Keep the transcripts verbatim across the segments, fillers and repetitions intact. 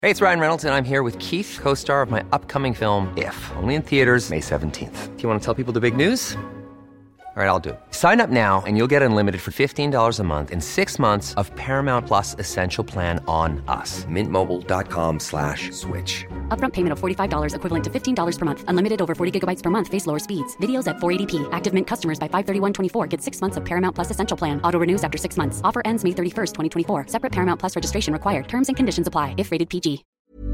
Hey, it's Ryan Reynolds, and I'm here with Keith, co-star of my upcoming film, If, only in theaters May seventeenth. Do you want to tell people the big news? All right, I'll do it. Sign up now and you'll get unlimited for fifteen dollars a month and six months of Paramount Plus Essential Plan on us. Mint Mobile dot com slash switch. Upfront payment of forty-five dollars equivalent to fifteen dollars per month. Unlimited over forty gigabytes per month. Face lower speeds. Videos at four eighty p. Active Mint customers by five thirty-one twenty-four get six months of Paramount Plus Essential Plan. Auto renews after six months. Offer ends May thirty-first, twenty twenty-four. Separate Paramount Plus registration required. Terms and conditions apply if rated P G.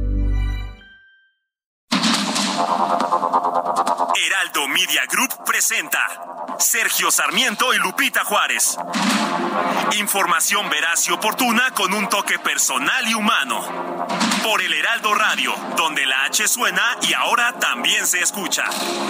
Heraldo Media Group presenta Sergio Sarmiento y Lupita Juárez. Información veraz y oportuna con un toque personal y humano. Por el Heraldo Radio, donde la H suena y ahora también se escucha.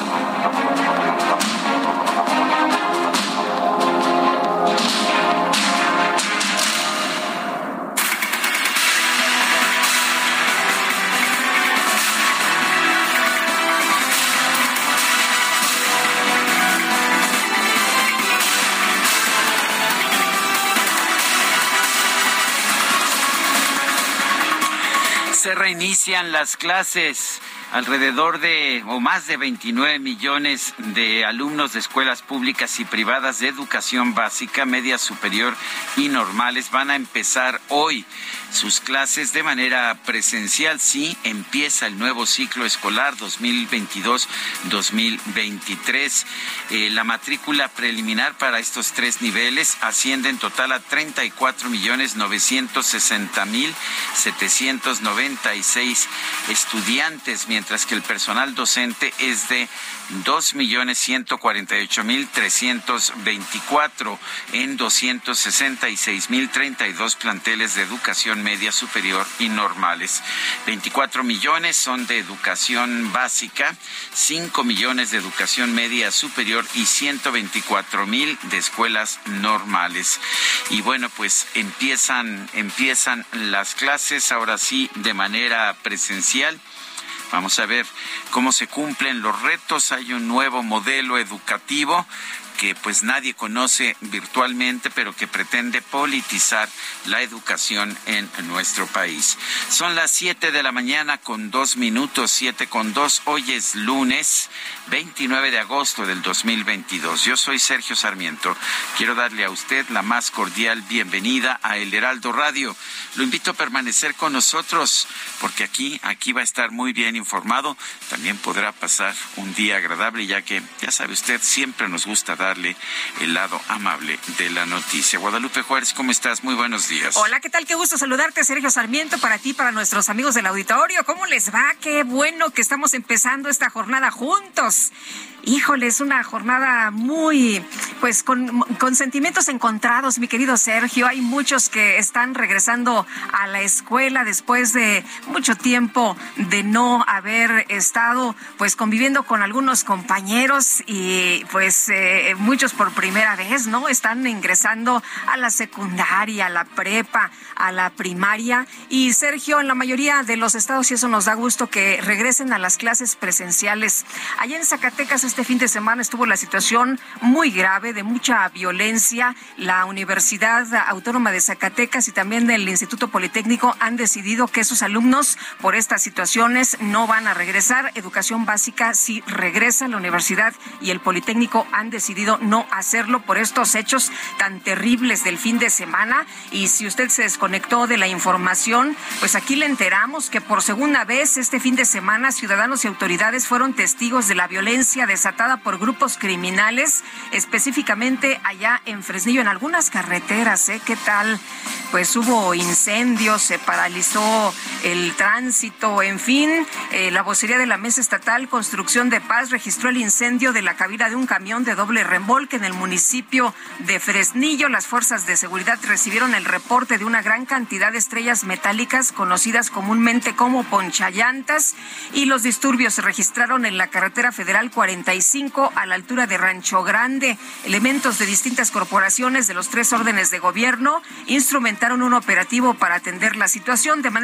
Se reinician las clases. Alrededor de o más de veintinueve millones de alumnos de escuelas públicas y privadas de educación básica, media superior y normales van a empezar hoy sus clases de manera presencial. Sí, empieza el nuevo ciclo escolar dos mil veintidós dos mil veintitrés. Eh, la matrícula preliminar para estos tres niveles asciende en total a treinta y cuatro millones novecientos sesenta mil setecientos noventa y seis estudiantes, mientras que el personal docente es de dos millones ciento cuarenta y ocho mil trescientos veinticuatro en doscientos sesenta y seis mil treinta y dos planteles de educación media superior y normales. veinticuatro millones son de educación básica, cinco millones de educación media superior y ciento veinticuatro mil de escuelas normales. Y bueno, pues empiezan, empiezan las clases ahora sí de manera presencial. Vamos a ver cómo se cumplen los retos. Hay un nuevo modelo educativo que pues nadie conoce virtualmente, pero que pretende politizar la educación en nuestro país. Son las siete de la mañana con dos minutos, siete con dos. Hoy es lunes veintinueve de agosto del dos mil veintidós. Yo soy Sergio Sarmiento. Quiero darle a usted la más cordial bienvenida a El Heraldo Radio. Lo invito a permanecer con nosotros porque aquí, aquí va a estar muy bien informado. También podrá pasar un día agradable, ya que, ya sabe usted, siempre nos gusta dar darle el lado amable de la noticia. Guadalupe Juárez, ¿cómo estás? Muy buenos días. Hola, ¿qué tal? Qué gusto saludarte, Sergio Sarmiento, para ti, para nuestros amigos del auditorio. ¿Cómo les va? Qué bueno que estamos empezando esta jornada juntos. Híjole, es una jornada muy, pues, con, con sentimientos encontrados, mi querido Sergio. Hay muchos que están regresando a la escuela después de mucho tiempo de no haber estado, pues, conviviendo con algunos compañeros y, pues, eh, muchos por primera vez, ¿no? Están ingresando a la secundaria, a la prepa, a la primaria. Y, Sergio, en la mayoría de los estados, y eso nos da gusto, que regresen a las clases presenciales. Allá en Zacatecas, este fin de semana estuvo la situación muy grave, de mucha violencia. La Universidad Autónoma de Zacatecas y también el Instituto Politécnico han decidido que sus alumnos, por estas situaciones, no van a regresar. Educación básica sí regresa. La universidad y el Politécnico han decidido no hacerlo por estos hechos tan terribles del fin de semana. Y si usted se desconectó de la información, pues aquí le enteramos que por segunda vez este fin de semana ciudadanos y autoridades fueron testigos de la violencia desatada por grupos criminales, específicamente allá en Fresnillo, en algunas carreteras, ¿eh? ¿Qué tal? Pues hubo incendios, se paralizó el tránsito, en fin. Eh, la vocería de la Mesa Estatal Construcción de Paz registró el incendio de la cabina de un camión de doble remolque en el municipio de Fresnillo. Las fuerzas de seguridad recibieron el reporte de una gran cantidad de estrellas metálicas conocidas comúnmente como ponchallantas, y los disturbios se registraron en la carretera federal cuarenta y cinco a la altura de Rancho Grande. Elementos de distintas corporaciones de los tres órdenes de gobierno instrumentaron un operativo para atender la situación. De manera extraordinaria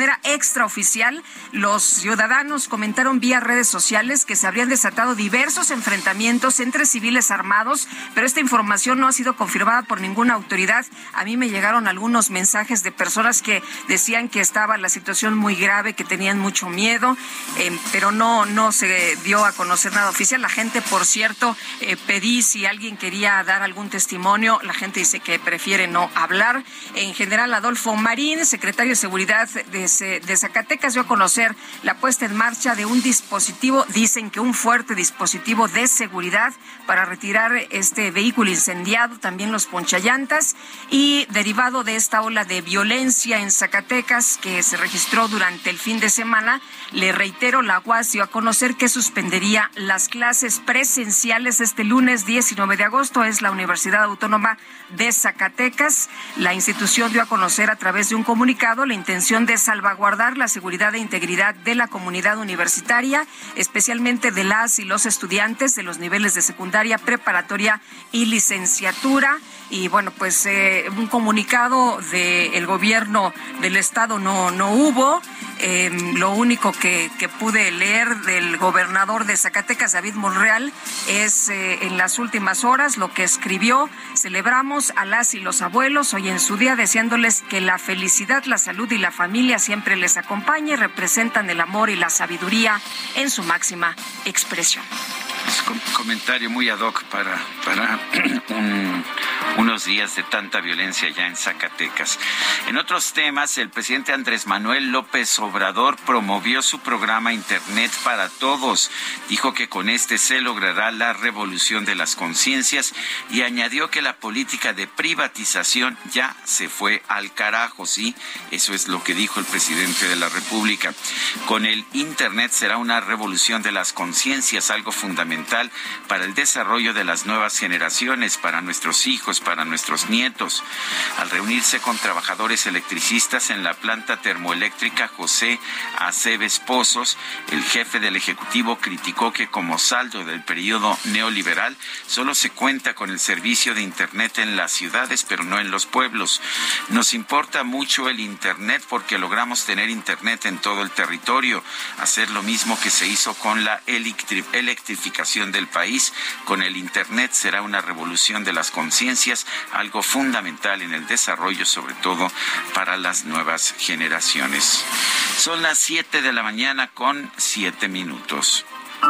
extraoficial. Los ciudadanos comentaron vía redes sociales que se habrían desatado diversos enfrentamientos entre civiles armados, pero esta información no ha sido confirmada por ninguna autoridad. A mí me llegaron algunos mensajes de personas que decían que estaba la situación muy grave, que tenían mucho miedo, eh, pero no, no se dio a conocer nada oficial. La gente, por cierto, eh, pedí si alguien quería dar algún testimonio. La gente dice que prefiere no hablar. En general, Adolfo Marín, secretario de Seguridad de, de Zacatecas, dio a conocer la puesta en marcha de un dispositivo, dicen que un fuerte dispositivo de seguridad para retirar este vehículo incendiado, también los ponchallantas, y derivado de esta ola de violencia en Zacatecas que se registró durante el fin de semana, le reitero, la U A S dio a conocer que suspendería las clases presenciales este lunes diecinueve de agosto. Es la Universidad Autónoma de Zacatecas. La institución dio a conocer a través de un comunicado la intención de salvaguardar la seguridad e integridad de la comunidad universitaria, especialmente de las y los estudiantes de los niveles de secundaria, preparatoria y licenciatura. Y bueno, pues eh, un comunicado del gobierno del estado no, no hubo. Eh, lo único que, que pude leer del gobernador de Zacatecas, David Monreal, es eh, en las últimas horas lo que escribió: celebramos a las y los abuelos hoy en su día, deseándoles que la felicidad, la salud y la familia siempre les acompañe y representan el amor y la sabiduría en su máxima expresión. Es un comentario muy ad hoc para, para un, unos días de tanta violencia ya en Zacatecas. En otros temas, el presidente Andrés Manuel López Obrador promovió su programa Internet para Todos. Dijo que con este se logrará la revolución de las conciencias y añadió que la política de privatización ya se fue al carajo. Sí, eso es lo que dijo el presidente de la República. Con el Internet será una revolución de las conciencias, algo fundamental para el desarrollo de las nuevas generaciones, para nuestros hijos, para nuestros nietos. Al reunirse con trabajadores electricistas en la planta termoeléctrica José Aceves Pozos, el jefe del Ejecutivo criticó que como saldo del periodo neoliberal solo se cuenta con el servicio de Internet en las ciudades, pero no en los pueblos. Nos importa mucho el Internet porque logramos tener Internet en todo el territorio, hacer lo mismo que se hizo con la electri- electrificación del país. Con el Internet será una revolución de las conciencias, algo fundamental en el desarrollo, sobre todo para las nuevas generaciones. Son las siete de la mañana con siete minutos.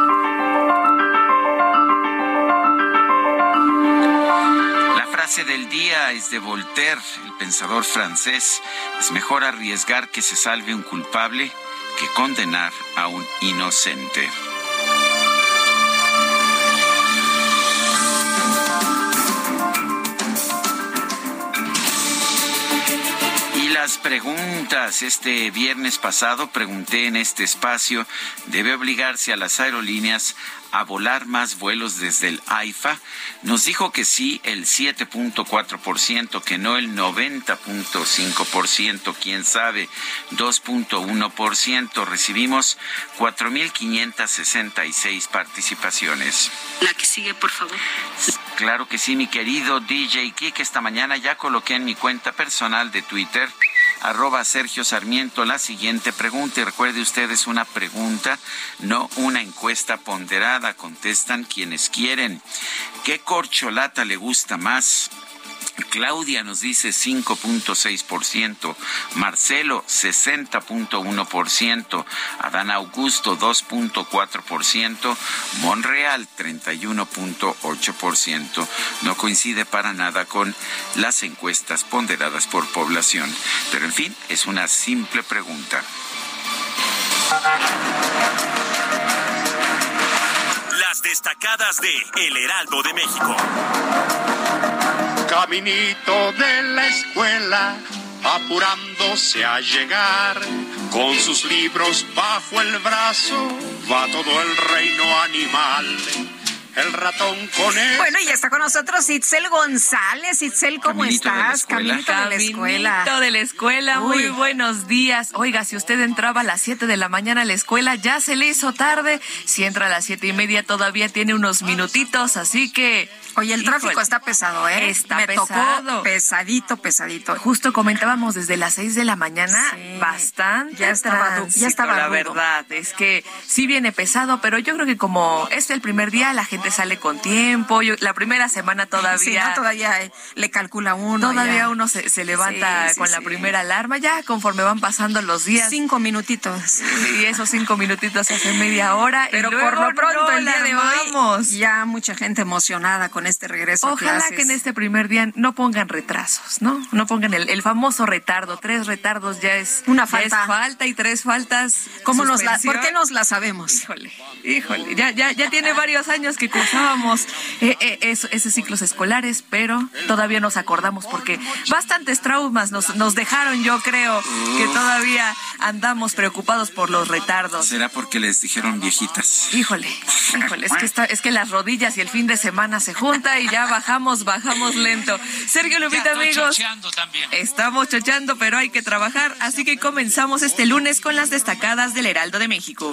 La frase del día es de Voltaire, el pensador francés: es mejor arriesgar que se salve un culpable que condenar a un inocente. Las preguntas. Este viernes pasado pregunté en este espacio: ¿debe obligarse a las aerolíneas a volar más vuelos desde el AIFA? Nos dijo que sí el siete punto cuatro por ciento, que no el noventa punto cinco por ciento, quién sabe, dos punto uno por ciento. Recibimos cuatro mil quinientas sesenta y seis participaciones. La que sigue, por favor. Claro que sí, mi querido D J Kik. Esta mañana ya coloqué en mi cuenta personal de Twitter, arroba Sergio Sarmiento, la siguiente pregunta. Y recuerde usted, es una pregunta, no una encuesta ponderada. Contestan quienes quieren. ¿Qué corcholata le gusta más? Claudia nos dice cinco punto seis por ciento, Marcelo sesenta punto uno por ciento, Adán Augusto dos punto cuatro por ciento, Monreal treinta y uno punto ocho por ciento. No coincide para nada con las encuestas ponderadas por población. Pero en fin, es una simple pregunta. Las destacadas de El Heraldo de México. Caminito de la escuela, apurándose a llegar, con sus libros bajo el brazo, va todo el reino animal. el ratón con él. Bueno, y ya está con nosotros Itzel González. Itzel, ¿cómo Caminito estás? de Caminito de la escuela. Caminito de la escuela, Uy. muy buenos días. Oiga, si usted entraba a las siete de la mañana a la escuela, ya se le hizo tarde. Si entra a las siete y media, todavía tiene unos minutitos, así que... Oye, el tráfico híjole, está pesado, ¿eh? Está Me pesado. tocó pesadito, pesadito. Justo comentábamos desde las seis de la mañana, Sí. bastante Ya estaba du- tránsito, ya estaba la rudo. verdad. Es que sí viene pesado, pero yo creo que como es el primer día, la gente sale con tiempo. Yo- la primera semana todavía... Sí, ¿no? Todavía eh, le calcula uno. Todavía ya. uno se, se levanta Sí, sí, con la sí. primera alarma, ya conforme van pasando los días. Cinco minutitos. Y esos cinco minutitos se hacen media hora. Pero y luego por lo pronto, no el día la de armamos. hoy, ya mucha gente emocionada con este regreso a Ojalá clases. que en este primer día no pongan retrasos, ¿no? No pongan el, el famoso retardo. Tres retardos ya es Una ya falta. es falta y tres faltas. ¿Cómo nos la, suspensión. ¿Por qué nos la sabemos? Híjole, híjole, ya, ya, ya tiene varios años que cursábamos eh, eh, eso- esos ciclos escolares, pero todavía nos acordamos porque bastantes traumas nos, nos dejaron, yo creo, que todavía andamos preocupados por los retardos. ¿Será porque les dijeron viejitas? Híjole, híjole, es que está, es que las rodillas y el fin de semana se junta y ya bajamos, bajamos lento. Sergio Lupita, amigos, estamos chocheando, pero hay que trabajar, así que comenzamos este lunes con las destacadas del Heraldo de México.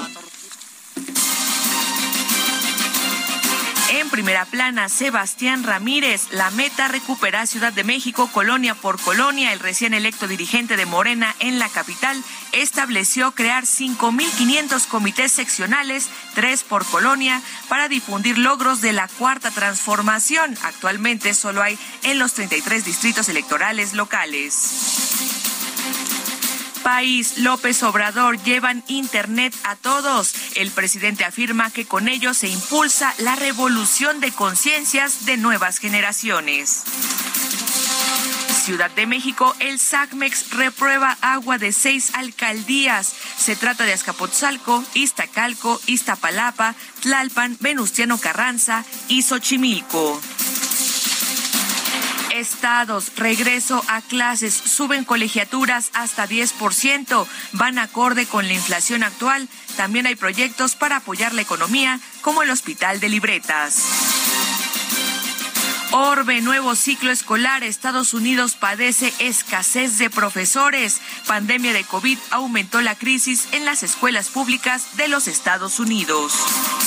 En primera plana, Sebastián Ramírez, la meta recupera Ciudad de México colonia por colonia. El recién electo dirigente de Morena en la capital estableció crear cinco mil quinientos comités seccionales, tres por colonia, para difundir logros de la cuarta transformación. Actualmente solo hay en los treinta y tres distritos electorales locales. País, López Obrador, llevan Internet a todos. El presidente afirma que con ello se impulsa la revolución de conciencias de nuevas generaciones. Ciudad de México, el SACMEX reprueba agua de seis alcaldías. Se trata de Azcapotzalco, Iztacalco, Iztapalapa, Tlalpan, Venustiano Carranza y Xochimilco. Estados, regreso a clases, suben colegiaturas hasta diez por ciento, van acorde con la inflación actual. También hay proyectos para apoyar la economía, como el Hospital de Libretas. Orbe, nuevo ciclo escolar. Estados Unidos padece escasez de profesores. Pandemia de COVID aumentó la crisis en las escuelas públicas de los Estados Unidos.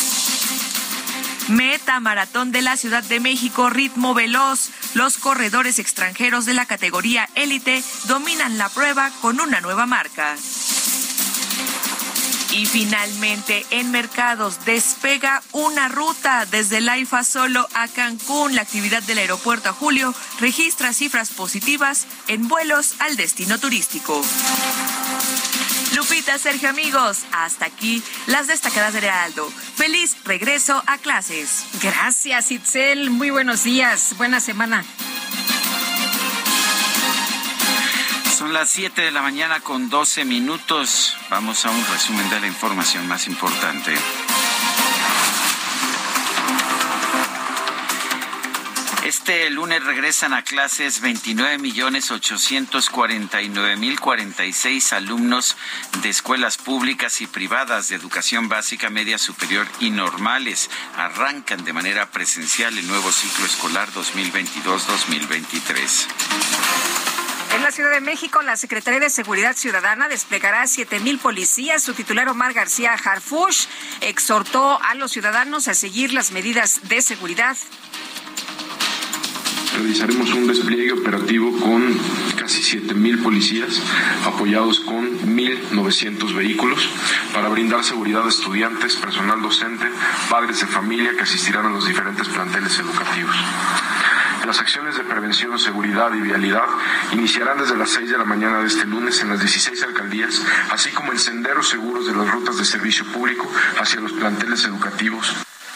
Meta maratón de la Ciudad de México, ritmo veloz. Los corredores extranjeros de la categoría élite dominan la prueba con una nueva marca. Y finalmente, en mercados, despega una ruta desde el AIFA solo a Cancún. La actividad del aeropuerto a Julio registra cifras positivas en vuelos al destino turístico. Lupita, Sergio, amigos, hasta aquí las destacadas de Heraldo. Feliz regreso a clases. Gracias, Itzel. Muy buenos días. Buena semana. Son las siete de la mañana con doce minutos. Vamos a un resumen de la información más importante. Este lunes regresan a clases veintinueve millones ochocientos cuarenta y nueve mil cuarenta y seis alumnos de escuelas públicas y privadas de educación básica, media superior y normales. Arrancan de manera presencial el nuevo ciclo escolar dos mil veintidós dos mil veintitrés. En la Ciudad de México, la Secretaría de Seguridad Ciudadana desplegará siete mil policías. Su titular, Omar García Harfuch, exhortó a los ciudadanos a seguir las medidas de seguridad. Realizaremos un despliegue operativo con casi siete mil policías, apoyados con mil novecientos vehículos, para brindar seguridad a estudiantes, personal docente, padres de familia que asistirán a los diferentes planteles educativos. Las acciones de prevención, seguridad y vialidad iniciarán desde las seis de la mañana de este lunes en las dieciséis alcaldías, así como en senderos seguros de las rutas de servicio público hacia los planteles educativos.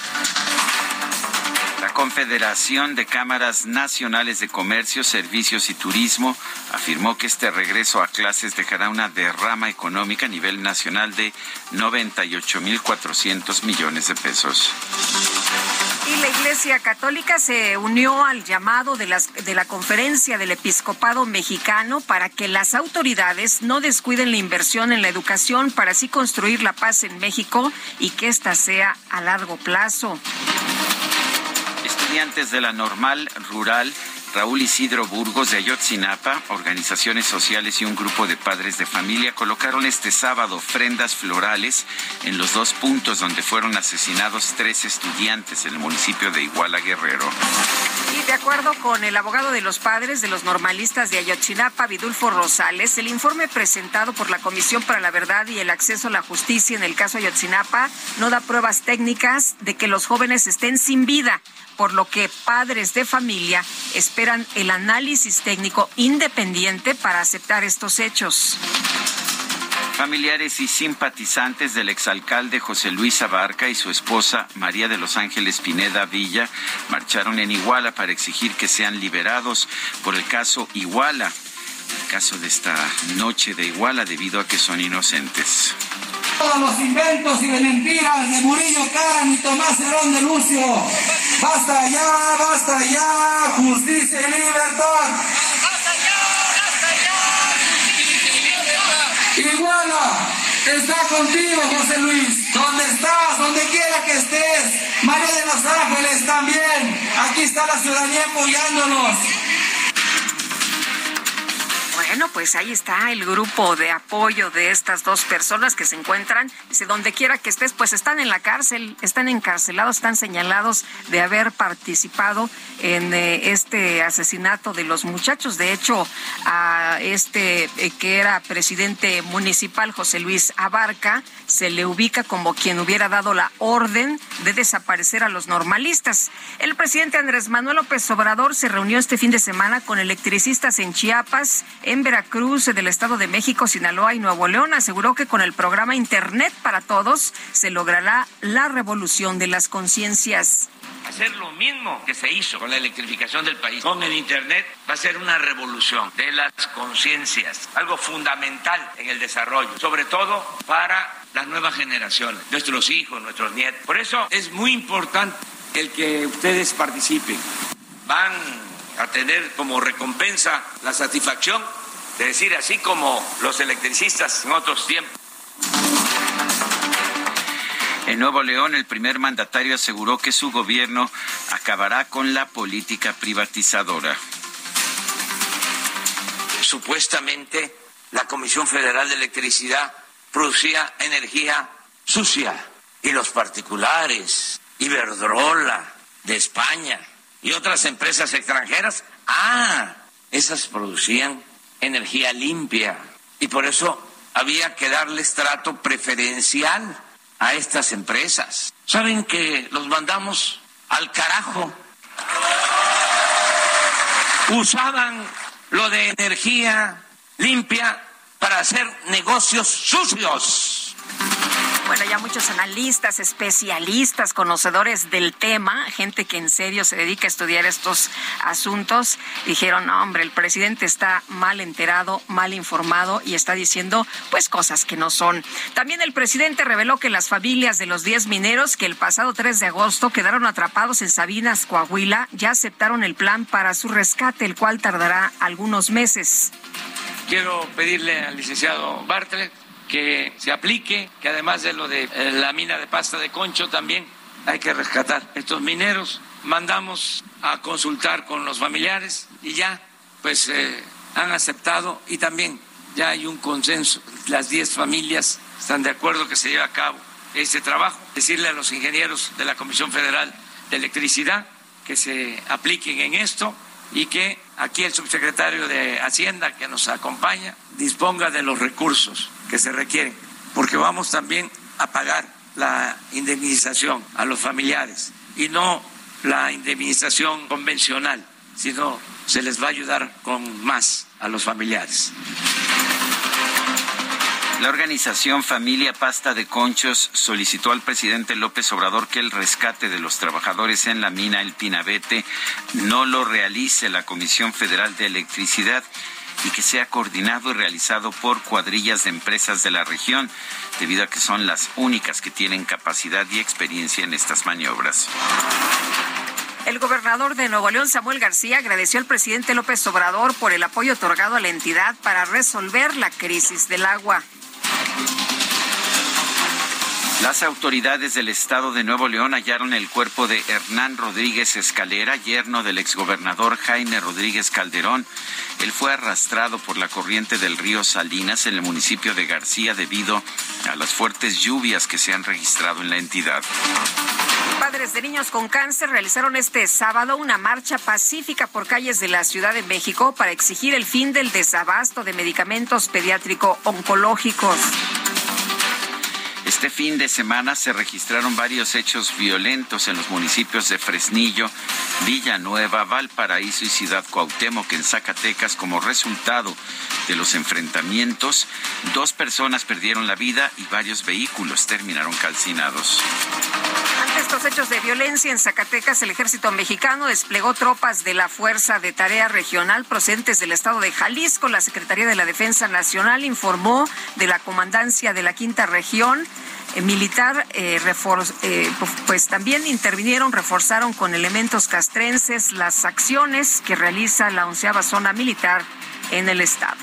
La Confederación de Cámaras Nacionales de Comercio, Servicios y Turismo afirmó que este regreso a clases dejará una derrama económica a nivel nacional de noventa y ocho mil cuatrocientos millones de pesos. Y la Iglesia Católica se unió al llamado de, las, de la Conferencia del Episcopado Mexicano para que las autoridades no descuiden la inversión en la educación para así construir la paz en México y que ésta sea a largo plazo. Estudiantes de la Normal Rural Raúl Isidro Burgos de Ayotzinapa, organizaciones sociales y un grupo de padres de familia colocaron este sábado ofrendas florales en los dos puntos donde fueron asesinados tres estudiantes en el municipio de Iguala, Guerrero. Y de acuerdo con el abogado de los padres de los normalistas de Ayotzinapa, Vidulfo Rosales, el informe presentado por la Comisión para la Verdad y el Acceso a la Justicia en el caso Ayotzinapa no da pruebas técnicas de que los jóvenes estén sin vida, por lo que padres de familia esperan el análisis técnico independiente para aceptar estos hechos. Familiares y simpatizantes del exalcalde José Luis Abarca y su esposa María de los Ángeles Pineda Villa marcharon en Iguala para exigir que sean liberados por el caso Iguala, el caso de esta noche de Iguala, debido a que son inocentes. Todos los inventos y de mentiras de Murillo Karam y Tomás Herón de Lucio. Basta ya, basta ya, justicia y libertad. Basta ya, basta ya. Iguala está contigo, José Luis. Donde estás, donde quiera que estés. María de los Ángeles también. Aquí está la ciudadanía apoyándonos. Bueno, pues ahí está el grupo de apoyo de estas dos personas que se encuentran, dice, donde quiera que estés, pues están en la cárcel, están encarcelados, están señalados de haber participado en eh, este asesinato de los muchachos. De hecho, a este eh, que era presidente municipal, José Luis Abarca, se le ubica como quien hubiera dado la orden de desaparecer a los normalistas. El presidente Andrés Manuel López Obrador se reunió este fin de semana con electricistas en Chiapas, en Veracruz, del Estado de México, Sinaloa y Nuevo León. Aseguró que con el programa Internet para Todos se logrará la revolución de las conciencias. Hacer lo mismo que se hizo con la electrificación del país, con el Internet, va a ser una revolución de las conciencias, algo fundamental en el desarrollo, sobre todo para las nuevas generaciones, nuestros hijos, nuestros nietos. Por eso es muy importante el que ustedes participen. Van a tener como recompensa la satisfacción de decir, así como los electricistas en otros tiempos. En Nuevo León, el primer mandatario aseguró que su gobierno acabará con la política privatizadora. Supuestamente, la Comisión Federal de Electricidad producía energía sucia y los particulares, Iberdrola de España y otras empresas extranjeras, ah, esas producían energía limpia y por eso había que darles trato preferencial a estas empresas. ¿Saben que los mandamos al carajo? Usaban lo de energía limpia para hacer negocios sucios. Bueno, ya muchos analistas, especialistas, conocedores del tema, gente que en serio se dedica a estudiar estos asuntos, dijeron, no, hombre, el presidente está mal enterado, mal informado y está diciendo, pues, cosas que no son. También el presidente reveló que las familias de los diez mineros que el pasado tres de agosto quedaron atrapados en Sabinas, Coahuila, ya aceptaron el plan para su rescate, el cual tardará algunos meses. Quiero pedirle al licenciado Bartlett que se aplique, que además de lo de la mina de pasta de Concho también hay que rescatar estos mineros. Mandamos a consultar con los familiares y ya pues eh, han aceptado y también ya hay un consenso. Las diez familias están de acuerdo que se lleve a cabo este trabajo. Decirle a los ingenieros de la Comisión Federal de Electricidad que se apliquen en esto y que aquí el subsecretario de Hacienda que nos acompaña disponga de los recursos que se requieren, porque vamos también a pagar la indemnización a los familiares y no la indemnización convencional, sino se les va a ayudar con más a los familiares. La organización Familia Pasta de Conchos solicitó al presidente López Obrador que el rescate de los trabajadores en la mina El Pinabete no lo realice la Comisión Federal de Electricidad y que sea coordinado y realizado por cuadrillas de empresas de la región, debido a que son las únicas que tienen capacidad y experiencia en estas maniobras. El gobernador de Nuevo León, Samuel García, agradeció al presidente López Obrador por el apoyo otorgado a la entidad para resolver la crisis del agua. Las autoridades del estado de Nuevo León hallaron el cuerpo de Hernán Rodríguez Escalera, yerno del exgobernador Jaime Rodríguez Calderón. Él fue arrastrado por la corriente del río Salinas en el municipio de García debido a las fuertes lluvias que se han registrado en la entidad. Padres de niños con cáncer realizaron este sábado una marcha pacífica por calles de la Ciudad de México para exigir el fin del desabasto de medicamentos pediátrico-oncológicos. Este fin de semana se registraron varios hechos violentos en los municipios de Fresnillo, Villanueva, Valparaíso y Ciudad Cuauhtémoc, en Zacatecas, como resultado de los enfrentamientos. Dos personas perdieron la vida y varios vehículos terminaron calcinados. Ante estos hechos de violencia en Zacatecas, el ejército mexicano desplegó tropas de la Fuerza de Tarea Regional procedentes del estado de Jalisco. La Secretaría de la Defensa Nacional informó de la comandancia de la Quinta Región eh, Militar, eh, refor- eh, pues también intervinieron, reforzaron con elementos castrenses las acciones que realiza la onceava Zona Militar en el estado.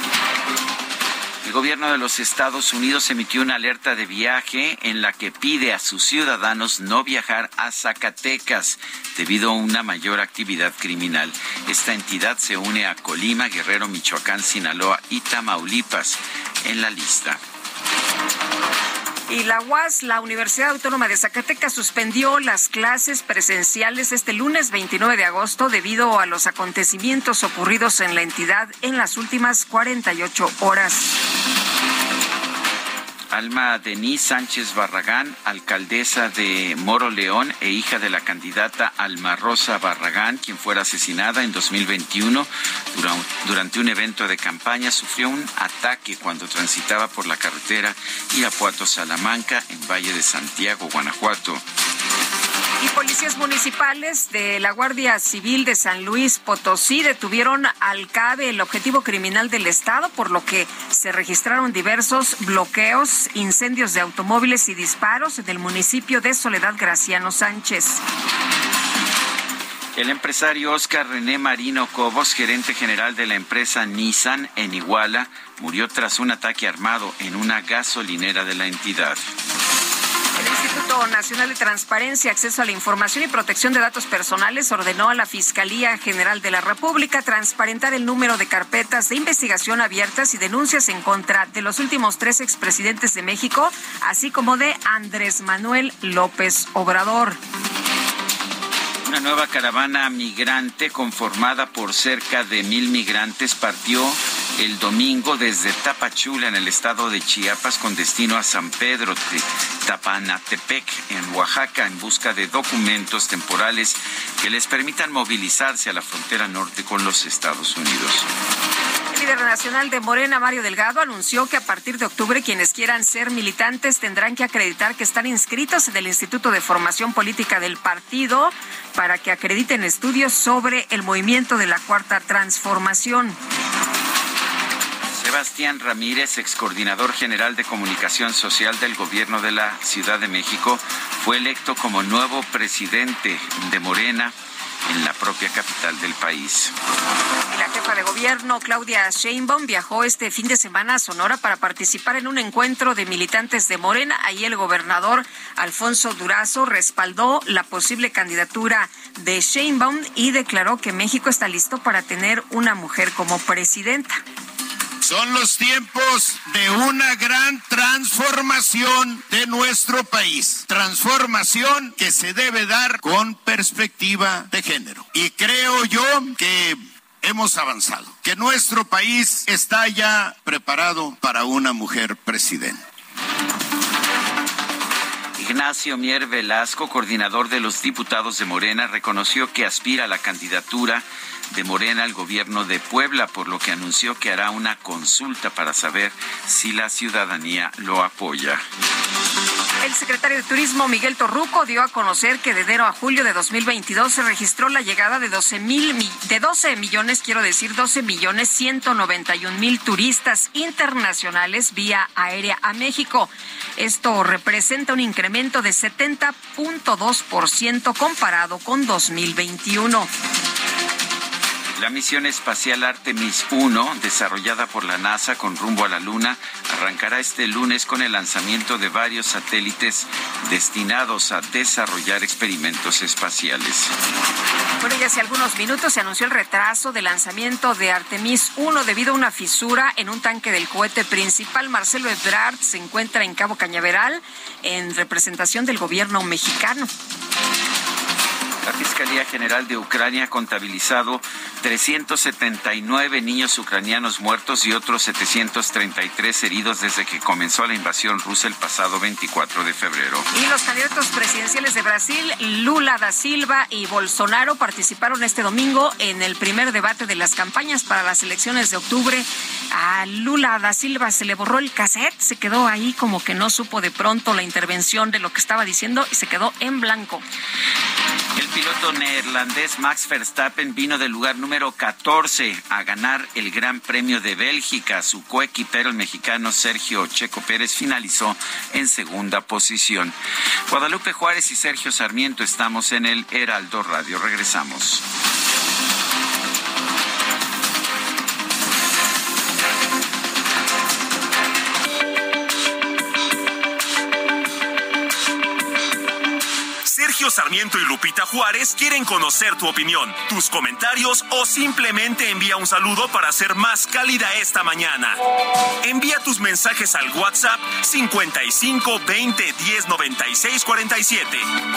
El gobierno de los Estados Unidos emitió una alerta de viaje en la que pide a sus ciudadanos no viajar a Zacatecas debido a una mayor actividad criminal. Esta entidad se une a Colima, Guerrero, Michoacán, Sinaloa y Tamaulipas en la lista. Y la U A S, la Universidad Autónoma de Zacatecas, suspendió las clases presenciales este lunes veintinueve de agosto debido a los acontecimientos ocurridos en la entidad en las últimas cuarenta y ocho horas. Alma Denise Sánchez Barragán, alcaldesa de Moro León e hija de la candidata Alma Rosa Barragán, quien fuera asesinada en dos mil veintiuno durante un evento de campaña, sufrió un ataque cuando transitaba por la carretera Irapuato-Salamanca en Valle de Santiago, Guanajuato. Y policías municipales de la Guardia Civil de San Luis Potosí detuvieron al CABE, el objetivo criminal del Estado, por lo que se registraron diversos bloqueos, incendios de automóviles y disparos en el municipio de Soledad Graciano Sánchez. El empresario Óscar René Marino Cobos, gerente general de la empresa Nissan en Iguala, murió tras un ataque armado en una gasolinera de la entidad. El Instituto Nacional de Transparencia, Acceso a la Información y Protección de Datos Personales ordenó a la Fiscalía General de la República transparentar el número de carpetas de investigación abiertas y denuncias en contra de los últimos tres expresidentes de México, así como de Andrés Manuel López Obrador. Una nueva caravana migrante conformada por cerca de mil migrantes partió el domingo desde Tapachula, en el estado de Chiapas, con destino a San Pedro de Tapanatepec, en Oaxaca, en busca de documentos temporales que les permitan movilizarse a la frontera norte con los Estados Unidos. El líder nacional de Morena, Mario Delgado, anunció que a partir de octubre quienes quieran ser militantes tendrán que acreditar que están inscritos en el Instituto de Formación Política del partido para que acrediten estudios sobre el movimiento de la Cuarta Transformación. Sebastián Ramírez, excoordinador general de comunicación social del gobierno de la Ciudad de México, fue electo como nuevo presidente de Morena en la propia capital del país. La jefa de gobierno, Claudia Sheinbaum, viajó este fin de semana a Sonora para participar en un encuentro de militantes de Morena. Ahí el gobernador Alfonso Durazo respaldó la posible candidatura de Sheinbaum y declaró que México está listo para tener una mujer como presidenta. Son los tiempos de una gran transformación de nuestro país. Transformación que se debe dar con perspectiva de género. Y creo yo que hemos avanzado, que nuestro país está ya preparado para una mujer presidenta. Ignacio Mier Velasco, coordinador de los diputados de Morena, reconoció que aspira a la candidatura de Morena al gobierno de Puebla, por lo que anunció que hará una consulta para saber si la ciudadanía lo apoya. El secretario de Turismo, Miguel Torruco, dio a conocer que de enero a julio de dos mil veintidós se registró la llegada de doce mil, de doce millones, quiero decir, doce millones ciento noventa y un mil turistas internacionales vía aérea a México. Esto representa un incremento de setenta punto dos por ciento comparado con dos mil veintiuno. La misión espacial Artemis uno, desarrollada por la NASA con rumbo a la Luna, arrancará este lunes con el lanzamiento de varios satélites destinados a desarrollar experimentos espaciales. Bueno, ya hace algunos minutos se anunció el retraso del lanzamiento de Artemis uno debido a una fisura en un tanque del cohete principal. Marcelo Ebrard se encuentra en Cabo Cañaveral en representación del gobierno mexicano. La Fiscalía General de Ucrania ha contabilizado trescientos setenta y nueve niños ucranianos muertos y otros setecientos treinta y tres heridos desde que comenzó la invasión rusa el pasado veinticuatro de febrero. Y los candidatos presidenciales de Brasil, Lula da Silva y Bolsonaro, participaron este domingo en el primer debate de las campañas para las elecciones de octubre. A Lula da Silva se le borró el cassette, se quedó ahí como que no supo de pronto la intervención de lo que estaba diciendo y se quedó en blanco. El piloto neerlandés Max Verstappen vino del lugar número catorce a ganar el Gran Premio de Bélgica. Su coequipero, el mexicano Sergio Checo Pérez, finalizó en segunda posición. Guadalupe Juárez y Sergio Sarmiento estamos en el Heraldo Radio. Regresamos. Sergio Sarmiento y Lupita Juárez quieren conocer tu opinión, tus comentarios o simplemente envía un saludo para hacer más cálida esta mañana. Envía tus mensajes al WhatsApp cincuenta y cinco veinte diez noventa y seis cuarenta y siete.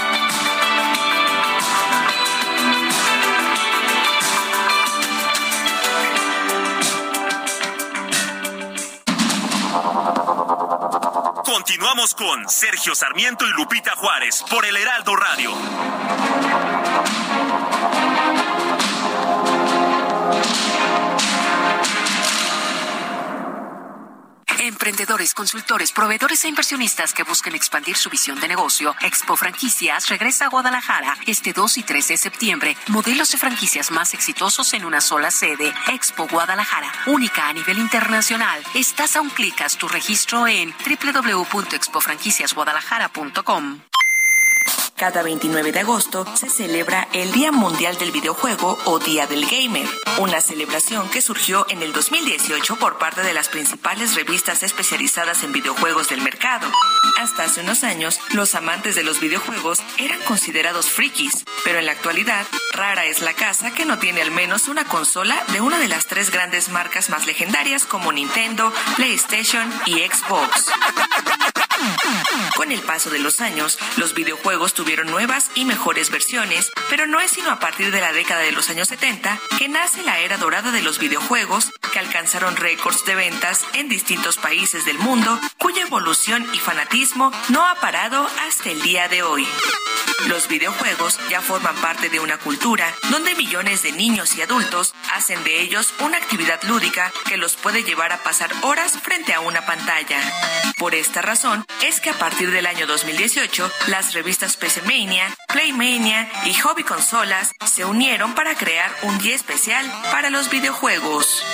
Continuamos con Sergio Sarmiento y Lupita Juárez por el Heraldo Radio. Emprendedores, consultores, proveedores e inversionistas que busquen expandir su visión de negocio, Expo Franquicias regresa a Guadalajara este dos y tres de septiembre. Modelos de franquicias más exitosos en una sola sede. Expo Guadalajara, única a nivel internacional. Estás a un clic, haz tu registro en doble u doble u doble u punto expo franquicias guadalajara punto com. Cada veintinueve de agosto se celebra el Día Mundial del Videojuego o Día del Gamer, una celebración que surgió en el dos mil dieciocho por parte de las principales revistas especializadas en videojuegos del mercado. Hasta hace unos años, los amantes de los videojuegos eran considerados frikis, pero en la actualidad, rara es la casa que no tiene al menos una consola de una de las tres grandes marcas más legendarias como Nintendo, PlayStation y Xbox. Con el paso de los años, los videojuegos tuvieron nuevas y mejores versiones, pero no es sino a partir de la década de los años setenta que nace la era dorada de los videojuegos, que alcanzaron récords de ventas en distintos países del mundo, cuya evolución y fanatismo no ha parado hasta el día de hoy. Los videojuegos ya forman parte de una cultura donde millones de niños y adultos hacen de ellos una actividad lúdica que los puede llevar a pasar horas frente a una pantalla. Por esta razón es que a partir del año dos mil dieciocho, las revistas P C Mania, Playmania y Hobby Consolas se unieron para crear un día especial para los videojuegos.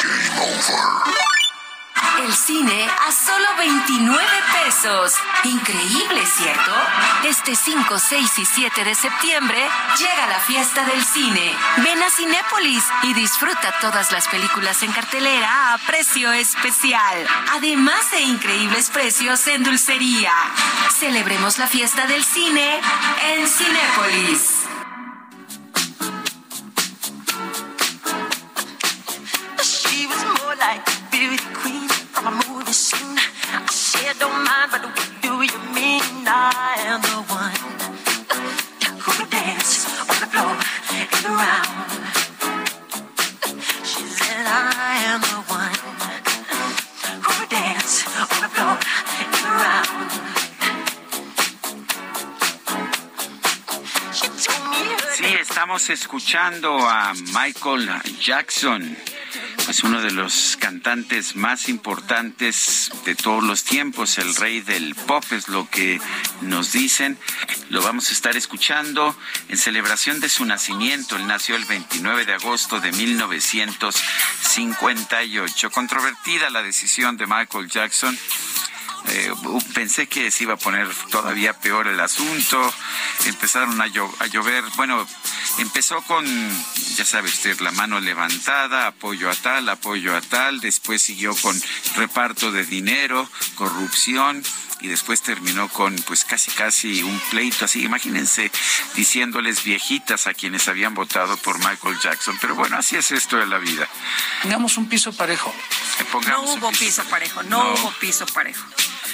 El cine a solo veintinueve pesos. Increíble, ¿cierto? Este cinco, seis y siete de septiembre llega la fiesta del cine. Ven a Cinépolis y disfruta todas las películas en cartelera a precio especial. Además de increíbles precios en dulcería. Celebremos la fiesta del cine en Cinépolis. She was more like beauty queen from a movie scene. I said don't mind, but what do you mean? I am the one who would dance on the floor and around. She said I am the one who would dance on the floor and around. She told me her Sí, estamos escuchando a Michael Jackson. Es uno de los cantantes más importantes de todos los tiempos, el rey del pop es lo que nos dicen. Lo vamos a estar escuchando en celebración de su nacimiento. Él nació el veintinueve de agosto de mil novecientos cincuenta y ocho. Controvertida la decisión de Michael Jackson Eh, pensé que se iba a poner todavía peor el asunto. Empezaron a, llo- a llover. Bueno, empezó con, ya sabe usted, la mano levantada, apoyo a tal, apoyo a tal. Después siguió con reparto de dinero, corrupción. Y después terminó con, pues, casi casi un pleito así. Imagínense, diciéndoles viejitas a quienes habían votado por Michael Jackson. Pero bueno, así es esto de la vida. Pongamos un piso parejo. Eh, pongamos No un hubo piso. piso parejo, no, No. hubo piso parejo.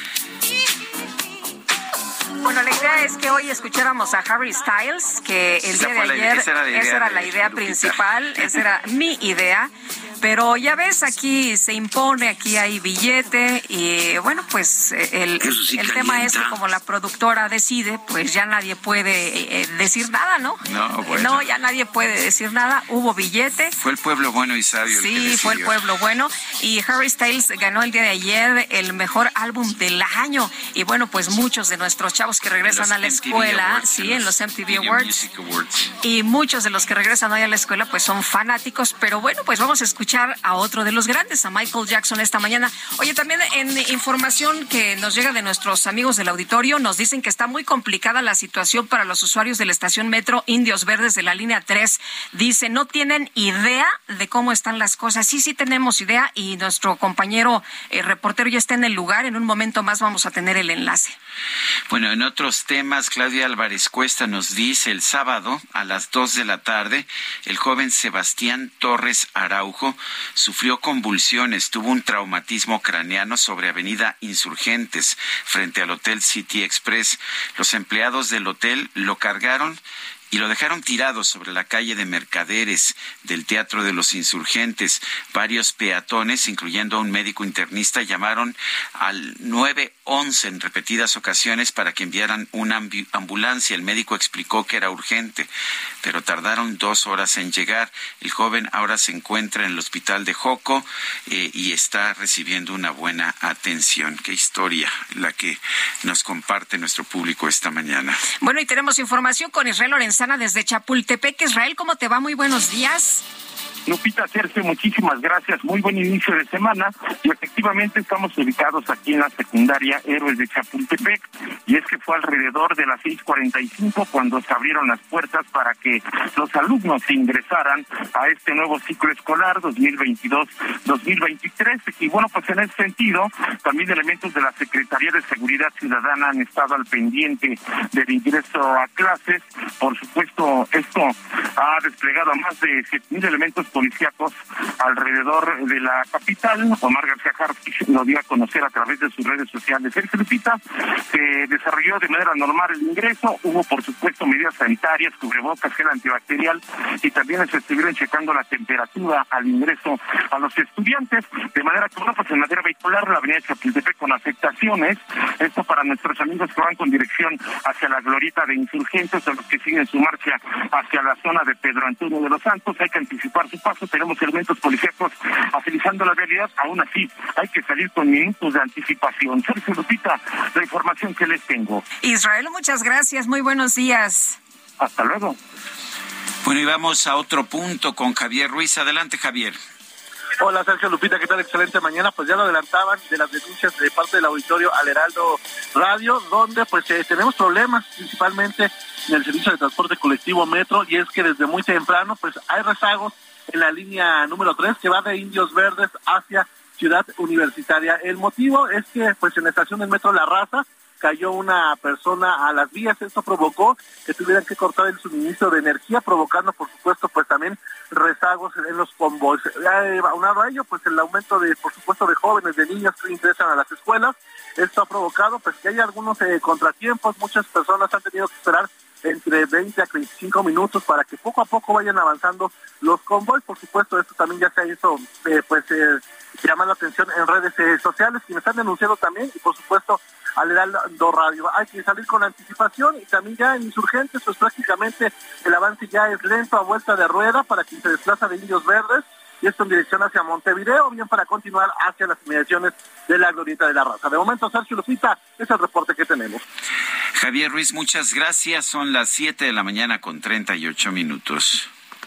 Bueno, la idea es que hoy escucháramos a Harry Styles, que el Esa día de fue la idea, ayer, esa era la idea esa era de la idea Lupita. principal, esa era mi idea. Pero ya ves, aquí se impone, aquí hay billete y bueno, pues eh, el, Eso sí el tema es que calienta. como la productora decide, pues ya nadie puede eh, decir nada, ¿no? No, bueno. No, ya nadie puede decir nada. Hubo billete. Fue el pueblo bueno y sabio el que Sí, decidió. fue el pueblo bueno. Y Harry Styles ganó el día de ayer el mejor álbum del año. Y bueno, pues muchos de nuestros chavos que regresan Los a la M T V escuela, Awards, sí, en los M T V Video Awards. Music Awards. Y muchos de los que regresan hoy a la escuela pues son fanáticos, pero bueno, pues vamos a escuchar a otro de los grandes, a Michael Jackson esta mañana. Oye, también en información que nos llega de nuestros amigos del auditorio, nos dicen que está muy complicada la situación para los usuarios de la estación Metro Indios Verdes de la línea tres. Dice, no tienen idea de cómo están las cosas. Sí, sí tenemos idea y nuestro compañero eh, reportero ya está en el lugar. En un momento más vamos a tener el enlace. Bueno, en otros temas, Claudia Álvarez Cuesta nos dice el sábado a las dos de la tarde, el joven Sebastián Torres Araujo sufrió convulsiones, tuvo un traumatismo craneano sobre Avenida Insurgentes frente al Hotel City Express. Los empleados del hotel lo cargaron y lo dejaron tirado sobre la calle de Mercaderes del Teatro de los Insurgentes. Varios peatones, incluyendo a un médico internista, llamaron al nueve once en repetidas ocasiones para que enviaran una ambu- ambulancia. El médico explicó que era urgente, pero tardaron dos horas en llegar. El joven ahora se encuentra en el hospital de Joco eh, y está recibiendo una buena atención. Qué historia la que nos comparte nuestro público esta mañana. Bueno, y tenemos información con Israel Lorenzana desde Chapultepec. Israel, ¿cómo te va? Muy buenos días. Lupita, Sergio, muchísimas gracias. Muy buen inicio de semana. Y efectivamente estamos ubicados aquí en la secundaria Héroes de Chapultepec. Y es que fue alrededor de las seis cuarenta y cinco cuando se abrieron las puertas para que los alumnos ingresaran a este nuevo ciclo escolar dos mil veintidós dos mil veintitrés. Y bueno, pues en ese sentido, también elementos de la Secretaría de Seguridad Ciudadana han estado al pendiente del ingreso a clases. Por supuesto, esto ha desplegado a más de siete mil elementos policíacos alrededor de la capital. Omar García Harfuch lo dio a conocer a través de sus redes sociales. Sergio Lupita, se desarrolló de manera normal el ingreso. Hubo, por supuesto, medidas sanitarias, cubrebocas, gel antibacterial, y también se estuvieron checando la temperatura al ingreso a los estudiantes. De manera que, bueno, pues en materia vehicular, la avenida Chapultepec con afectaciones. Esto para nuestros amigos que van con dirección hacia la glorieta de Insurgentes, a los que siguen su marcha hacia la zona de Pedro Antonio de los Santos. Hay que anticipar su paso. Tenemos elementos policíacos agilizando la realidad. Aún así, hay que salir con minutos de anticipación. Sergio Lupita, la información que les tengo. Israel, muchas gracias. Muy buenos días. Hasta luego. Bueno, y vamos a otro punto con Javier Ruiz. Adelante, Javier. Hola, Sergio Lupita, ¿qué tal? Excelente mañana. Pues ya lo adelantaban de las denuncias de parte del auditorio al Heraldo Radio, donde pues eh, tenemos problemas principalmente en el servicio de transporte colectivo Metro, y es que desde muy temprano pues hay rezagos en la línea número tres que va de Indios Verdes hacia Ciudad Universitaria. El motivo es que pues en la estación del Metro La Raza cayó una persona a las vías. Esto provocó que tuvieran que cortar el suministro de energía, provocando por supuesto pues también rezagos en los convoys. Eh, aunado a ello, pues el aumento de, por supuesto, de jóvenes, de niños que ingresan a las escuelas. Esto ha provocado pues que haya algunos eh, contratiempos. Muchas personas han tenido que esperar entre veinte a veinticinco minutos para que poco a poco vayan avanzando los convoys. Por supuesto, esto también ya se hizo eh, pues eh, llamando la atención en redes eh, sociales, quienes han denunciado también, y por supuesto al Heraldo Radio. Hay que salir con anticipación, y también ya en Insurgentes pues prácticamente el avance ya es lento, a vuelta de rueda para quien se desplaza de Indios Verdes, y esto en dirección hacia Montevideo, bien para continuar hacia las inmediaciones de la Glorieta de la Raza. De momento, Sergio Lupita, es el reporte que tenemos. Javier Ruiz, muchas gracias. Son las siete de la mañana con treinta y ocho minutos.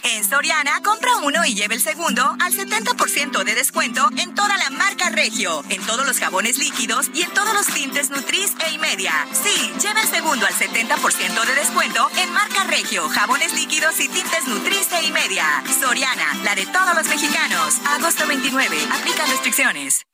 En Soriana, compra uno y lleve el segundo al setenta por ciento de descuento en toda la marca Regio, en todos los jabones líquidos y en todos los tintes Nutris e Imedia. Sí, lleve el segundo al setenta por ciento de descuento en marca Regio, jabones líquidos y tintes Nutris e Imedia. Soriana, la de todos los mexicanos. Agosto veintinueve. Aplican restricciones.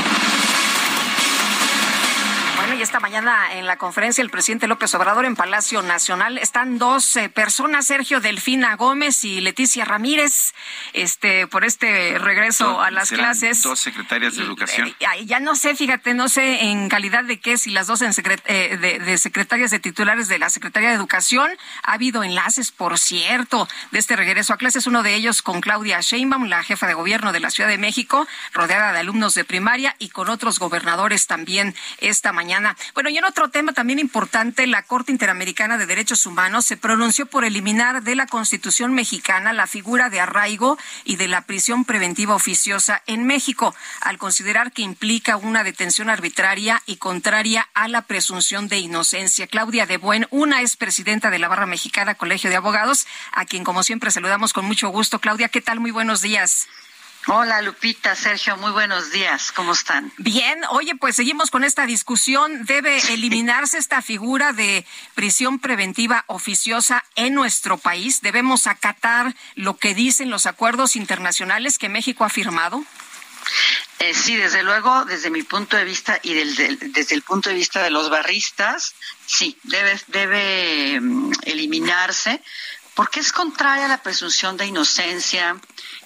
Bueno, y esta mañana en la conferencia el presidente López Obrador en Palacio Nacional están dos eh, personas, Sergio Delfina Gómez y Leticia Ramírez, este por este regreso a las clases. Dos secretarias de y, Educación. Eh, ya no sé, fíjate, no sé en calidad de qué, si las dos en secret, eh, de, de secretarias de titulares de la Secretaría de Educación. Ha habido enlaces, por cierto, de este regreso a clases, uno de ellos con Claudia Sheinbaum, la jefa de gobierno de la Ciudad de México, rodeada de alumnos de primaria y con otros gobernadores también esta mañana. Bueno, y en otro tema también importante, la Corte Interamericana de Derechos Humanos se pronunció por eliminar de la Constitución mexicana la figura de arraigo y de la prisión preventiva oficiosa en México, al considerar que implica una detención arbitraria y contraria a la presunción de inocencia. Claudia de Buen, una es presidenta de la Barra Mexicana Colegio de Abogados, a quien como siempre saludamos con mucho gusto. Claudia, ¿qué tal? Muy buenos días. Hola Lupita, Sergio, muy buenos días, ¿cómo están? Bien, oye, pues seguimos con esta discusión. ¿Debe eliminarse esta figura de prisión preventiva oficiosa en nuestro país? ¿Debemos acatar lo que dicen los acuerdos internacionales que México ha firmado? Eh, sí, desde luego, desde mi punto de vista y del, del, desde el punto de vista de los barristas, sí, debe, debe um, eliminarse, porque es contraria a la presunción de inocencia,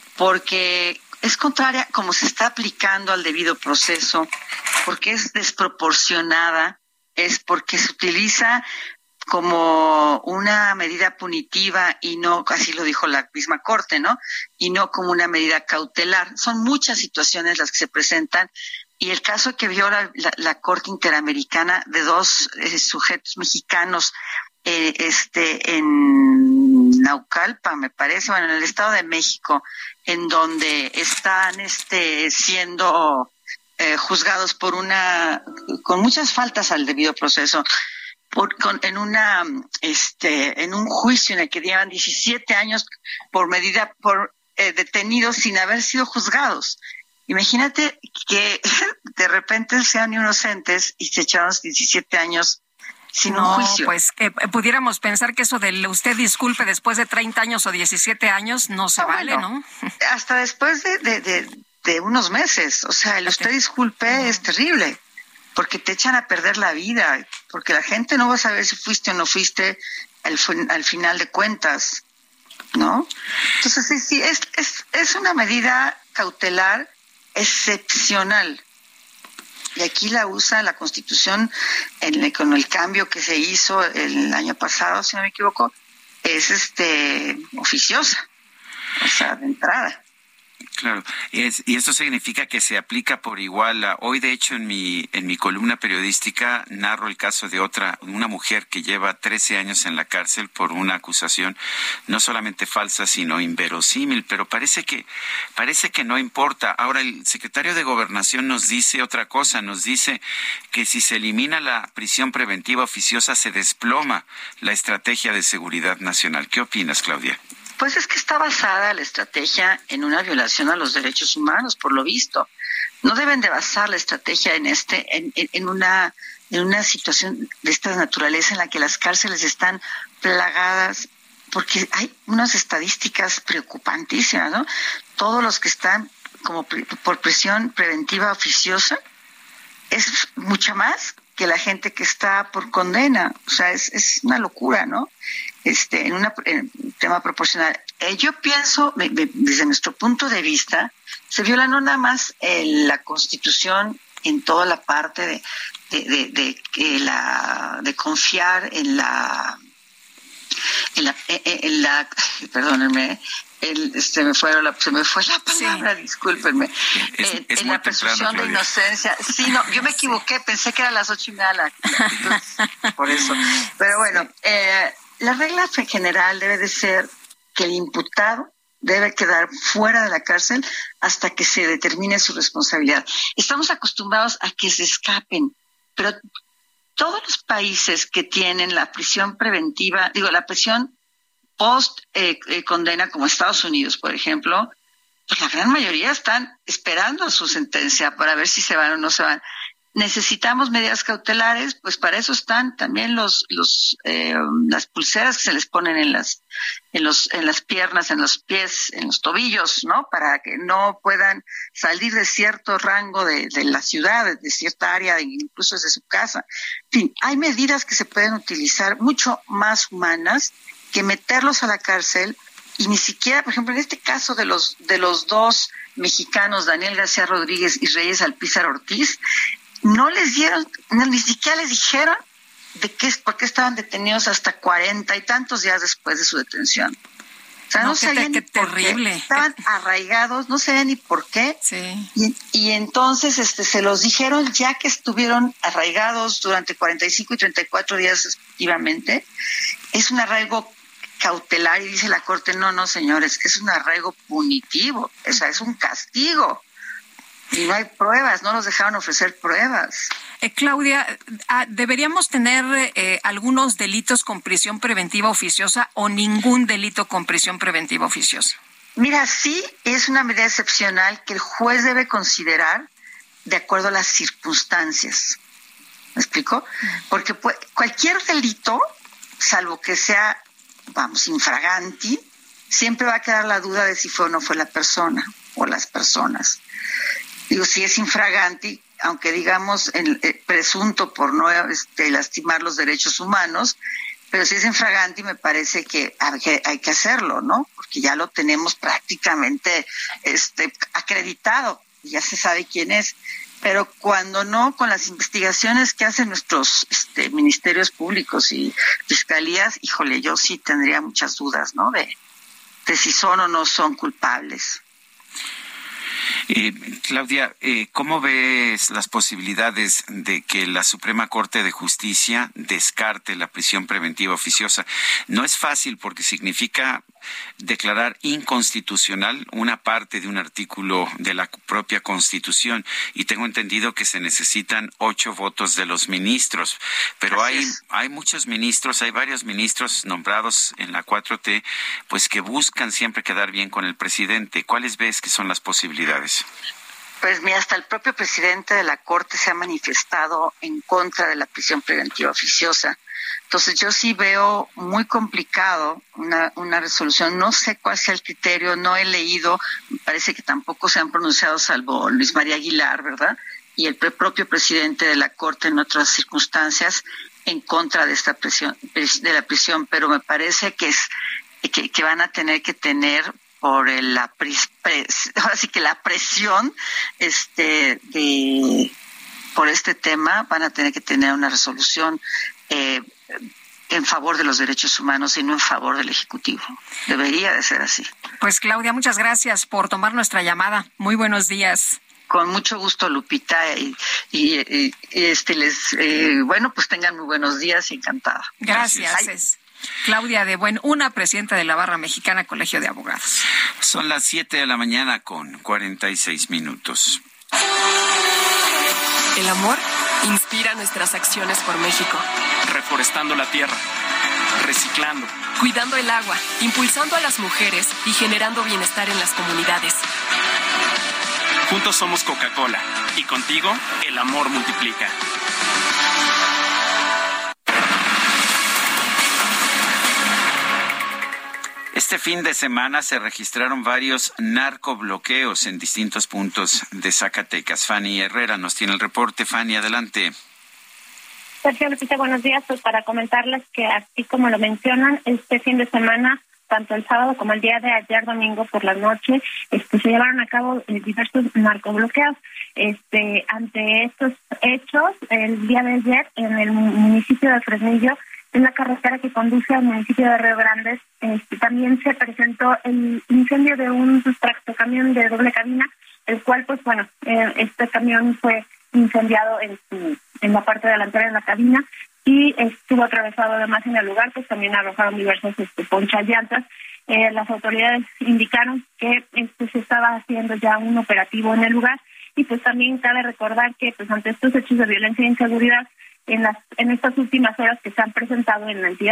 porque es contraria como se está aplicando al debido proceso, porque es desproporcionada, es porque se utiliza como una medida punitiva y no, así lo dijo la misma Corte, ¿no? Y no como una medida cautelar. Son muchas situaciones las que se presentan y el caso que vio la, la, la Corte Interamericana de dos eh, sujetos mexicanos eh, este en Naucalpan, me parece, bueno, en el Estado de México, en donde están este siendo eh, juzgados por una con muchas faltas al debido proceso, por con, en una este en un juicio en el que llevan diecisiete años por medida por eh, detenidos sin haber sido juzgados. Imagínate que de repente sean inocentes y se echaron diecisiete años sin no, un juicio. Pues que pudiéramos pensar que eso de usted disculpe después de treinta años o diecisiete años no se no, vale, bueno, ¿no? Hasta después de, de, de, de unos meses. O sea, el usted disculpe uh-huh. es terrible, porque te echan a perder la vida, porque la gente no va a saber si fuiste o no fuiste al, al final de cuentas, ¿no? Entonces, sí, sí, es, es, es una medida cautelar excepcional. Y aquí la usa la Constitución en el, con el cambio que se hizo el año pasado, si no me equivoco, es este oficiosa, o sea, de entrada. Claro, es, y esto significa que se aplica por igual. A, hoy, de hecho, en mi en mi columna periodística narro el caso de otra, una mujer que lleva trece años en la cárcel por una acusación no solamente falsa, sino inverosímil, pero parece que parece que no importa. Ahora, el secretario de Gobernación nos dice otra cosa, nos dice que si se elimina la prisión preventiva oficiosa, se desploma la estrategia de seguridad nacional. ¿Qué opinas, Claudia? Pues es que está basada la estrategia en una violación a los derechos humanos, por lo visto. No deben de basar la estrategia en este, en, en una, en una situación de esta naturaleza en la que las cárceles están plagadas, porque hay unas estadísticas preocupantísimas, ¿no? Todos los que están como por prisión preventiva oficiosa es mucha más que la gente que está por condena. O sea, es, es una locura, ¿no? Este, en, una, en un tema proporcional. Eh, yo pienso, me, me, desde nuestro punto de vista, se viola no nada más eh, la Constitución en toda la parte de de, de, de, de, la, de confiar en la, en la, en la perdónenme, el, se me fue la, se me fue la palabra, sí. Discúlpenme, es, eh, es en la presunción de inocencia. Sí, no, yo me equivoqué, pensé que era las ocho y media, la, la, por eso. Pero bueno, eh, la regla general debe de ser que el imputado debe quedar fuera de la cárcel hasta que se determine su responsabilidad. Estamos acostumbrados a que se escapen, pero todos los países que tienen la prisión preventiva, digo, la prisión post eh, eh, condena, como Estados Unidos, por ejemplo, pues la gran mayoría están esperando su sentencia para ver si se van o no se van. Necesitamos medidas cautelares, pues para eso están también los los eh, las pulseras que se les ponen en las en los en las piernas, en los pies, en los tobillos, ¿no? Para que no puedan salir de cierto rango de, de la ciudad, de cierta área, incluso desde su casa. En fin, hay medidas que se pueden utilizar mucho más humanas que meterlos a la cárcel. Y ni siquiera, por ejemplo, en este caso de los de los dos mexicanos, Daniel García Rodríguez y Reyes Alpizar Ortiz, no les dieron, no, ni siquiera les dijeron de qué, por qué estaban detenidos hasta cuarenta y tantos días después de su detención. O sea, no, no sabían ni por qué, estaban arraigados, no sabían ni por qué. Sí. Y, y entonces este se los dijeron ya que estuvieron arraigados durante cuarenta y cinco y treinta y cuatro días respectivamente. Es un arraigo cautelar y dice la Corte, no, no, señores, es un arraigo punitivo, o sea, es un castigo. Y no hay pruebas, no nos dejaron ofrecer pruebas. Eh, Claudia, ¿deberíamos tener eh, algunos delitos con prisión preventiva oficiosa o ningún delito con prisión preventiva oficiosa? Mira, sí es una medida excepcional que el juez debe considerar de acuerdo a las circunstancias. ¿Me explico? Porque pues, cualquier delito, salvo que sea, vamos, infraganti, siempre va a quedar la duda de si fue o no fue la persona o las personas. Digo, si es infraganti, aunque digamos el, el presunto por no este, lastimar los derechos humanos, pero si es infraganti me parece que hay, que hay que hacerlo, ¿no? Porque ya lo tenemos prácticamente este, acreditado, ya se sabe quién es. Pero cuando no, con las investigaciones que hacen nuestros este, ministerios públicos y fiscalías, híjole, yo sí tendría muchas dudas, ¿no? De, de si son o no son culpables. Eh, Claudia, eh, ¿cómo ves las posibilidades de que la Suprema Corte de Justicia descarte la prisión preventiva oficiosa? No es fácil porque significa declarar inconstitucional una parte de un artículo de la propia Constitución y tengo entendido que se necesitan ocho votos de los ministros, pero hay hay muchos ministros, hay varios ministros nombrados en la cuatro T, pues que buscan siempre quedar bien con el presidente. ¿Cuáles ves que son las posibilidades? Pues mira, hasta el propio presidente de la Corte se ha manifestado en contra de la prisión preventiva oficiosa. Entonces yo sí veo muy complicado una, una resolución. No sé cuál sea el criterio, no he leído, me parece que tampoco se han pronunciado salvo Luis María Aguilar, ¿verdad? Y el propio presidente de la Corte en otras circunstancias en contra de esta presión, de la prisión, pero me parece que es que, que van a tener que tener por el, la pres, pres, ahora sí que la presión este de por este tema van a tener que tener una resolución eh, en favor de los derechos humanos y no en favor del Ejecutivo. Debería de ser así. Pues Claudia, muchas gracias por tomar nuestra llamada. Muy buenos días. Con mucho gusto, Lupita, y, y, y este les eh, bueno, pues tengan muy buenos días y encantada. Gracias. Gracias. Claudia de Buen, una presidenta de la Barra Mexicana Colegio de Abogados. Son las siete de la mañana con cuarenta y seis minutos. El amor inspira nuestras acciones por México. Reforestando la tierra, reciclando, cuidando el agua, impulsando a las mujeres y generando bienestar en las comunidades. Juntos somos Coca-Cola y contigo el amor multiplica. Este fin de semana se registraron varios narcobloqueos en distintos puntos de Zacatecas. Fanny Herrera nos tiene el reporte. Fanny, adelante. Sergio, Lupita, buenos días. Pues para comentarles que así como lo mencionan, este fin de semana, tanto el sábado como el día de ayer domingo por la noche, este, se llevaron a cabo diversos narcobloqueos. Este, ante estos hechos, el día de ayer en el municipio de Fresnillo, en la carretera que conduce al municipio de Río Grande, este, también se presentó el incendio de un tractocamión de doble cabina, el cual, pues bueno, eh, este camión fue incendiado en su en la parte delantera de la cabina y estuvo atravesado además en el lugar, pues también arrojaron diversas este, ponchallantas. Eh, las autoridades indicaron que este, se estaba haciendo ya un operativo en el lugar y pues también cabe recordar que pues ante estos hechos de violencia e inseguridad en las en estas últimas horas que se han presentado en la entidad,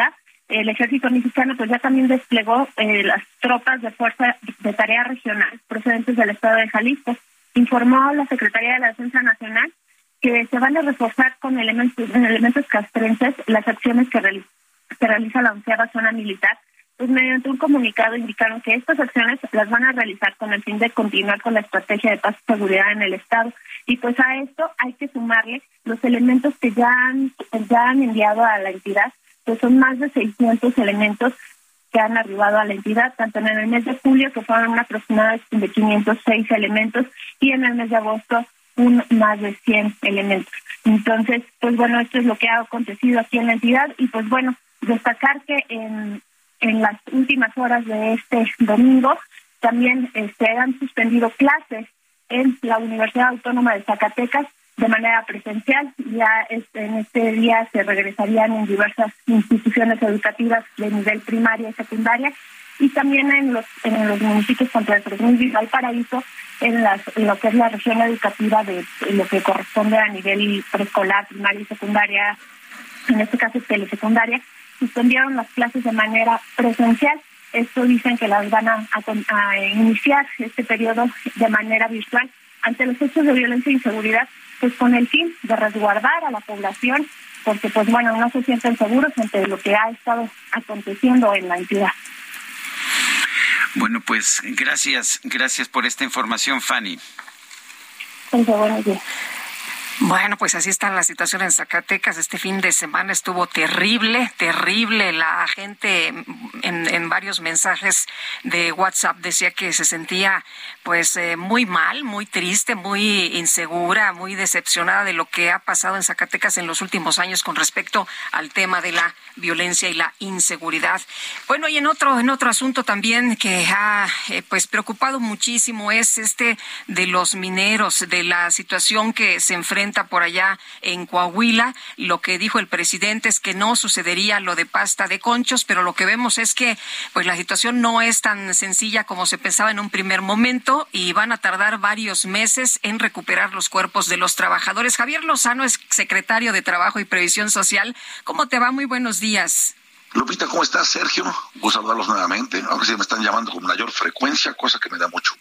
el ejército mexicano pues ya también desplegó eh, las tropas de fuerza de tarea regional procedentes del estado de Jalisco. Informó la Secretaría de la Defensa Nacional que se van a reforzar con elementos, elementos castrenses las acciones que, realiza, que realiza la onceava zona militar. Pues mediante un comunicado indicaron que estas acciones las van a realizar con el fin de continuar con la estrategia de paz y seguridad en el estado. Y pues a esto hay que sumarle los elementos que ya han, ya han enviado a la entidad, pues son más de seiscientos elementos que han arribado a la entidad, tanto en el mes de julio, que fueron una aproximada de quinientos seis elementos, y en el mes de agosto un más de cien elementos. Entonces, pues bueno, esto es lo que ha acontecido aquí en la entidad, y pues bueno, destacar que en, en las últimas horas de este domingo también se este, han suspendido clases en la Universidad Autónoma de Zacatecas de manera presencial. Ya este, en este día se regresarían en diversas instituciones educativas de nivel primaria y secundaria, y también en los en los municipios Ponte y Valparaíso, en, las, en lo que es la región educativa de, de lo que corresponde a nivel preescolar, primaria y secundaria, en este caso telesecundaria, suspendieron las clases de manera presencial. Esto dicen que las van a, a, a iniciar este periodo de manera virtual ante los hechos de violencia e inseguridad, pues con el fin de resguardar a la población, porque pues bueno, no se sienten seguros ante lo que ha estado aconteciendo en la entidad. Bueno, pues gracias, gracias por esta información, Fanny. Buenos días. Bueno, pues así está la situación en Zacatecas. Este fin de semana estuvo terrible, terrible. La gente en, en varios mensajes de WhatsApp decía que se sentía pues eh, muy mal, muy triste, muy insegura, muy decepcionada de lo que ha pasado en Zacatecas en los últimos años con respecto al tema de la violencia y la inseguridad. Bueno, y en otro en otro asunto también que ha eh, pues preocupado muchísimo es este de los mineros, de la situación que se enfrenta por allá en Coahuila. Lo que dijo el presidente es que no sucedería lo de Pasta de Conchos, pero lo que vemos es que pues la situación no es tan sencilla como se pensaba en un primer momento, y van a tardar varios meses en recuperar los cuerpos de los trabajadores. Javier Lozano es secretario de Trabajo y Previsión Social. ¿Cómo te va? Muy buenos días. Lupita, ¿cómo estás, Sergio? Voy a saludarlos nuevamente, aunque sí me están llamando con mayor frecuencia, cosa que me da mucho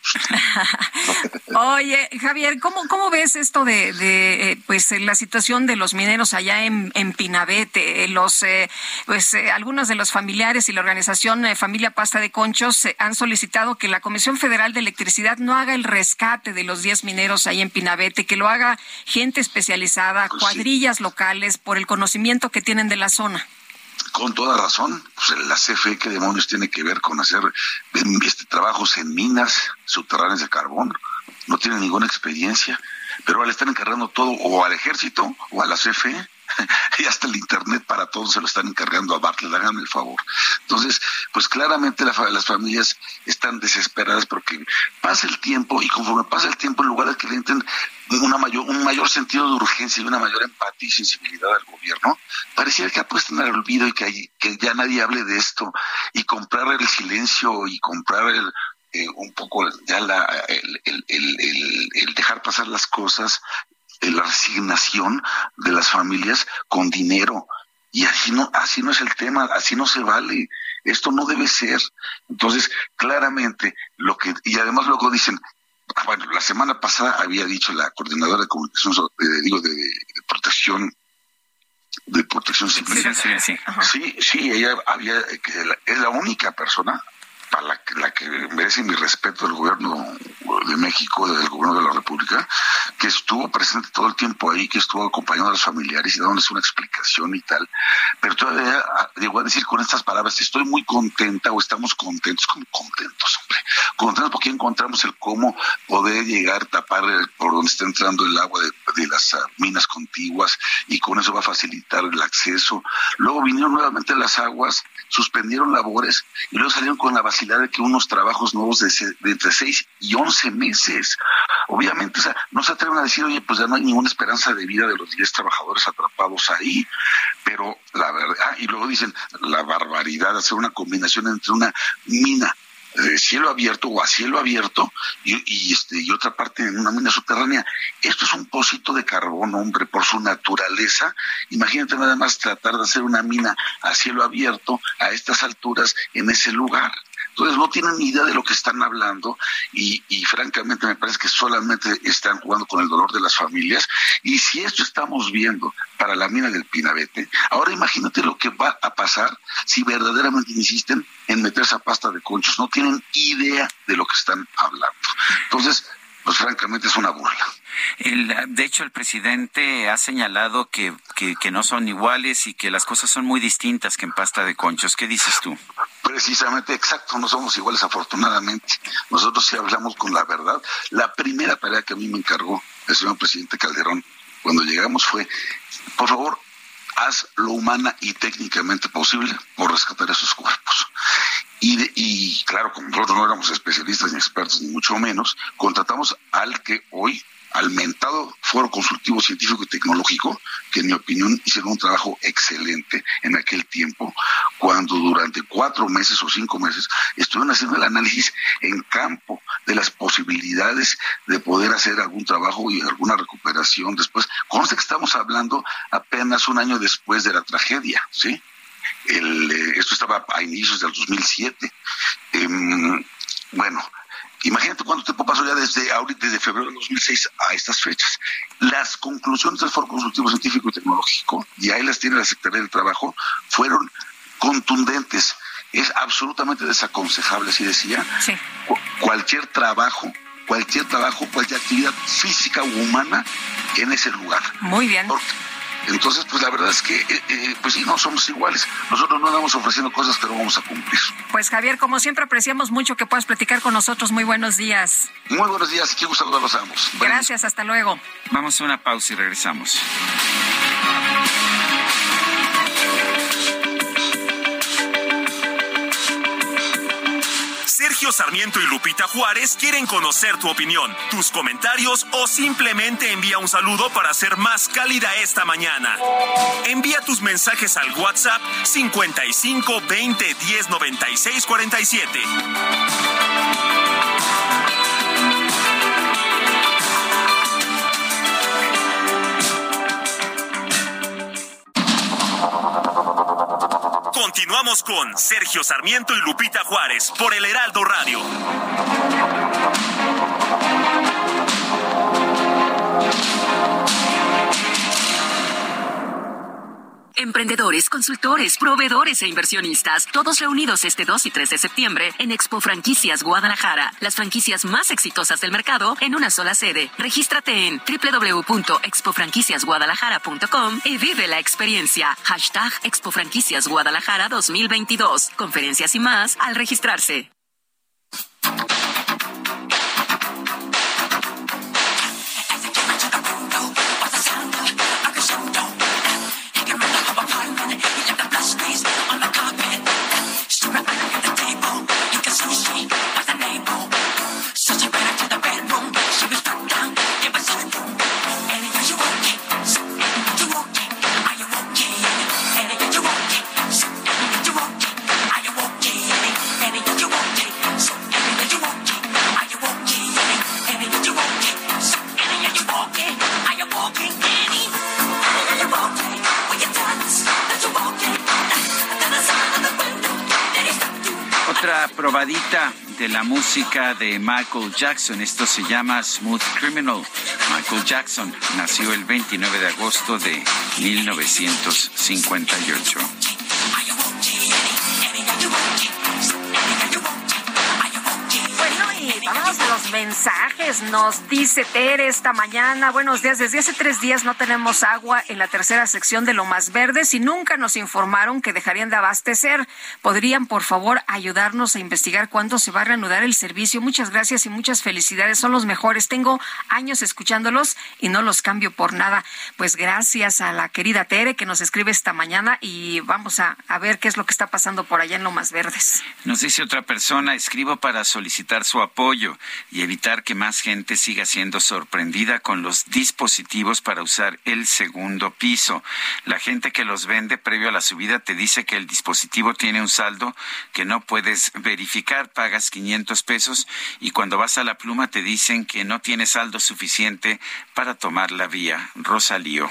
gusto. Oye, Javier, ¿cómo cómo ves esto de, de eh, pues la situación de los mineros allá en, en Pinabete? Los eh, pues eh, algunos de los familiares y la organización eh, Familia Pasta de Conchos eh, han solicitado que la Comisión Federal de Electricidad no haga el rescate de los diez mineros ahí en Pinabete, que lo haga gente especializada, pues cuadrillas sí. locales, por el conocimiento que tienen de la zona. Con toda razón, pues la C F E, ¿qué demonios tiene que ver con hacer este, trabajos en minas subterráneas de carbón? No tiene ninguna experiencia, pero ahora le están encargando todo o al ejército o a la C F E. Y hasta el internet para todos se lo están encargando a Bartlett, háganme el favor. Entonces, pues claramente la, las familias están desesperadas porque pasa el tiempo, y conforme pasa el tiempo, en lugar de que le entren una mayor, un mayor sentido de urgencia y una mayor empatía y sensibilidad al gobierno, pareciera que apuestan al olvido y que, hay, que ya nadie hable de esto, y comprar el silencio y comprar el eh, un poco ya la el, el, el, el, el dejar pasar las cosas, la resignación de las familias con dinero. Y así no, así no es el tema, así no se vale, esto no debe ser. Entonces, claramente, lo que, y además luego dicen, ah, bueno, la semana pasada había dicho la coordinadora de comunicación, eh, digo, de, de protección, de protección civil. Sí, sí, sí. sí, sí, ella había, que es la única persona a la, la que merece mi respeto del gobierno de México, del gobierno de la República, que estuvo presente todo el tiempo ahí, que estuvo acompañando a los familiares y dándoles una explicación y tal, pero todavía llegó a decir con estas palabras: estoy muy contenta, o estamos contentos, como contentos, hombre, contentos porque encontramos el cómo poder llegar a tapar el, por donde está entrando el agua de, de las uh, minas contiguas, y con eso va a facilitar el acceso. Luego vinieron nuevamente las aguas, suspendieron labores, y luego salieron con la facilidad de que unos trabajos nuevos de, de entre seis y once meses. Obviamente, o sea, no se atreven a decir, oye, pues ya no hay ninguna esperanza de vida de los diez trabajadores atrapados ahí, pero la verdad, ah, y luego dicen la barbaridad de hacer una combinación entre una mina de cielo abierto o a cielo abierto y, y, este, y otra parte en una mina subterránea. Esto es un pocito de carbón, hombre, por su naturaleza. Imagínate nada más tratar de hacer una mina a cielo abierto a estas alturas en ese lugar. Entonces no tienen ni idea de lo que están hablando y, y francamente me parece que solamente están jugando con el dolor de las familias. Y si esto estamos viendo para la mina del Pinabete, ahora imagínate lo que va a pasar si verdaderamente insisten en meter esa pasta de conchos. No tienen idea de lo que están hablando. Entonces, pues francamente es una burla. El, de hecho, el presidente ha señalado que, que, que no son iguales y que las cosas son muy distintas que en pasta de conchos. ¿Qué dices tú? Precisamente, exacto, no somos iguales afortunadamente. Nosotros sí hablamos con la verdad. La primera tarea que a mí me encargó el señor presidente Calderón cuando llegamos fue, por favor, haz lo humana y técnicamente posible por rescatar esos cuerpos. Y, de, y claro, como nosotros no éramos especialistas ni expertos, ni mucho menos, contratamos al que hoy, al mentado Foro Consultivo Científico y Tecnológico, que en mi opinión hicieron un trabajo excelente en aquel tiempo, cuando durante cuatro meses o cinco meses estuvieron haciendo el análisis en campo de las posibilidades de poder hacer algún trabajo y alguna recuperación después. Conste que estamos hablando apenas un año después de la tragedia, ¿sí? El, eh, esto estaba a inicios del dos mil siete. Eh, bueno, imagínate cuánto tiempo pasó ya desde ahorita, desde febrero del dos mil seis a estas fechas. Las conclusiones del Foro Consultivo Científico y Tecnológico, y ahí las tiene la Secretaría del Trabajo, fueron contundentes. Es absolutamente desaconsejable, así decía, sí. Cu- cualquier trabajo, cualquier trabajo, cualquier actividad física u humana en ese lugar. Muy bien. Porque, entonces, pues la verdad es que, eh, eh, pues sí, no somos iguales. Nosotros no andamos ofreciendo cosas que no vamos a cumplir. Pues Javier, como siempre, apreciamos mucho que puedas platicar con nosotros. Muy buenos días. Muy buenos días, qué gusto saludarlos a ambos. Gracias, hasta luego. Vamos a una pausa y regresamos. Sergio Sarmiento y Lupita Juárez quieren conocer tu opinión, tus comentarios o simplemente envía un saludo para hacer más cálida esta mañana. Envía tus mensajes al WhatsApp cincuenta y cinco veinte diez noventa y seis cuarenta y siete. Continuamos con Sergio Sarmiento y Lupita Juárez por el Heraldo Radio. Emprendedores, consultores, proveedores e inversionistas, todos reunidos este dos y tres de septiembre en Expo Franquicias Guadalajara, las franquicias más exitosas del mercado en una sola sede. Regístrate en doble u doble u doble u punto expo franquicias guadalajara punto com y vive la experiencia. Hashtag Expo Franquicias Guadalajara dos mil veintidós. Conferencias y más al registrarse. Probadita de la música de Michael Jackson. Esto se llama Smooth Criminal. Michael Jackson nació el veintinueve de agosto de mil novecientos cincuenta y ocho. Vamos a los mensajes. Nos dice Tere esta mañana: buenos días, desde hace tres días no tenemos agua en la tercera sección de Lomas Verdes y nunca nos informaron que dejarían de abastecer. ¿Podrían, por favor, ayudarnos a investigar cuándo se va a reanudar el servicio? Muchas gracias y muchas felicidades, son los mejores. Tengo años escuchándolos y no los cambio por nada. Pues gracias a la querida Tere que nos escribe esta mañana y vamos a, a ver qué es lo que está pasando por allá en Lomas Verdes. Nos dice otra persona: escribo para solicitar su apoyo y evitar que más gente siga siendo sorprendida con los dispositivos para usar el segundo piso. La gente que los vende previo a la subida te dice que el dispositivo tiene un saldo que no puedes verificar, pagas quinientos pesos y cuando vas a la pluma te dicen que no tiene saldo suficiente para tomar la vía. Rosalío.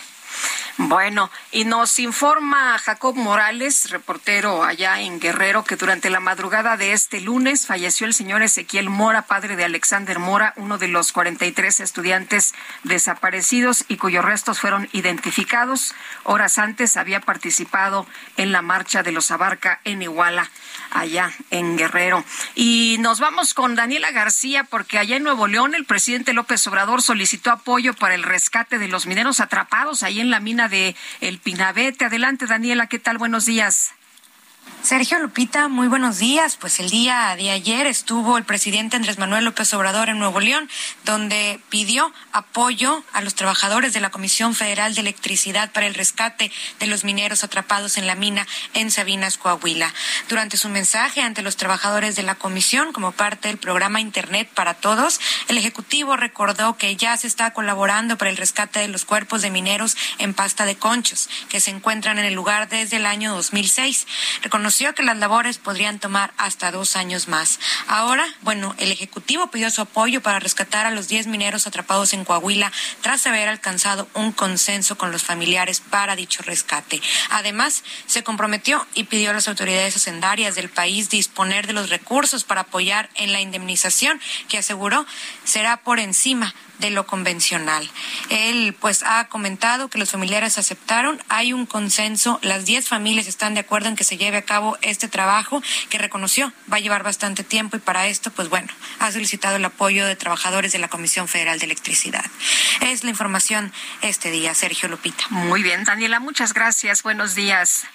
Bueno, y nos informa Jacob Morales, reportero allá en Guerrero, que durante la madrugada de este lunes falleció el señor Ezequiel Mora, padre de Alexander Mora, uno de los cuarenta y tres estudiantes desaparecidos y cuyos restos fueron identificados. Horas antes había participado en la marcha de los Abarca en Iguala, allá en Guerrero. Y nos vamos con Daniela García, porque allá en Nuevo León el presidente López Obrador solicitó apoyo para el rescate de los mineros atrapados ahí en la mina de El Pinabete. Adelante, Daniela, ¿qué tal? Buenos días. Sergio, Lupita, muy buenos días. Pues el día de ayer estuvo el presidente Andrés Manuel López Obrador en Nuevo León, donde pidió apoyo a los trabajadores de la Comisión Federal de Electricidad para el rescate de los mineros atrapados en la mina en Sabinas, Coahuila. Durante su mensaje ante los trabajadores de la comisión, como parte del programa Internet para Todos, el Ejecutivo recordó que ya se está colaborando para el rescate de los cuerpos de mineros en Pasta de Conchos, que se encuentran en el lugar desde el año dos mil seis. Reconoció que las labores podrían tomar hasta dos años más. Ahora, bueno, el Ejecutivo pidió su apoyo para rescatar a los diez mineros atrapados en Coahuila tras haber alcanzado un consenso con los familiares para dicho rescate. Además, se comprometió y pidió a las autoridades hacendarias del país disponer de los recursos para apoyar en la indemnización, que aseguró será por encima de lo convencional. Él pues ha comentado que los familiares aceptaron, hay un consenso, las diez familias están de acuerdo en que se lleve a cabo este trabajo que reconoció va a llevar bastante tiempo y para esto pues bueno, ha solicitado el apoyo de trabajadores de la Comisión Federal de Electricidad. Es la información este día, Sergio, Lupita. Muy bien, Daniela, muchas gracias, buenos días.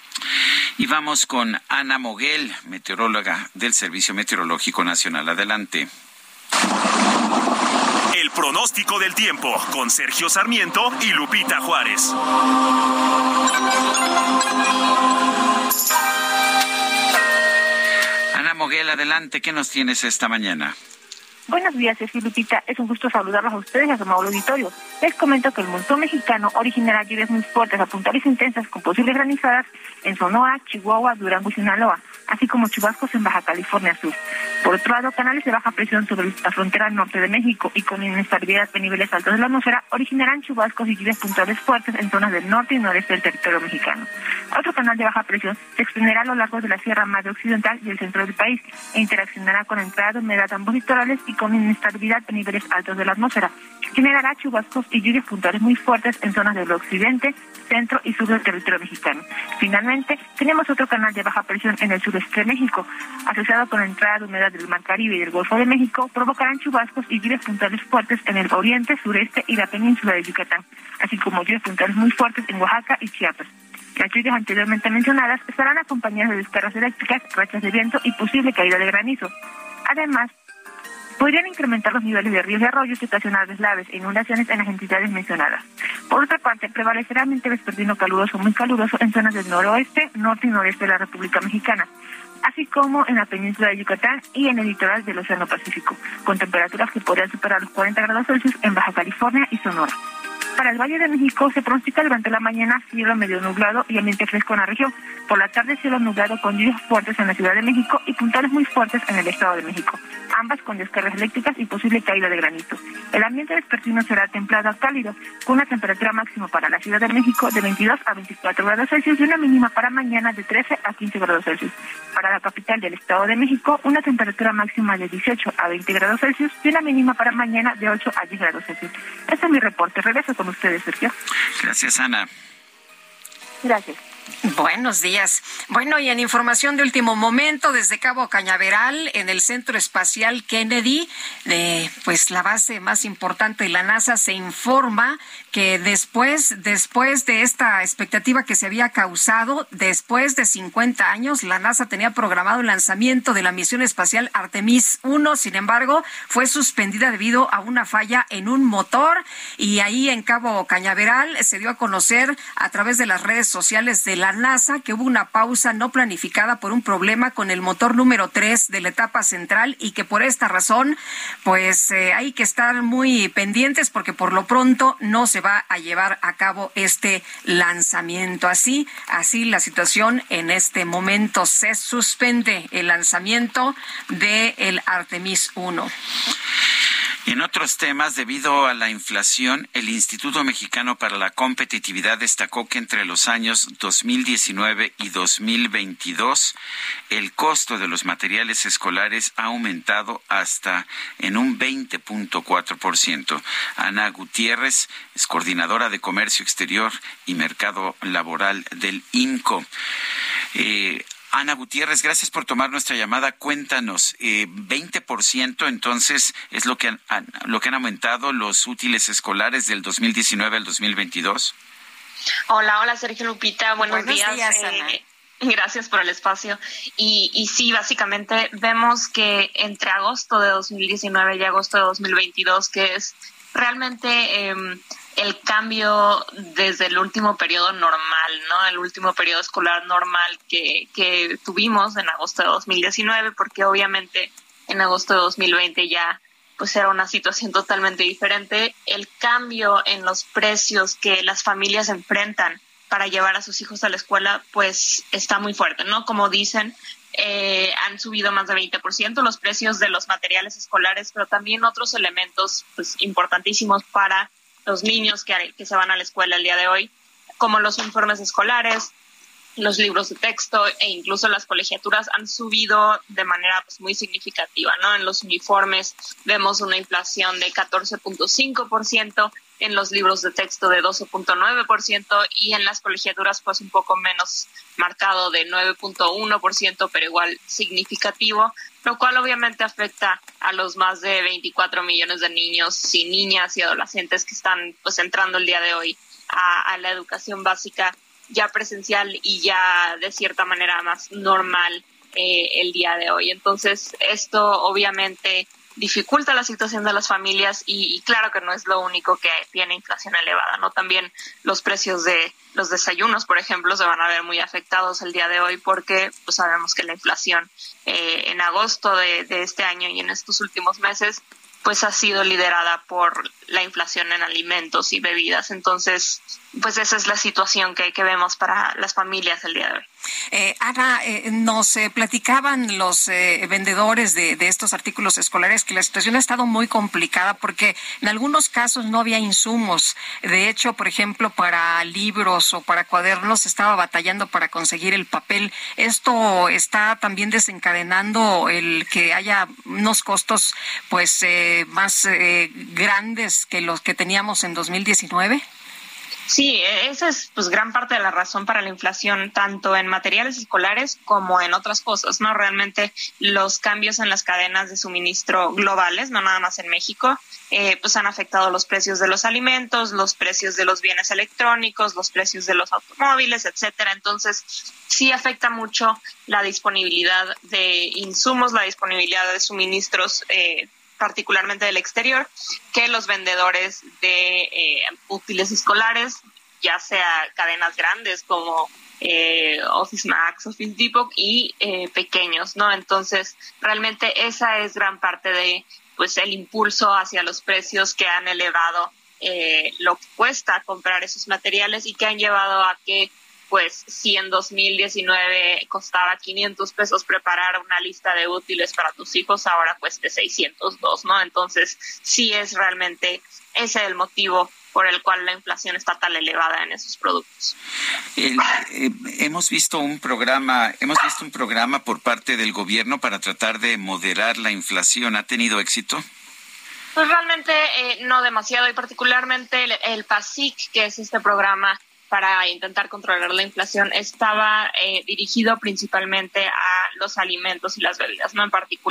Y vamos con Ana Moguel, meteoróloga del Servicio Meteorológico Nacional. Adelante. El pronóstico del tiempo con Sergio Sarmiento y Lupita Juárez. Ana Moguel, adelante, ¿qué nos tienes esta mañana? Buenos días, Ceci, Lupita. Es un gusto saludarlos a ustedes y a su amable auditorio. Les comento que el montón mexicano originará lluvias muy fuertes a puntuales intensas con posibles granizadas en Sonora, Chihuahua, Durango y Sinaloa, así como chubascos en Baja California Sur. Por otro lado, canales de baja presión sobre la frontera norte de México y con inestabilidad en niveles altos de la atmósfera originarán chubascos y lluvias puntuales fuertes en zonas del norte y noreste del territorio mexicano. Otro canal de baja presión se extenderá a lo largo de la Sierra Madre Occidental y el centro del país e interaccionará con entrada de humedad a ambos litorales y con inestabilidad en niveles altos de la atmósfera. Generará chubascos y lluvias puntuales muy fuertes en zonas del occidente, centro y sur del territorio mexicano. Finalmente, tenemos otro canal de baja presión en el sureste de México, asociado con la entrada de humedad del Mar Caribe y del Golfo de México, provocarán chubascos y lluvias puntuales fuertes en el oriente, sureste y la península de Yucatán, así como lluvias puntuales muy fuertes en Oaxaca y Chiapas. Las lluvias anteriormente mencionadas estarán acompañadas de descargas eléctricas, rachas de viento y posible caída de granizo. Además, podrían incrementar los niveles de ríos y arroyos y ocasionar deslaves e inundaciones en las entidades mencionadas. Por otra parte, prevalecerá ambiente vespertino caluroso muy caluroso en zonas del noroeste, norte y noreste de la República Mexicana, así como en la península de Yucatán y en el litoral del Océano Pacífico, con temperaturas que podrían superar los cuarenta grados Celsius en Baja California y Sonora. Para el Valle de México se pronostica durante la mañana cielo medio nublado y ambiente fresco en la región. Por la tarde cielo nublado con lluvias fuertes en la Ciudad de México y puntuales muy fuertes en el Estado de México, ambas con descargas eléctricas y posible caída de granizo. El ambiente vespertino será templado a cálido, con una temperatura máxima para la Ciudad de México de veintidós a veinticuatro grados Celsius y una mínima para mañana de trece a quince grados Celsius. Para la capital del Estado de México, una temperatura máxima de dieciocho a veinte grados Celsius y una mínima para mañana de ocho a diez grados Celsius. Este es mi reporte. Regreso con ustedes, Sergio. Gracias, Ana. Gracias. Buenos días. Bueno, y en información de último momento, desde Cabo Cañaveral, en el Centro Espacial Kennedy, eh, pues la base más importante de la NASA, se informa que después, después de esta expectativa que se había causado, después de cincuenta años, la NASA tenía programado el lanzamiento de la misión espacial Artemis uno, sin embargo, fue suspendida debido a una falla en un motor, y ahí en Cabo Cañaveral se dio a conocer a través de las redes sociales de la NASA que hubo una pausa no planificada por un problema con el motor número tres de la etapa central, y que por esta razón, pues eh, hay que estar muy pendientes porque por lo pronto no se va a llevar a cabo este lanzamiento. Así, así la situación en este momento, se suspende el lanzamiento de el Artemis uno. En otros temas, debido a la inflación, el Instituto Mexicano para la Competitividad destacó que entre los años dos mil diecinueve y dos mil veintidós, el costo de los materiales escolares ha aumentado hasta en un veinte punto cuatro por ciento. Ana Gutiérrez es coordinadora de Comercio Exterior y Mercado Laboral del INCO. Eh, Ana Gutiérrez, gracias por tomar nuestra llamada. Cuéntanos, eh, veinte por ciento entonces es lo que han, han, lo que han aumentado los útiles escolares del dos mil diecinueve al dos mil veintidós. Hola, hola Sergio, Lupita, buenos, buenos días. días Ana. Eh, gracias por el espacio. Y, y sí, básicamente vemos que entre agosto de dos mil diecinueve y agosto de dos mil veintidós, que es realmente eh, el cambio desde el último periodo normal, ¿no? El último periodo escolar normal que, que tuvimos en agosto de dos mil diecinueve, porque obviamente en agosto de dos mil veinte ya pues era una situación totalmente diferente. El cambio en los precios que las familias enfrentan para llevar a sus hijos a la escuela pues está muy fuerte, ¿no? Como dicen, Eh, han subido más de veinte por ciento los precios de los materiales escolares, pero también otros elementos pues importantísimos para los niños que, que se van a la escuela el día de hoy, como los uniformes escolares, los libros de texto e incluso las colegiaturas han subido de manera pues, muy significativa, ¿no? En los uniformes vemos una inflación de catorce punto cinco por ciento, en los libros de texto de doce punto nueve por ciento y en las colegiaturas pues un poco menos marcado de nueve punto uno por ciento, pero igual significativo, lo cual obviamente afecta a los más de veinticuatro millones de niños y niñas y adolescentes que están pues entrando el día de hoy a, a la educación básica ya presencial y ya de cierta manera más normal eh, el día de hoy. Entonces esto obviamente dificulta la situación de las familias y, y claro que no es lo único que tiene inflación elevada, ¿no? También los precios de los desayunos, por ejemplo, se van a ver muy afectados el día de hoy porque pues sabemos que la inflación eh, en agosto de, de este año y en estos últimos meses pues ha sido liderada por la inflación en alimentos y bebidas. Entonces, pues esa es la situación que, que vemos para las familias el día de hoy. Eh, Ana, eh, nos eh, platicaban los eh, vendedores de, de estos artículos escolares que la situación ha estado muy complicada porque en algunos casos no había insumos. De hecho, por ejemplo, para libros o para cuadernos estaba batallando para conseguir el papel. Esto está también desencadenando el que haya unos costos pues eh, más eh, grandes que los que teníamos en dos mil diecinueve. Sí, esa es pues gran parte de la razón para la inflación, tanto en materiales escolares como en otras cosas, ¿no? Realmente los cambios en las cadenas de suministro globales, no nada más en México, eh, pues han afectado los precios de los alimentos, los precios de los bienes electrónicos, los precios de los automóviles, etcétera. Entonces, sí afecta mucho la disponibilidad de insumos, la disponibilidad de suministros eh, particularmente del exterior, que los vendedores de eh, útiles escolares, ya sea cadenas grandes como eh, Office Max, Office Depot y eh, pequeños, ¿no? Entonces, realmente esa es gran parte de pues el impulso hacia los precios que han elevado eh, lo que cuesta comprar esos materiales y que han llevado a que pues si en dos mil diecinueve costaba quinientos pesos preparar una lista de útiles para tus hijos, ahora cueste seiscientos dos, ¿no? Entonces, sí es realmente ese el motivo por el cual la inflación está tan elevada en esos productos. El, eh, hemos visto un programa, hemos visto un programa por parte del gobierno para tratar de moderar la inflación. ¿Ha tenido éxito? Pues realmente eh, no demasiado, y particularmente el, el PASIC, que es este programa para intentar controlar la inflación, estaba eh, dirigido principalmente a los alimentos y las bebidas, ¿no? En particular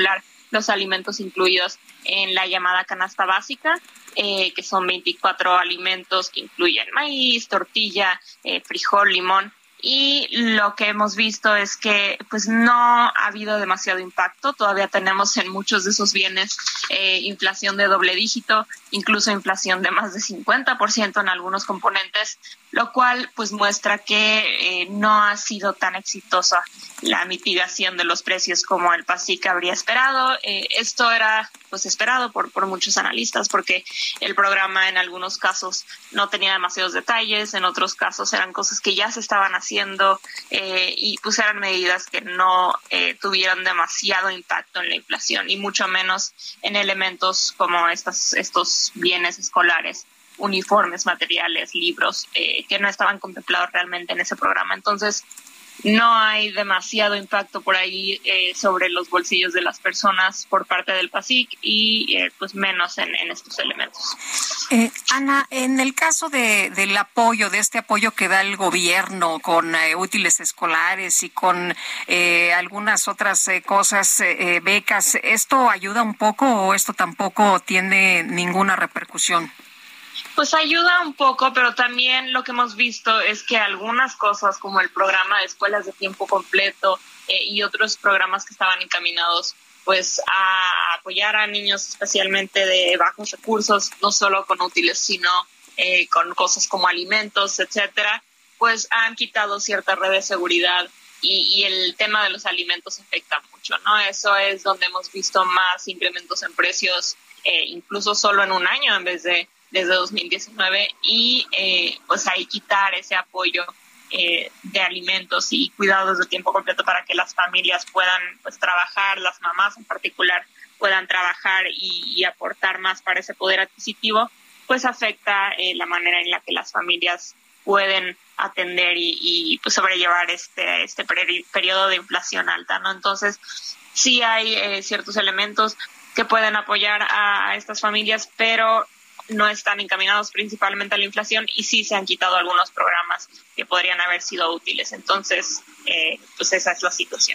los alimentos incluidos en la llamada canasta básica, eh, que son veinticuatro alimentos que incluyen maíz, tortilla, eh, frijol, limón. Y lo que hemos visto es que pues no ha habido demasiado impacto. Todavía tenemos en muchos de esos bienes eh, inflación de doble dígito, incluso inflación de más de cincuenta por ciento en algunos componentes, lo cual pues muestra que eh, no ha sido tan exitosa la mitigación de los precios como el PASIC habría esperado. Eh, esto era pues esperado por, por muchos analistas, porque el programa en algunos casos no tenía demasiados detalles, en otros casos eran cosas que ya se estaban haciendo eh, y pues eran medidas que no eh, tuvieron demasiado impacto en la inflación, y mucho menos en elementos como estas, estos bienes escolares, uniformes, materiales, libros, eh, que no estaban contemplados realmente en ese programa. Entonces, no hay demasiado impacto por ahí eh, sobre los bolsillos de las personas por parte del PASIC, y eh, pues menos en, en estos elementos. Eh, Ana, en el caso de, del apoyo, de este apoyo que da el gobierno con eh, útiles escolares y con eh, algunas otras eh, cosas, eh, becas, ¿esto ayuda un poco o esto tampoco tiene ninguna repercusión? Pues ayuda un poco, pero también lo que hemos visto es que algunas cosas como el programa de escuelas de tiempo completo eh, y otros programas que estaban encaminados pues a apoyar a niños especialmente de bajos recursos, no solo con útiles, sino eh, con cosas como alimentos, etcétera, pues han quitado cierta red de seguridad, y, y el tema de los alimentos afecta mucho, ¿no? Eso es donde hemos visto más incrementos en precios, eh, incluso solo en un año en vez de desde dos mil diecinueve, y eh, pues ahí quitar ese apoyo eh, de alimentos y cuidados de tiempo completo para que las familias puedan pues trabajar, las mamás en particular puedan trabajar y, y aportar más para ese poder adquisitivo, pues afecta eh, la manera en la que las familias pueden atender y, y pues sobrellevar este este peri- periodo de inflación alta, ¿no? Entonces, sí hay eh, ciertos elementos que pueden apoyar a, a estas familias, pero no están encaminados principalmente a la inflación, y sí se han quitado algunos programas que podrían haber sido útiles. Entonces, eh, pues esa es la situación.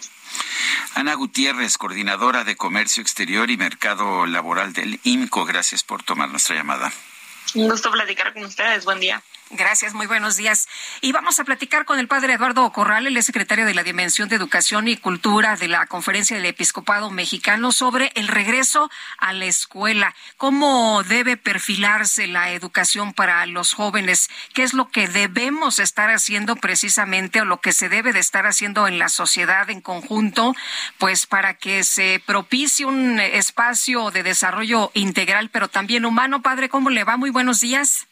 Ana Gutiérrez, coordinadora de Comercio Exterior y Mercado Laboral del IMCO, gracias por tomar nuestra llamada. Un gusto platicar con ustedes. Buen día. Gracias, muy buenos días. Y vamos a platicar con el padre Eduardo Corral, el secretario de la Dimensión de Educación y Cultura de la Conferencia del Episcopado Mexicano, sobre el regreso a la escuela. ¿Cómo debe perfilarse la educación para los jóvenes? ¿Qué es lo que debemos estar haciendo precisamente, o lo que se debe de estar haciendo en la sociedad en conjunto, pues para que se propicie un espacio de desarrollo integral, pero también humano? Padre, ¿cómo le va? Muy buenos días.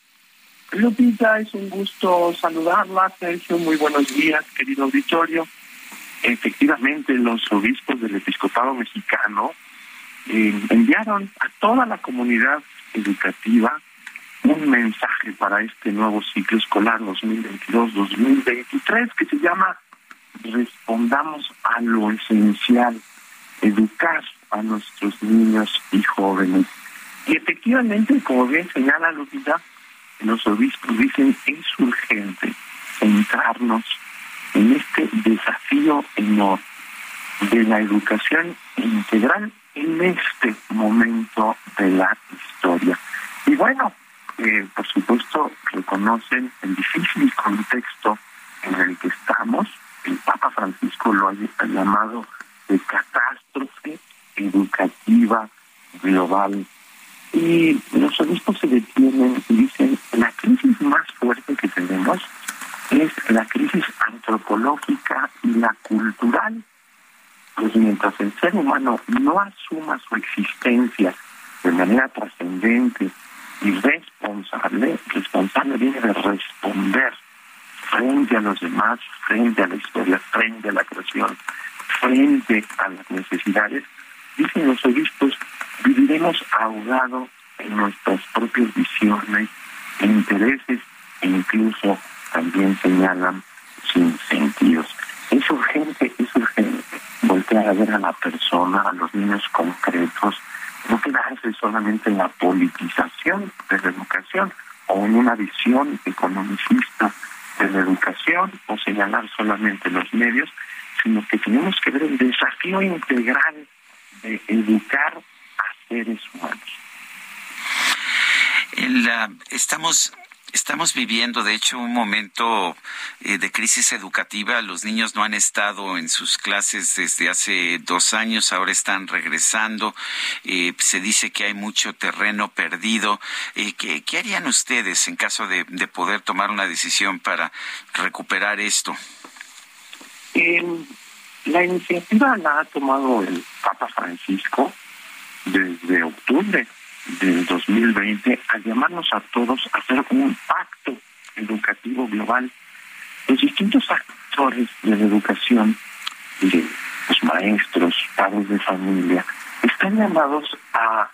Lupita, es un gusto saludarla. Sergio, muy buenos días, querido auditorio. Efectivamente, los obispos del Episcopado Mexicano eh, enviaron a toda la comunidad educativa un mensaje para este nuevo ciclo escolar dos mil veintidós dos mil veintitrés que se llama Respondamos a lo esencial, educar a nuestros niños y jóvenes. Y efectivamente, como bien señala Lupita, los obispos dicen es urgente centrarnos en este desafío enorme de la educación integral en este momento de la historia. Y bueno, eh, por supuesto reconocen el difícil contexto en el que estamos. El Papa Francisco lo ha llamado de catástrofe educativa global. Y los obispos se detienen y dicen, la crisis más fuerte que tenemos es la crisis antropológica y la cultural. Pues mientras el ser humano no asuma su existencia de manera trascendente y responsable, responsable viene de responder frente a los demás, frente a la historia, frente a la creación, frente a las necesidades, dicen los obispos, viviremos ahogados en nuestras propias visiones, intereses, e incluso también señalan sin sentidos. Es urgente, es urgente voltear a ver a la persona, a los niños concretos, no quedarse solamente en la politización de la educación o en una visión economicista de la educación o señalar solamente los medios, sino que tenemos que ver el desafío integral de educar a seres humanos. El, uh, estamos... Estamos viviendo, de hecho, un momento eh, de crisis educativa. Los niños no han estado en sus clases desde hace dos años, ahora están regresando. Eh, se dice que hay mucho terreno perdido. Eh, ¿qué, ¿Qué harían ustedes en caso de, de poder tomar una decisión para recuperar esto? Eh, la iniciativa la ha tomado el Papa Francisco desde octubre del dos mil veinte a llamarnos a todos a hacer un pacto educativo global. Los distintos actores de la educación, de los maestros, padres de familia, están llamados a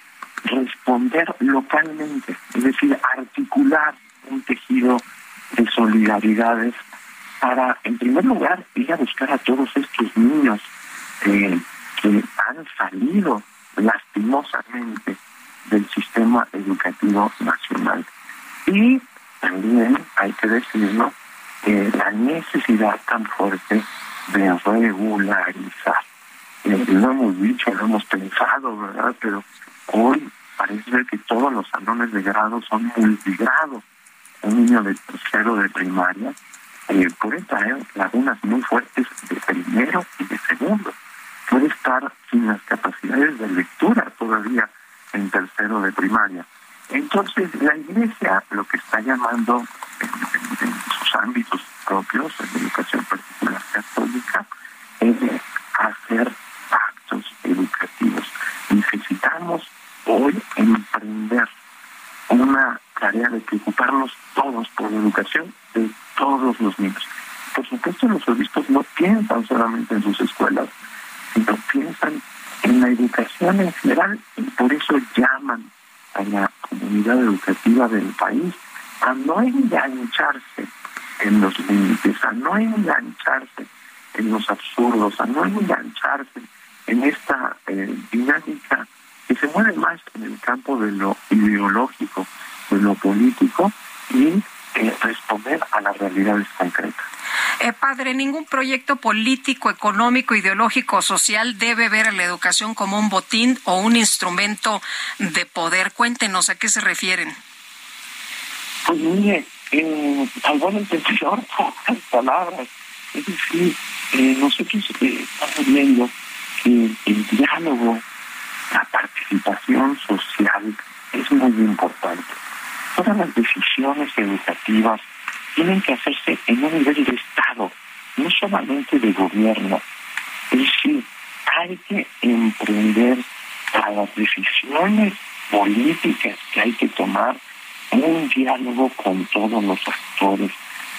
responder localmente, es decir, articular un tejido de solidaridades para, en primer lugar, ir a buscar a todos estos niños eh, que han salido lastimosamente del sistema educativo nacional. Y también hay que decirlo, eh, la necesidad tan fuerte de regularizar. Eh, lo hemos dicho, lo hemos pensado, ¿verdad? Pero hoy parece que todos los salones de grado son multigrado. Un niño de tercero de primaria eh, puede traer lagunas muy fuertes de primero y de segundo. Puede estar sin las capacidades de lectura todavía en tercero de primaria. Entonces, la Iglesia lo que está llamando en, en, en sus ámbitos propios, en la educación particular católica, es hacer actos educativos. Necesitamos hoy emprender una tarea de preocuparnos todos por la educación de todos los niños. Por supuesto, los obispos no piensan solamente en sus escuelas, sino piensan en la educación en general, y por eso llaman a la comunidad educativa del país a no engancharse en los límites, a no engancharse en los absurdos, a no engancharse en esta eh, dinámica que se mueve más en el campo de lo ideológico, de lo político, y eh, responder a las realidades concretas. Eh, padre, ningún proyecto político, económico, ideológico o social debe ver a la educación como un botín o un instrumento de poder. Cuéntenos, ¿a qué se refieren? Pues mire, eh, al buen entendedor, pocas palabras. Es decir, eh, nosotros eh, estamos viendo que el diálogo, la participación social es muy importante. Todas las decisiones educativas tienen que hacerse en un nivel de Estado, no solamente de gobierno. Es decir, hay que emprender a las decisiones políticas que hay que tomar un diálogo con todos los actores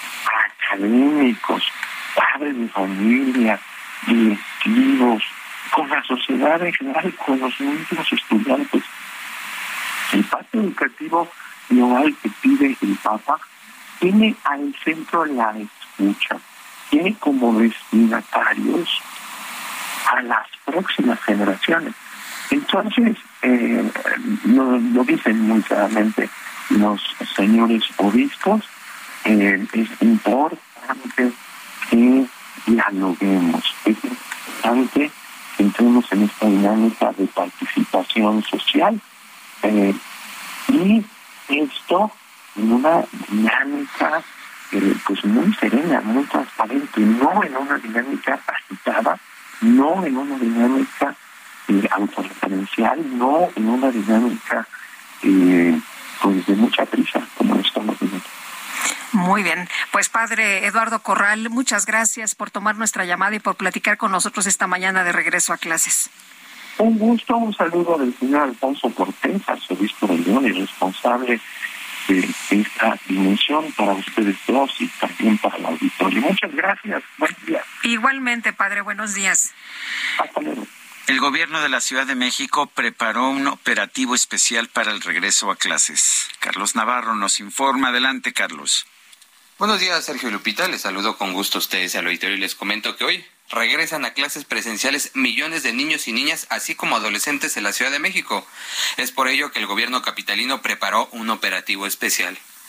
académicos, padres de familia, directivos, con la sociedad en general, con los mismos estudiantes. El pacto educativo global que pide el Papa tiene al centro la escucha, tiene como destinatarios a las próximas generaciones. Entonces, eh, lo, lo dicen muy claramente los señores obispos, eh, es importante que dialoguemos, es importante que entremos en esta dinámica de participación social, eh, y esto en una dinámica eh, pues muy serena, muy transparente, no en una dinámica agitada, no en una dinámica eh, autorreferencial, no en una dinámica eh, pues de mucha prisa, como lo estamos viendo. Muy bien, pues padre Eduardo Corral, muchas gracias por tomar nuestra llamada y por platicar con nosotros esta mañana de regreso a clases. Un gusto, un saludo del señor Alfonso Cortés, arzobispo de León y responsable de esta dimensión para ustedes dos y también para el auditorio. Muchas gracias, buen día. Igualmente, padre, buenos días. Hasta luego. El gobierno de la Ciudad de México preparó un operativo especial para el regreso a clases. Carlos Navarro nos informa. Adelante, Carlos. Buenos días, Sergio y Lupita. Les saludo con gusto a ustedes al auditorio y les comento que hoy regresan a clases presenciales millones de niños y niñas, así como adolescentes en la Ciudad de México. Es por ello que el gobierno capitalino preparó un operativo especial.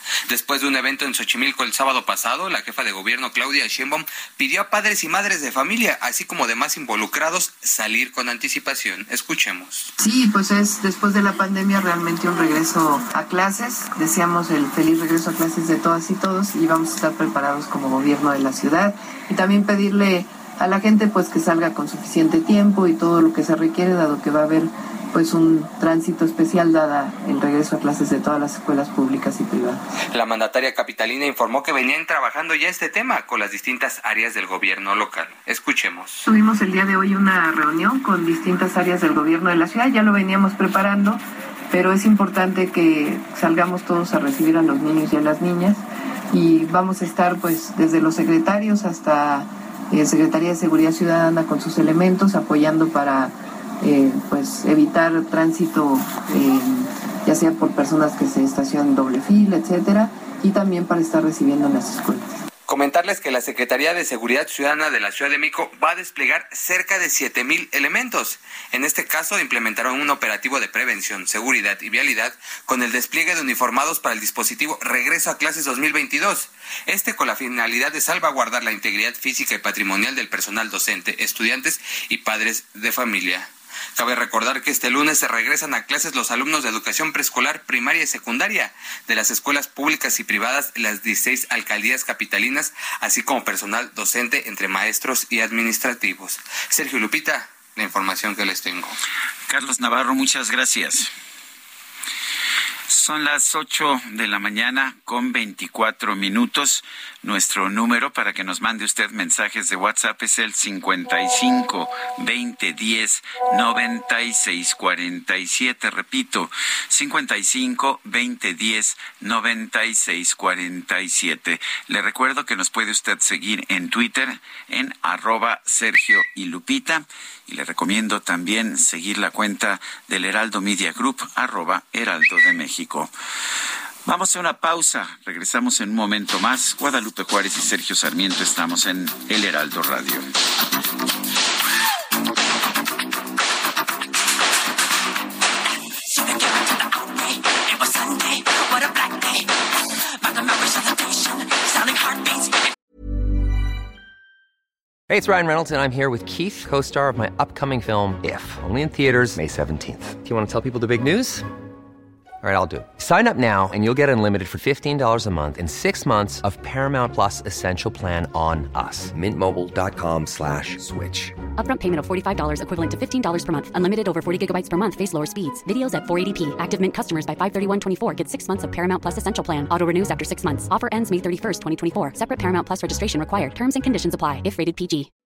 Después de un evento en Xochimilco el sábado pasado, la jefa de gobierno Claudia Sheinbaum pidió a padres y madres de familia, así como demás involucrados, salir con anticipación. Escuchemos. Sí, pues es después de la pandemia realmente un regreso a clases. Deseamos el feliz regreso a clases de todas y todos y vamos a estar preparados como gobierno de la ciudad. Y también pedirle a la gente pues que salga con suficiente tiempo y todo lo que se requiere, dado que va a haber pues un tránsito especial dada el regreso a clases de todas las escuelas públicas y privadas. La mandataria capitalina informó que venían trabajando ya este tema con las distintas áreas del gobierno local. Escuchemos. Tuvimos el día de hoy una reunión con distintas áreas del gobierno de la ciudad, ya lo veníamos preparando, pero es importante que salgamos todos a recibir a los niños y a las niñas y vamos a estar pues desde los secretarios hasta eh, Secretaría de Seguridad Ciudadana con sus elementos apoyando para Eh, pues evitar tránsito, eh, ya sea por personas que se estacionan doble fila, etcétera, y también para estar recibiendo en las escuelas. Comentarles que la Secretaría de Seguridad Ciudadana de la Ciudad de México va a desplegar cerca de siete mil elementos. En este caso, implementaron un operativo de prevención, seguridad y vialidad con el despliegue de uniformados para el dispositivo Regreso a Clases dos mil veintidós. Este con la finalidad de salvaguardar la integridad física y patrimonial del personal docente, estudiantes y padres de familia. Cabe recordar que este lunes se regresan a clases los alumnos de educación preescolar, primaria y secundaria de las escuelas públicas y privadas de las dieciséis alcaldías capitalinas, así como personal docente entre maestros y administrativos. Sergio, Lupita, la información que les tengo. Carlos Navarro, muchas gracias. Son las ocho de la mañana con veinticuatro minutos. Nuestro número para que nos mande usted mensajes de WhatsApp es el cincuenta y cinco, veinte, diez, noventa y seis, cuarenta y siete. Repito, cincuenta y cinco, veinte, diez, noventa y seis, cuarenta y siete. Le recuerdo que nos puede usted seguir en Twitter en arroba Sergio y Lupita. Y le recomiendo también seguir la cuenta del Heraldo Media Group, arroba Heraldo de México. Vamos a una pausa. Regresamos en un momento más. Guadalupe Juárez y Sergio Sarmiento estamos en El Heraldo Radio. Hey, it's Ryan Reynolds, and I'm here with Keith, co-star of my upcoming film, If, only in theaters May seventeenth. Do you want to tell people the big news? All right, I'll do it. Sign up now and you'll get unlimited for fifteen dollars a month and six months of Paramount Plus Essential Plan on us. Mint Mobile dot com slash switch. Upfront payment of forty-five dollars equivalent to fifteen dollars per month. Unlimited over forty gigabytes per month. Face lower speeds. Videos at four eighty p. Active Mint customers by five thirty-one twenty-four get six months of Paramount Plus Essential Plan. Auto renews after six months. Offer ends May thirty-first, twenty twenty-four. Separate Paramount Plus registration required. Terms and conditions apply if rated P G.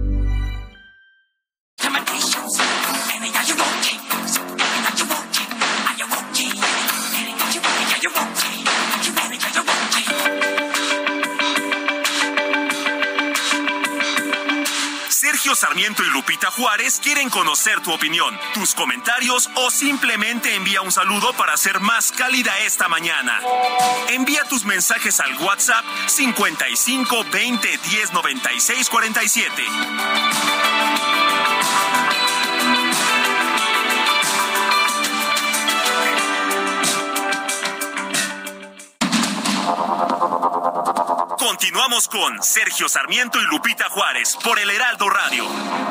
Sergio Sarmiento y Lupita Juárez quieren conocer tu opinión, tus comentarios o simplemente envía un saludo para ser más cálida esta mañana. Envía tus mensajes al WhatsApp cincuenta y cinco, veinte, diez, noventa y seis, cuarenta y siete. Continuamos con Sergio Sarmiento y Lupita Juárez por el Heraldo Radio.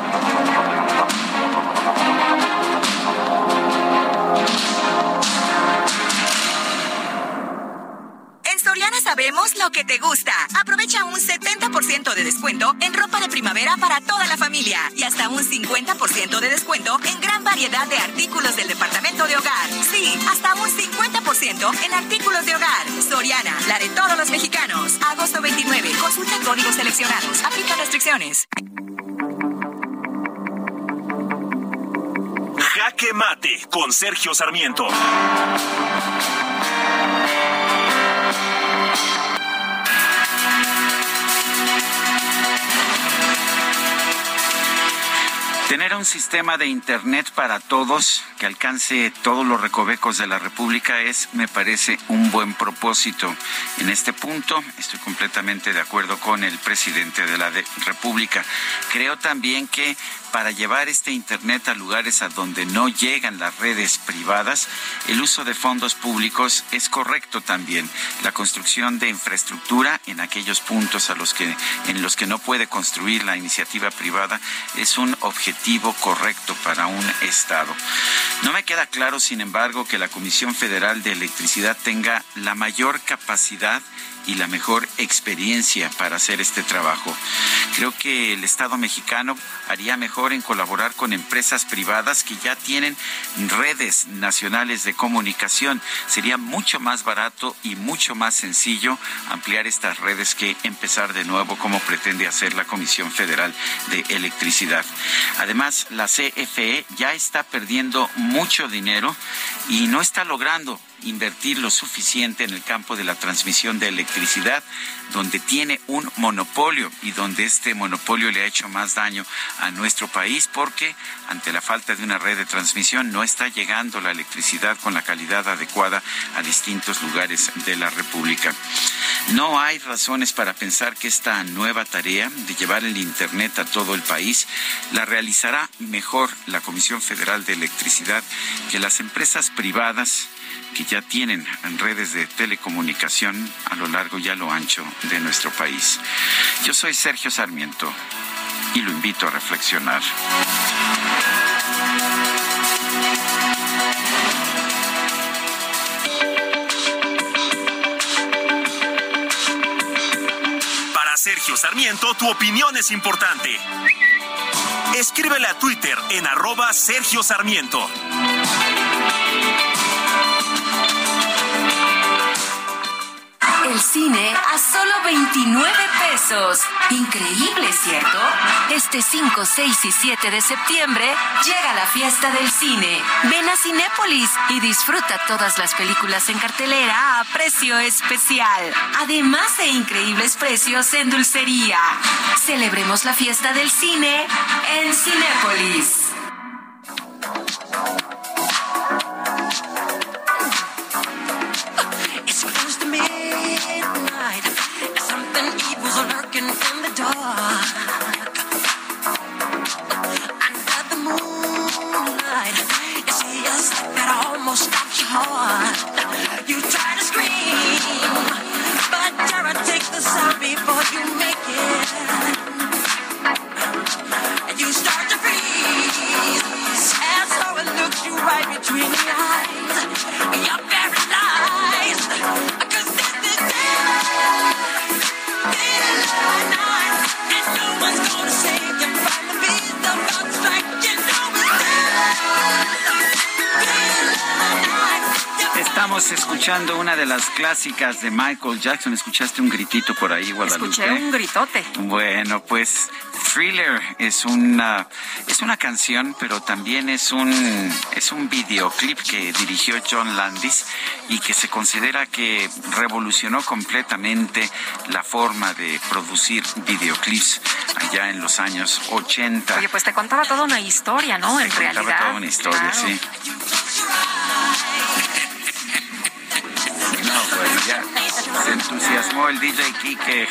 En Soriana sabemos lo que te gusta. Aprovecha un setenta por ciento de descuento en ropa de primavera para toda la familia y hasta un cincuenta por ciento de descuento en gran variedad de artículos del departamento de hogar. Sí, hasta un cincuenta por ciento en artículos de hogar. Soriana, la de todos los mexicanos. Agosto veintinueve. Consulta códigos seleccionados. Aplica restricciones. Jaque Mate con Sergio Sarmiento. Tener un sistema de Internet para todos que alcance todos los recovecos de la República es, me parece, un buen propósito. En este punto estoy completamente de acuerdo con el presidente de la de- República. Creo también que para llevar este Internet a lugares a donde no llegan las redes privadas, el uso de fondos públicos es correcto también. La construcción de infraestructura en aquellos puntos a los que, en los que no puede construir la iniciativa privada es un objetivo correcto para un Estado. No me queda claro, sin embargo, que la Comisión Federal de Electricidad tenga la mayor capacidad y la mejor experiencia para hacer este trabajo. Creo que el Estado mexicano haría mejor en colaborar con empresas privadas que ya tienen redes nacionales de comunicación. Sería mucho más barato y mucho más sencillo ampliar estas redes que empezar de nuevo como pretende hacer la Comisión Federal de Electricidad. Además, la C F E ya está perdiendo mucho dinero y no está logrando invertir lo suficiente en el campo de la transmisión de electricidad, donde tiene un monopolio y donde este monopolio le ha hecho más daño a nuestro país, porque ante la falta de una red de transmisión no está llegando la electricidad con la calidad adecuada a distintos lugares de la República. No hay razones para pensar que esta nueva tarea de llevar el Internet a todo el país la realizará mejor la Comisión Federal de Electricidad que las empresas privadas que ya tienen redes de telecomunicación a lo largo y a lo ancho de nuestro país. Yo soy Sergio Sarmiento y lo invito a reflexionar. Para Sergio Sarmiento, tu opinión es importante. Escríbele a Twitter en arroba Sergio Sarmiento. El cine a solo veintinueve pesos. Increíble, ¿cierto? Este cinco, seis y siete de septiembre llega la fiesta del cine. Ven a Cinépolis y disfruta todas las películas en cartelera a precio especial. Además de increíbles precios en dulcería. Celebremos la fiesta del cine en Cinépolis. Estamos escuchando una de las clásicas de Michael Jackson. ¿Escuchaste un gritito por ahí, Guadalupe? Escuché un gritote. Bueno, pues Thriller es una es una canción, pero también es un es un videoclip que dirigió John Landis y que se considera que revolucionó completamente la forma de producir videoclips allá en los años ochenta. Oye, pues te contaba toda una historia, ¿no? Te en contaba realidad. toda una historia, claro. Sí. No, pues ya se entusiasmó el D J Kike.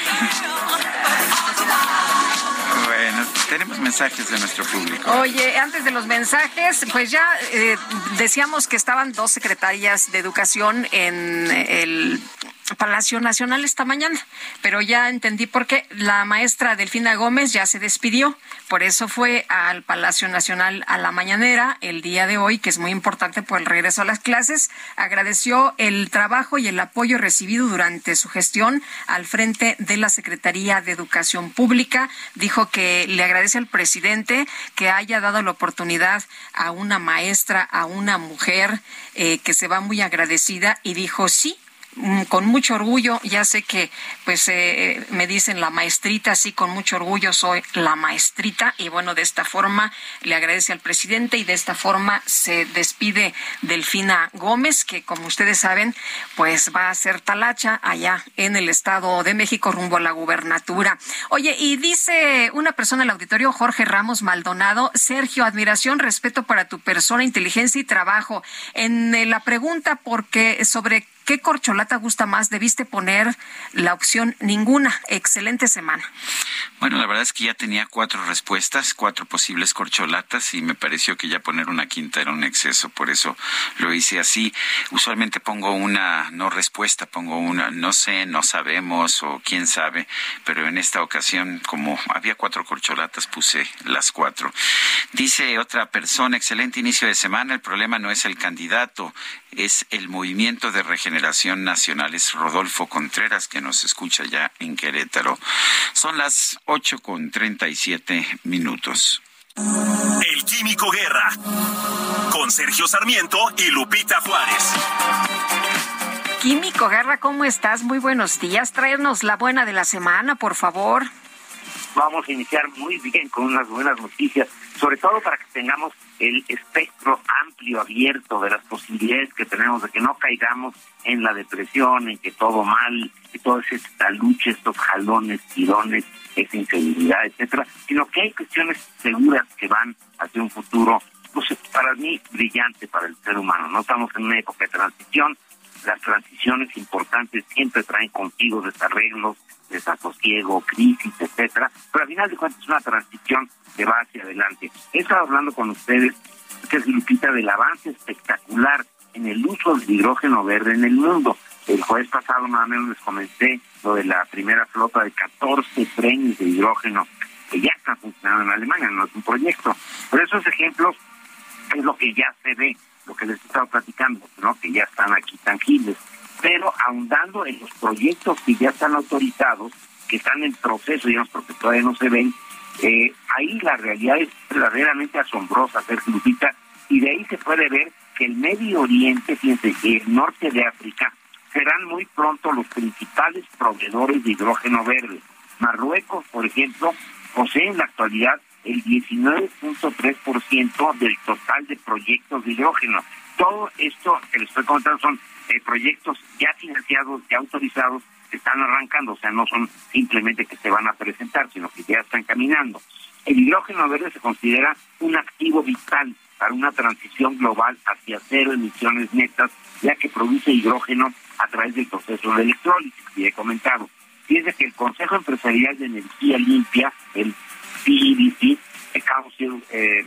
Bueno, tenemos mensajes de nuestro público. Oye, antes de los mensajes, pues ya eh, decíamos que estaban dos secretarias de educación en el Palacio Nacional esta mañana, pero ya entendí por qué. La maestra Delfina Gómez ya se despidió, por eso fue al Palacio Nacional a la mañanera el día de hoy, que es muy importante por el regreso a las clases. Agradeció el trabajo y el apoyo recibido durante su gestión al frente de la Secretaría de Educación Pública. Dijo que le agradece al presidente que haya dado la oportunidad a una maestra, a una mujer, eh, que se va muy agradecida, y dijo sí, con mucho orgullo. Ya sé que pues eh, me dicen la maestrita, sí, con mucho orgullo soy la maestrita, y bueno, de esta forma le agradece al presidente y de esta forma se despide Delfina Gómez, que como ustedes saben pues va a ser talacha allá en el Estado de México rumbo a la gubernatura. Oye, y dice una persona en el auditorio, Jorge Ramos Maldonado: Sergio, admiración, respeto para tu persona, inteligencia y trabajo. En eh, la pregunta porque sobre ¿Qué corcholata gusta más? Debiste poner la opción ninguna. Excelente semana. Bueno, la verdad es que ya tenía cuatro respuestas, cuatro posibles corcholatas, y me pareció que ya poner una quinta era un exceso, por eso lo hice así. Usualmente pongo una no respuesta, pongo una no sé, no sabemos o quién sabe, pero en esta ocasión, como había cuatro corcholatas, puse las cuatro. Dice otra persona, excelente inicio de semana, el problema no es el candidato, es el Movimiento de Regeneración Nacional. Es Rodolfo Contreras, que nos escucha ya en Querétaro. Son las ocho con treinta y siete minutos. El Químico Guerra, con Sergio Sarmiento y Lupita Juárez. Químico Guerra, ¿cómo estás? Muy buenos días. Tráenos la buena de la semana, por favor. Vamos a iniciar muy bien con unas buenas noticias, sobre todo para que tengamos el espectro amplio, abierto de las posibilidades que tenemos de que no caigamos en la depresión, en que todo mal, que todo ese taluche, estos jalones, tirones, esa inseguridad, etcétera, sino que hay cuestiones seguras que van hacia un futuro, pues para mí, brillante para el ser humano. No estamos en una época de transición. Las transiciones importantes siempre traen consigo desarreglos, desasosiego, crisis, etcétera, pero al final de cuentas es una transición que va hacia adelante. He estado hablando con ustedes, que es Lupita, del avance espectacular en el uso del hidrógeno verde en el mundo. El jueves pasado nada menos les comenté lo de la primera flota de catorce trenes de hidrógeno que ya están funcionando en Alemania, no es un proyecto. Pero esos ejemplos es lo que ya se ve, lo que les he estado platicando, ¿no? Que ya están aquí tangibles. Pero ahondando en los proyectos que ya están autorizados, que están en proceso, digamos, porque todavía no se ven, eh, ahí la realidad es verdaderamente asombrosa, Sergio, Lupita, y de ahí se puede ver que el Medio Oriente, fíjense, que el norte de África, serán muy pronto los principales proveedores de hidrógeno verde. Marruecos, por ejemplo, posee en la actualidad el diecinueve punto tres por ciento del total de proyectos de hidrógeno. Todo esto que les estoy contando son eh, proyectos ya financiados, ya autorizados, que están arrancando, o sea, no son simplemente que se van a presentar, sino que ya están caminando. El hidrógeno verde se considera un activo vital para una transición global hacia cero emisiones netas, ya que produce hidrógeno a través del proceso de electrólisis, que he comentado. Fíjense que el Consejo Empresarial de Energía Limpia, el C E B C, el Council, eh,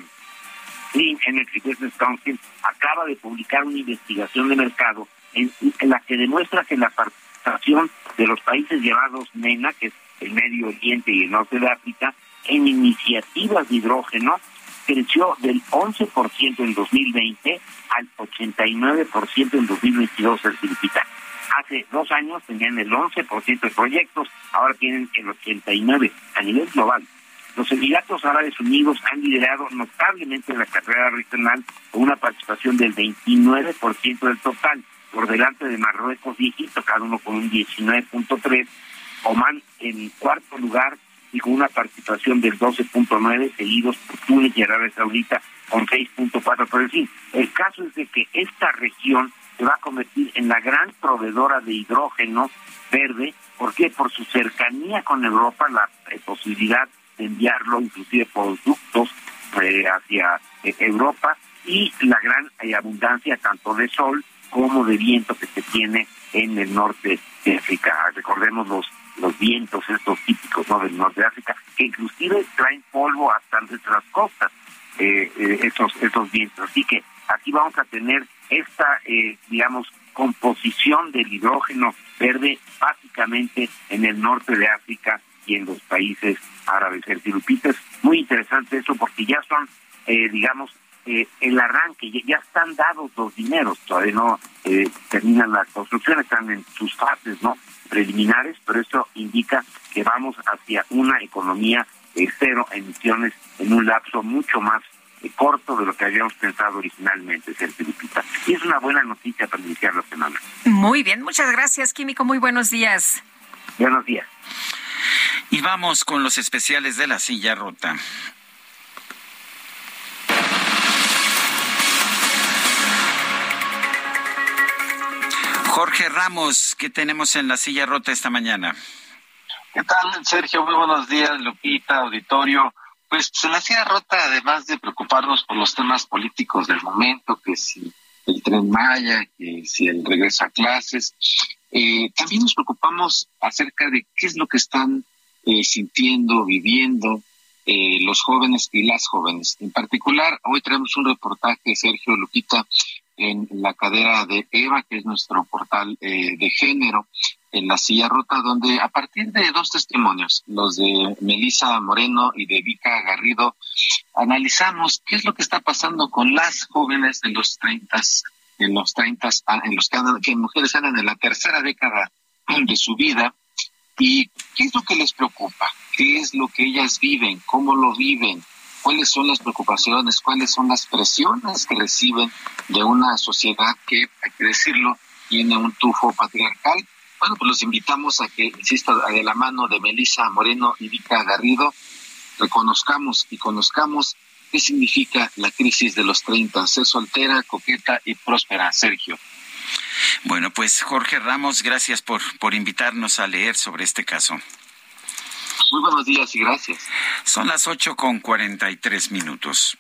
Clean Energy Business Council, acaba de publicar una investigación de mercado en, en la que demuestra que la participación de los países llamados MENA, que es el Medio Oriente y el Norte de África, en iniciativas de hidrógeno creció del once por ciento en dos mil veinte al ochenta y nueve por ciento en dos mil veintidós, el Filipita. Hace dos años tenían el once por ciento de proyectos, ahora tienen el ochenta y nueve por ciento a nivel global. Los Emiratos Árabes Unidos han liderado notablemente la carrera regional con una participación del veintinueve por ciento del total, por delante de Marruecos y Egipto, cada uno con un diecinueve punto tres por ciento, Omán en cuarto lugar y con una participación del doce punto nueve por ciento, seguidos por Túnez y Arabia Saudita con seis punto cuatro por ciento. Pero en fin, el caso es de que esta región se va a convertir en la gran proveedora de hidrógeno verde. ¿Por qué? Por su cercanía con Europa, la eh, posibilidad de enviarlo inclusive por ductos eh, hacia eh, Europa, y la gran eh, abundancia tanto de sol como de viento que se tiene en el norte de África. Recordemos los los vientos estos típicos, ¿no?, del norte de África, que inclusive traen polvo hasta nuestras costas, eh, eh, esos, esos vientos. Así que aquí vamos a tener esta, eh, digamos, composición del hidrógeno verde básicamente en el norte de África y en los países árabes. El Lupita, es muy interesante eso porque ya son, eh, digamos, eh, el arranque, ya, ya están dados los dineros, todavía no eh, terminan las construcciones, están en sus fases, ¿no?, preliminares, pero esto indica que vamos hacia una economía eh, cero emisiones en un lapso mucho más eh, corto de lo que habíamos pensado originalmente, Sergio Lupita. Y es una buena noticia para iniciar la semana. Muy bien, muchas gracias, Químico, muy buenos días. Buenos días. Y vamos con los especiales de La Silla Rota. Jorge Ramos, ¿qué tenemos en La Silla Rota esta mañana? ¿Qué tal, Sergio? Muy buenos días, Lupita, auditorio. Pues, pues en La Silla Rota, además de preocuparnos por los temas políticos del momento, que si el Tren Maya, que si el regreso a clases. Eh, también nos preocupamos acerca de qué es lo que están eh, sintiendo, viviendo eh, los jóvenes y las jóvenes. En particular, hoy traemos un reportaje, Sergio, Lupita, en la cadera de Eva, que es nuestro portal eh, de género, en La Silla Rota, donde a partir de dos testimonios, los de Melissa Moreno y de Vika Garrido, analizamos qué es lo que está pasando con las jóvenes de los treinta, en los treinta, en los que andan, que mujeres andan en la tercera década de su vida, y qué es lo que les preocupa, qué es lo que ellas viven, cómo lo viven, cuáles son las preocupaciones, cuáles son las presiones que reciben de una sociedad que, hay que decirlo, tiene un tufo patriarcal. Bueno, pues los invitamos a que, insisto, de la mano de Melissa Moreno y Vika Garrido, reconozcamos y conozcamos qué significa la crisis de los treinta, ser soltera, coqueta y próspera. Sergio. Bueno, pues Jorge Ramos, gracias por, por invitarnos a leer sobre este caso. Muy buenos días y gracias. Son las ocho con cuarenta y tres minutos.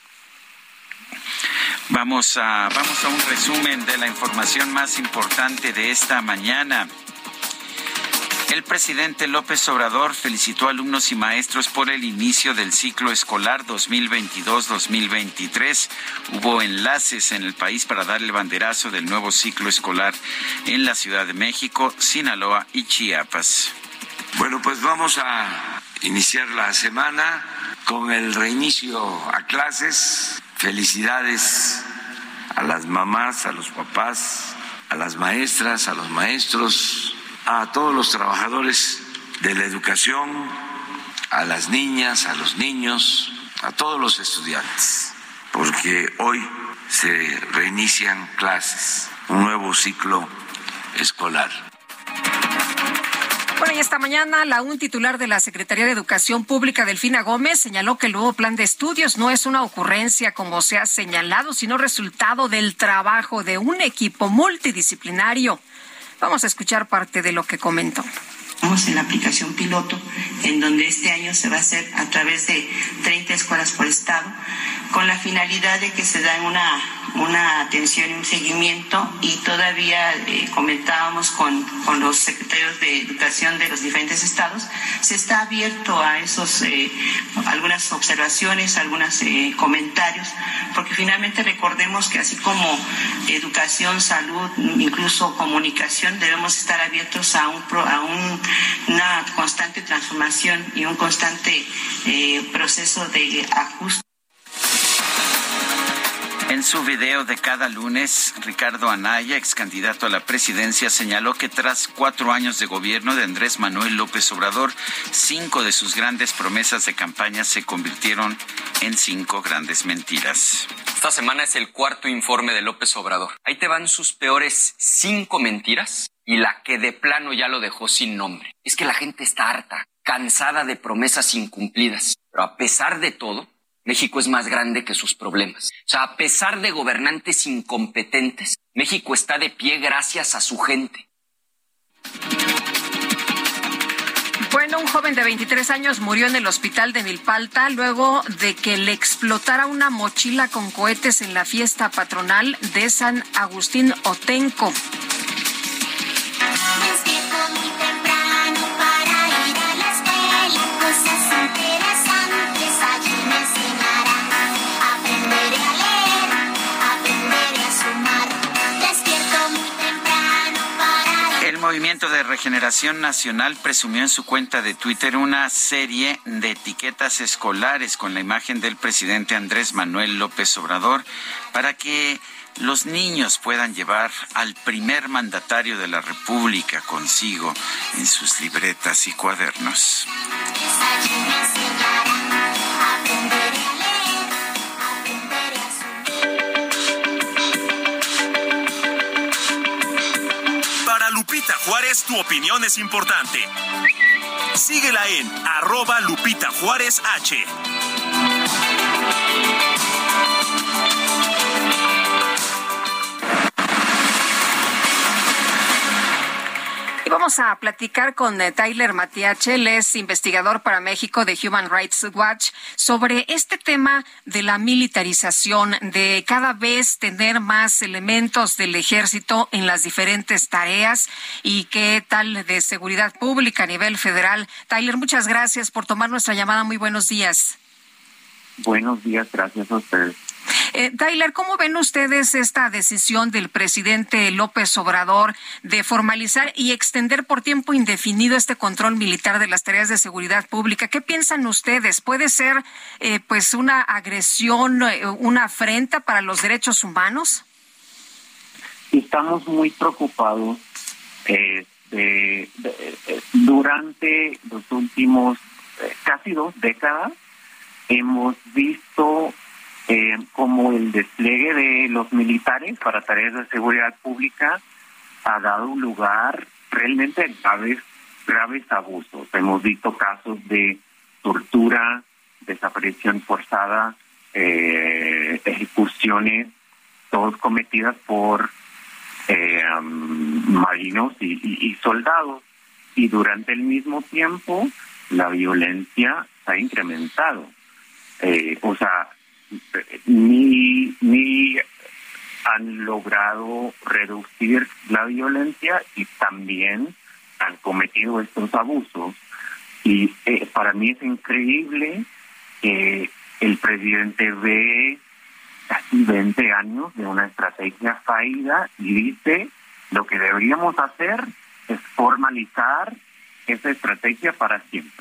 Vamos a, vamos a un resumen de la información más importante de esta mañana. El presidente López Obrador felicitó a alumnos y maestros por el inicio del ciclo escolar dos mil veintidós dos mil veintitrés. Hubo enlaces en el país para dar el banderazo del nuevo ciclo escolar en la Ciudad de México, Sinaloa y Chiapas. Bueno, pues vamos a iniciar la semana con el reinicio a clases. Felicidades a las mamás, a los papás, a las maestras, a los maestros, a todos los trabajadores de la educación, a las niñas, a los niños, a todos los estudiantes, porque hoy se reinician clases, un nuevo ciclo escolar. Bueno, y esta mañana la un titular de la Secretaría de Educación Pública, Delfina Gómez, señaló que el nuevo plan de estudios no es una ocurrencia como se ha señalado, sino resultado del trabajo de un equipo multidisciplinario. Vamos a escuchar parte de lo que comentó. Estamos en la aplicación piloto, en donde este año se va a hacer a través de treinta escuelas por estado, con la finalidad de que se den una, una atención y un seguimiento, y todavía eh, comentábamos con, con los secretarios de educación de los diferentes estados, se está abierto a esos eh, algunas observaciones, algunos eh, comentarios, porque finalmente recordemos que así como educación, salud, incluso comunicación, debemos estar abiertos a un, a un una constante transformación y un constante eh, proceso de ajuste. En su video de cada lunes, Ricardo Anaya, ex candidato a la presidencia, señaló que tras cuatro años de gobierno de Andrés Manuel López Obrador, cinco de sus grandes promesas de campaña se convirtieron en cinco grandes mentiras. Esta semana es el cuarto informe de López Obrador. Ahí te van sus peores cinco mentiras y la que de plano ya lo dejó sin nombre. Es que la gente está harta, cansada de promesas incumplidas. Pero a pesar de todo, México es más grande que sus problemas. O sea, a pesar de gobernantes incompetentes, México está de pie gracias a su gente. Bueno, un joven de veintitrés años murió en el hospital de Milpalta luego de que le explotara una mochila con cohetes en la fiesta patronal de San Agustín Otenco. Despierto muy temprano para ir a la escuela, cosas interesantes allí me enseñarán. Aprenderé a leer, aprenderé a sumar. Despierto muy temprano para ir. El Movimiento de Regeneración Nacional presumió en su cuenta de Twitter una serie de etiquetas escolares con la imagen del presidente Andrés Manuel López Obrador para que los niños puedan llevar al primer mandatario de la República consigo en sus libretas y cuadernos. Para Lupita Juárez, tu opinión es importante. Síguela en arroba Lupita Juárez H. Y vamos vamos a platicar con eh, Tyler Matiache, él es investigador para México de Human Rights Watch, sobre este tema de la militarización, de cada vez tener más elementos del ejército en las diferentes tareas y qué tal de seguridad pública a nivel federal. Tyler, muchas gracias por tomar nuestra llamada. Muy buenos días. Buenos días, gracias a ustedes. Eh, Tyler, ¿cómo ven ustedes esta decisión del presidente López Obrador de formalizar y extender por tiempo indefinido este control militar de las tareas de seguridad pública? ¿Qué piensan ustedes? ¿Puede ser eh, pues una agresión, eh, una afrenta para los derechos humanos? Estamos muy preocupados. Eh, de, de, de, durante los últimos eh, casi dos décadas hemos visto Eh, como el despliegue de los militares para tareas de seguridad pública ha dado lugar realmente a graves, graves abusos. Hemos visto casos de tortura, desaparición forzada, eh, ejecuciones, todos cometidas por eh, um, marinos y, y, y soldados. Y durante el mismo tiempo, la violencia se ha incrementado. Eh, o sea, ni ni han logrado reducir la violencia y también han cometido estos abusos. Y eh, para mí es increíble que el presidente ve casi veinte años de una estrategia fallida y dice lo que deberíamos hacer es formalizar esa estrategia para siempre.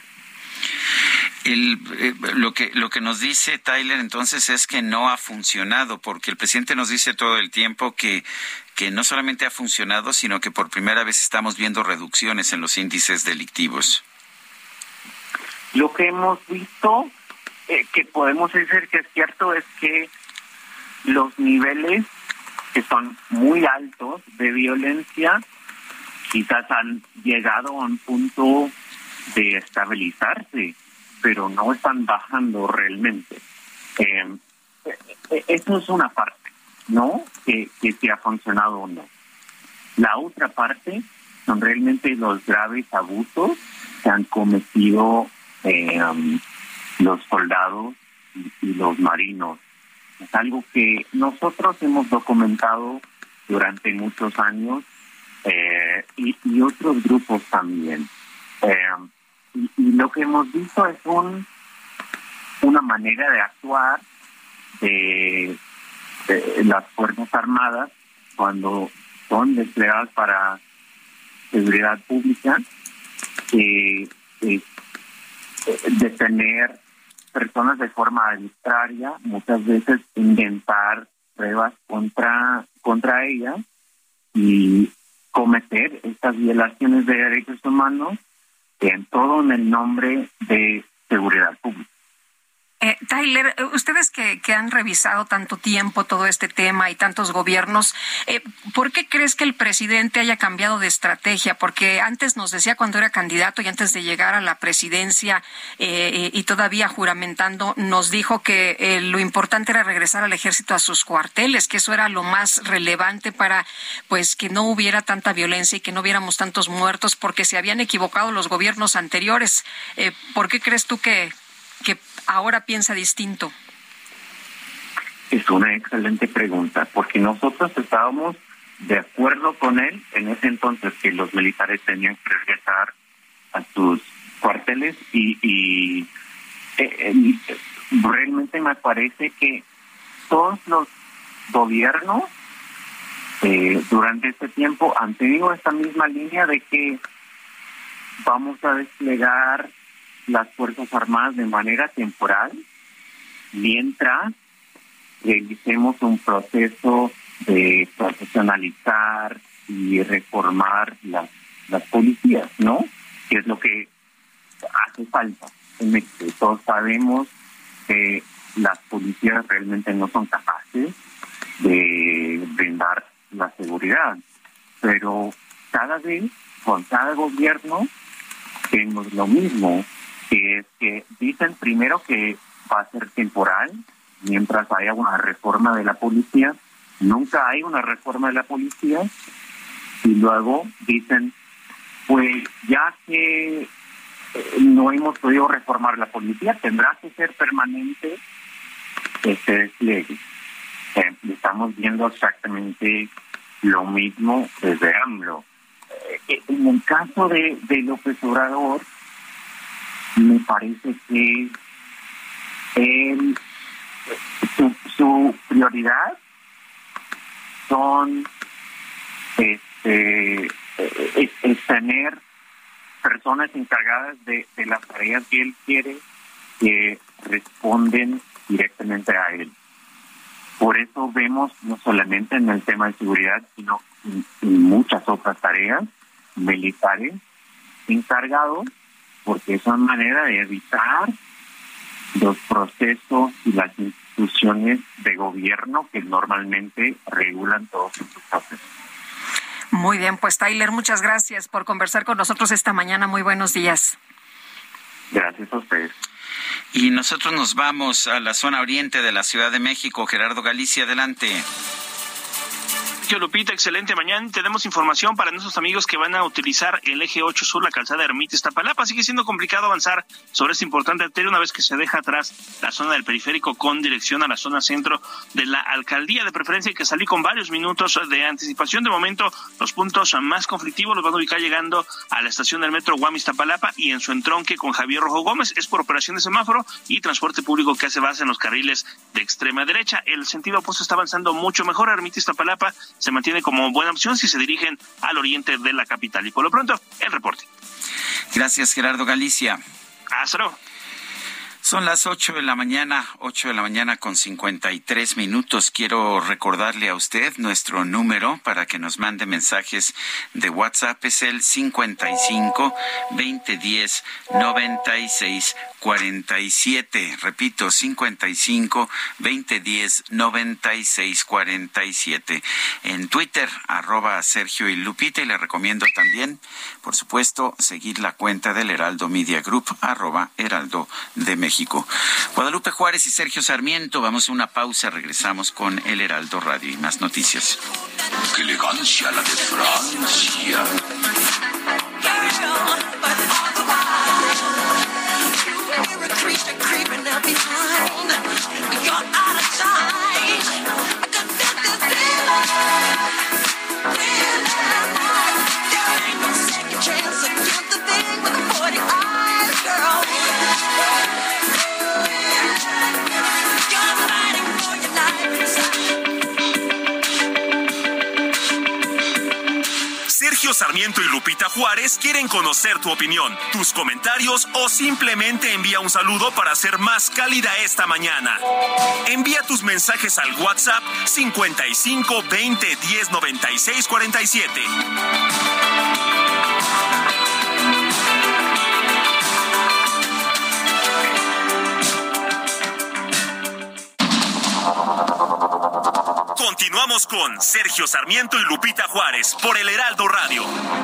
El, eh, lo que lo que nos dice Tyler entonces es que no ha funcionado, porque el presidente nos dice todo el tiempo que que no solamente ha funcionado, sino que por primera vez estamos viendo reducciones en los índices delictivos. Lo que hemos visto, eh, que podemos decir que es cierto, es que los niveles que son muy altos de violencia quizás han llegado a un punto de estabilizarse, pero no están bajando realmente. Eh, eso es una parte, ¿no? Que, que si ha funcionado o no. La otra parte son realmente los graves abusos que han cometido eh, um, los soldados y, y los marinos. Es algo que nosotros hemos documentado durante muchos años eh, y, y otros grupos también. Eh, Y, y lo que hemos visto es un una manera de actuar de, de las Fuerzas Armadas cuando son desplegadas para seguridad pública, que eh, detener personas de forma arbitraria, muchas veces inventar pruebas contra contra ellas y cometer estas violaciones de derechos humanos, en todo en el nombre de seguridad pública. Eh, Tyler, ustedes que, que han revisado tanto tiempo todo este tema y tantos gobiernos, eh, ¿por qué crees que el presidente haya cambiado de estrategia? Porque antes nos decía cuando era candidato y antes de llegar a la presidencia eh, y todavía juramentando, nos dijo que eh, lo importante era regresar al ejército a sus cuarteles, que eso era lo más relevante para pues que no hubiera tanta violencia y que no hubiéramos tantos muertos, porque se habían equivocado los gobiernos anteriores. Eh, ¿Por qué crees tú que que ahora piensa distinto? Es una excelente pregunta, porque nosotros estábamos de acuerdo con él en ese entonces que los militares tenían que regresar a sus cuarteles y, y eh, eh, realmente me parece que todos los gobiernos eh, durante este tiempo han tenido esta misma línea de que vamos a desplegar las Fuerzas Armadas de manera temporal mientras realicemos un proceso de profesionalizar y reformar las, las policías, ¿no? Que es lo que hace falta en México. Todos sabemos que las policías realmente no son capaces de brindar la seguridad, pero cada vez, con cada gobierno, tenemos lo mismo, que es que dicen primero que va a ser temporal mientras haya una reforma de la policía. Nunca hay una reforma de la policía y luego dicen pues ya que eh, no hemos podido reformar la policía, tendrá que ser permanente este despliegue. Eh, estamos viendo exactamente lo mismo desde AMLO. Eh, en el caso de, de López Obrador, me parece que él, su, su prioridad son este, es, es tener personas encargadas de, de las tareas que él quiere que responden directamente a él. Por eso vemos no solamente en el tema de seguridad, sino en, en muchas otras tareas militares encargados, porque es una manera de evitar los procesos y las instituciones de gobierno que normalmente regulan todos estos procesos. Muy bien, pues Tyler, muchas gracias por conversar con nosotros esta mañana. Muy buenos días. Gracias a ustedes. Y nosotros nos vamos a la zona oriente de la Ciudad de México. Gerardo Galicia, adelante. Lupita, excelente mañana. Tenemos información para nuestros amigos que van a utilizar el eje ocho sur, la calzada Ermita Iztapalapa. Sigue siendo complicado avanzar sobre esta importante arteria una vez que se deja atrás la zona del periférico con dirección a la zona centro de la alcaldía. De preferencia hay que salir con varios minutos de anticipación. De momento, los puntos más conflictivos los van a ubicar llegando a la estación del metro Guam Iztapalapa y en su entronque con Javier Rojo Gómez. Es por operación de semáforo y transporte público que hace base en los carriles de extrema derecha. El sentido opuesto está avanzando mucho mejor. Ermita Iztapalapa se mantiene como buena opción si se dirigen al oriente de la capital. Y por lo pronto, el reporte. Gracias, Gerardo Galicia. Hasta luego. Son las ocho de la mañana, ocho de la mañana con cincuenta y tres minutos. Quiero recordarle a usted nuestro número para que nos mande mensajes de WhatsApp. Es el cincuenta y cinco, veinte diez, noventa y seis cuarenta y siete. Repito, cincuenta y cinco, veinte diez, noventa y seis cuarenta y siete. En Twitter, arroba Sergio y Lupita. Y le recomiendo también, por supuesto, seguir la cuenta del Heraldo Media Group, arroba Heraldo de México. Guadalupe Juárez y Sergio Sarmiento, vamos a una pausa, regresamos con el Heraldo Radio y más noticias. ¡Qué elegancia la de Francia! Sergio Sarmiento y Lupita Juárez quieren conocer tu opinión, tus comentarios o simplemente envía un saludo para hacer más cálida esta mañana. Envía tus mensajes al WhatsApp cincuenta y cinco, veinte, diez, noventa y seis cuarenta y siete. Continuamos con Sergio Sarmiento y Lupita Juárez por el Heraldo Radio.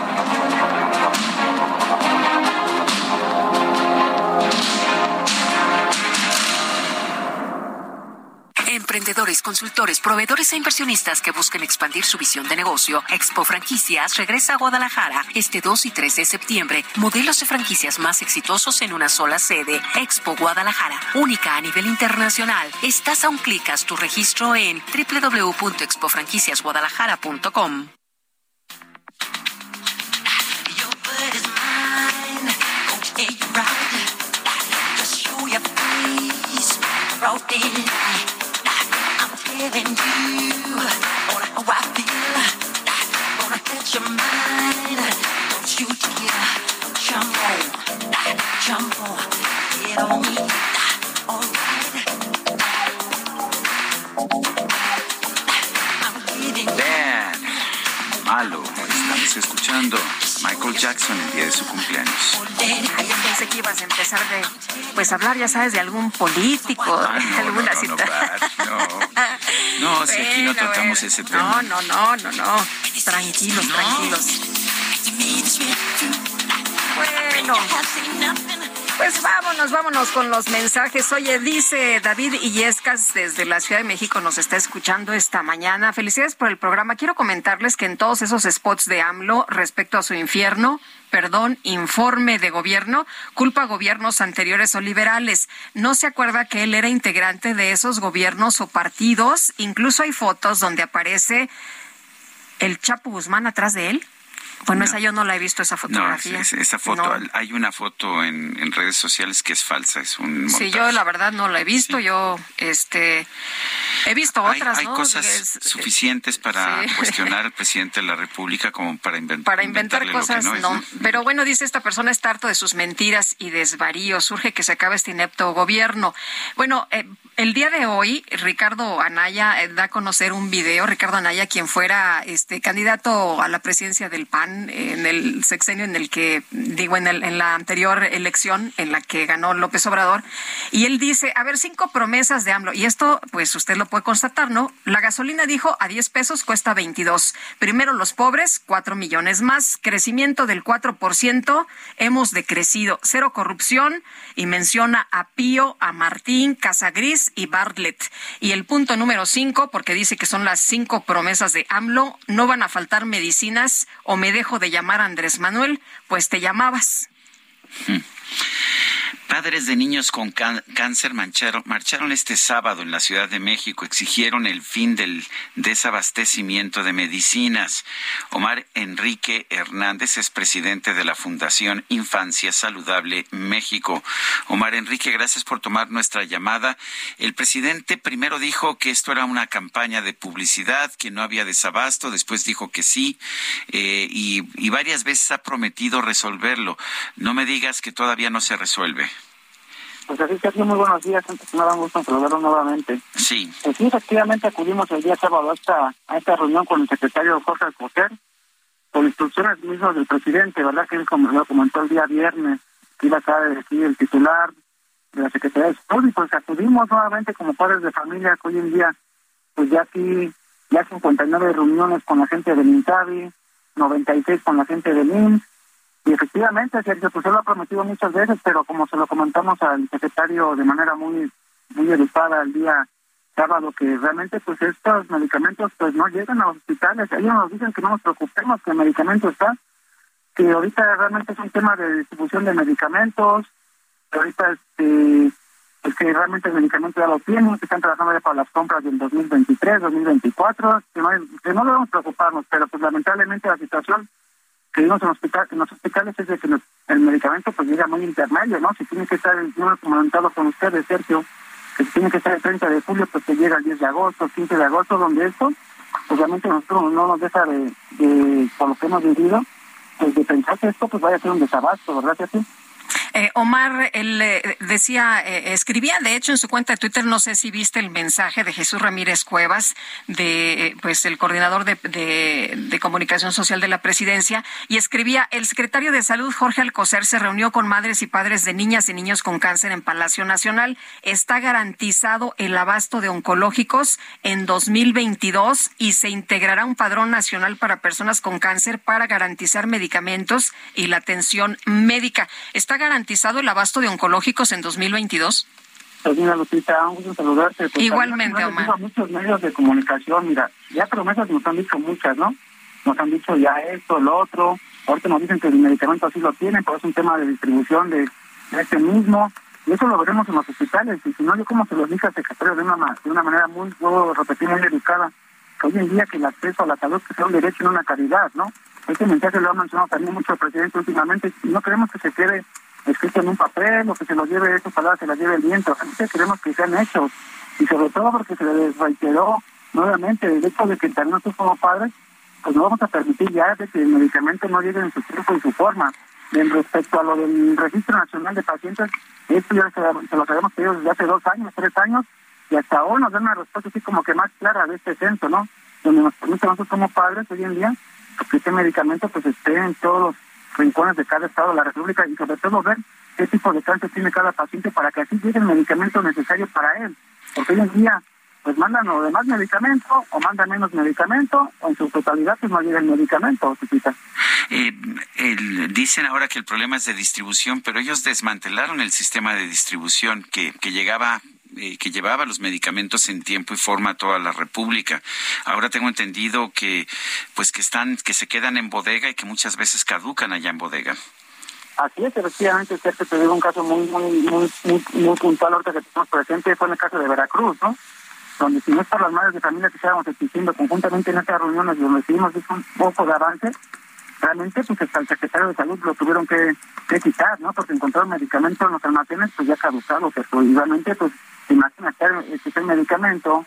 Emprendedores, consultores, proveedores e inversionistas que busquen expandir su visión de negocio, Expo Franquicias regresa a Guadalajara este dos y tres de septiembre. Modelos de franquicias más exitosos en una sola sede. Expo Guadalajara, única a nivel internacional. Estás a un clic, haz tu registro en doble u doble u doble u punto expo franquicias guadalajara punto com. Telling you on how I feel, gonna catch your mind. Don't you dare jump on, jump on, get on me, alright. Vean, malo, estamos escuchando Michael Jackson el día de su cumpleaños. Ay, yo pensé que ibas a empezar de, pues hablar, ya sabes, de algún político, ah, no, alguna no, cita. No, no, no, no si aquí no tratamos bueno. ese tema. No, no, no, no, no. Tranquilos, no. tranquilos. Bueno, Pues vámonos, vámonos con los mensajes. Oye, dice David Illescas desde la Ciudad de México, nos está escuchando esta mañana. Felicidades por el programa. Quiero comentarles que en todos esos spots de AMLO respecto a su infierno, perdón, informe de gobierno, culpa a gobiernos anteriores o liberales. No se acuerda que él era integrante de esos gobiernos o partidos. Incluso hay fotos donde aparece el Chapo Guzmán atrás de él. Bueno, no. Esa yo no la he visto, esa fotografía. No, es, esa foto, no. Hay una foto en, en redes sociales que es falsa, es un montaje. Sí, yo la verdad no la he visto, sí. yo este he visto otras, hay, ¿no? Hay cosas es, suficientes para sí. cuestionar al presidente de la República como para, invent, para inventar cosas, no, es, no. ¿no? Pero bueno, dice esta persona, está harto de sus mentiras y desvaríos, urge que se acabe este inepto gobierno. Bueno, eh, el día de hoy, Ricardo Anaya eh, da a conocer un video, Ricardo Anaya, quien fuera este candidato a la presidencia del P A N eh, en el sexenio en el que, digo, en, el, en la anterior elección en la que ganó López Obrador, y él dice, a ver, cinco promesas de AMLO, y esto, pues usted lo puede constatar, ¿no? La gasolina, dijo, a diez pesos cuesta veintidós. Primero los pobres, cuatro millones más, crecimiento del cuatro por ciento, hemos decrecido, cero corrupción, y menciona a Pío, a Martín, Casagris y Bartlett. Y el punto número cinco, porque dice que son las cinco promesas de AMLO, no van a faltar medicinas o me dejo de llamar Andrés Manuel, pues te llamabas. Hmm. Padres de niños con cáncer marcharon, marcharon este sábado en la Ciudad de México, exigieron el fin del desabastecimiento de medicinas. Omar Enrique Hernández es presidente de la Fundación Infancia Saludable México. Omar Enrique, gracias por tomar nuestra llamada. El presidente primero dijo que esto era una campaña de publicidad, que no había desabasto, después dijo que sí, eh, y, y varias veces ha prometido resolverlo. No me digas que todavía no se resuelve. Pues así que muy buenos días, antes que nada un gusto saludarlo nuevamente. Sí. Pues sí, efectivamente acudimos el día sábado a esta, a esta reunión con el secretario Jorge Alcocer, con instrucciones mismas del presidente, ¿verdad? Que él como lo comentó el día viernes, que iba a estar aquí el titular de la Secretaría de Salud, y pues acudimos nuevamente como padres de familia, que hoy en día, pues ya aquí, ya cincuenta y nueve reuniones con la gente del INSABI, noventa y seis con la gente del I M S S, y efectivamente, Sergio, pues él lo ha prometido muchas veces, pero como se lo comentamos al secretario de manera muy muy educada el día sábado, que realmente pues estos medicamentos pues no llegan a los hospitales. Ellos nos dicen que no nos preocupemos, que el medicamento está, que ahorita realmente es un tema de distribución de medicamentos, que ahorita este, pues que realmente el medicamento ya lo tienen, que están trabajando ya para las compras del dos mil veintitrés, dos mil veinticuatro, que no, que no debemos preocuparnos, pero pues lamentablemente la situación que vimos en, hospital, en los hospitales es de que el medicamento pues llega muy intermedio, ¿no? Si tiene que estar, yo lo he comentado con ustedes, Sergio, que si tiene que estar el treinta de julio, pues que llega el diez de agosto, quince de agosto, donde esto, obviamente nosotros no nos deja de, de, por lo que hemos vivido, pues de pensar que esto pues vaya a ser un desabasto, ¿verdad que sí? Eh, Omar, él eh, decía, eh, escribía de hecho en su cuenta de Twitter, no sé si viste el mensaje de Jesús Ramírez Cuevas, de eh, pues el coordinador de, de, de comunicación social de la presidencia, y escribía, el secretario de Salud, Jorge Alcocer, se reunió con madres y padres de niñas y niños con cáncer en Palacio Nacional. Está garantizado el abasto de oncológicos en dos mil veintidós y se integrará un padrón nacional para personas con cáncer para garantizar medicamentos y la atención médica. ¿Está garantizado el abasto de oncológicos en dos mil veintidós? Pues mira, Lupita, un gusto saludarte. Pues igualmente, Omar. A muchos medios de comunicación, mira, ya promesas nos han dicho muchas, ¿no? Nos han dicho ya esto, lo otro. Ahorita nos dicen que el medicamento así lo tienen, pero es un tema de distribución de, de este mismo. Y eso lo veremos en los hospitales. Y si no, yo como se lo dije al secretario de una, de una manera muy, puedo repetir, muy delicada, que hoy en día que el acceso a la salud que sea un derecho y no una caridad, ¿no? Este mensaje lo ha mencionado también mucho el presidente últimamente, y no queremos que se quede escrito en un papel o que se lo lleve, esas palabras se las lleve el viento. Realmente queremos que sean hechos, y sobre todo porque se les reiteró nuevamente el hecho de que también nosotros como padres, pues no vamos a permitir ya de que el medicamento no llegue en su tiempo y su forma. En respecto a lo del Registro Nacional de Pacientes, esto ya se, se lo habíamos pedido desde hace dos años, tres años, y hasta hoy nos dan una respuesta así como que más clara de este censo, ¿no? Donde nos permite a nosotros como padres hoy en día que este medicamento pues esté en todos los rincones de cada estado de la República, y sobre todo ver qué tipo de cáncer tiene cada paciente para que así llegue el medicamento necesario para él. Porque hoy en día pues mandan o de más medicamento, o mandan menos medicamento, o en su totalidad pues no llega el medicamento, Lupita. Eh, el, dicen ahora que el problema es de distribución, pero ellos desmantelaron el sistema de distribución que, que llegaba eh, que llevaba los medicamentos en tiempo y forma a toda la República. Ahora tengo entendido que pues que están que se quedan en bodega y que muchas veces caducan allá en bodega. Así es, efectivamente, cierto, te digo un caso muy muy muy muy, muy puntual ahorita que tenemos presente, fue en el caso de Veracruz, ¿no? Donde si no es por las madres de familia que estábamos exigiendo conjuntamente en estas reuniones donde decidimos hizo un poco de avance, realmente pues hasta el secretario de Salud lo tuvieron que, que quitar, ¿no? Porque encontraron medicamentos en los almacenes pues ya caducados, pero igualmente pues imagínate que es el medicamento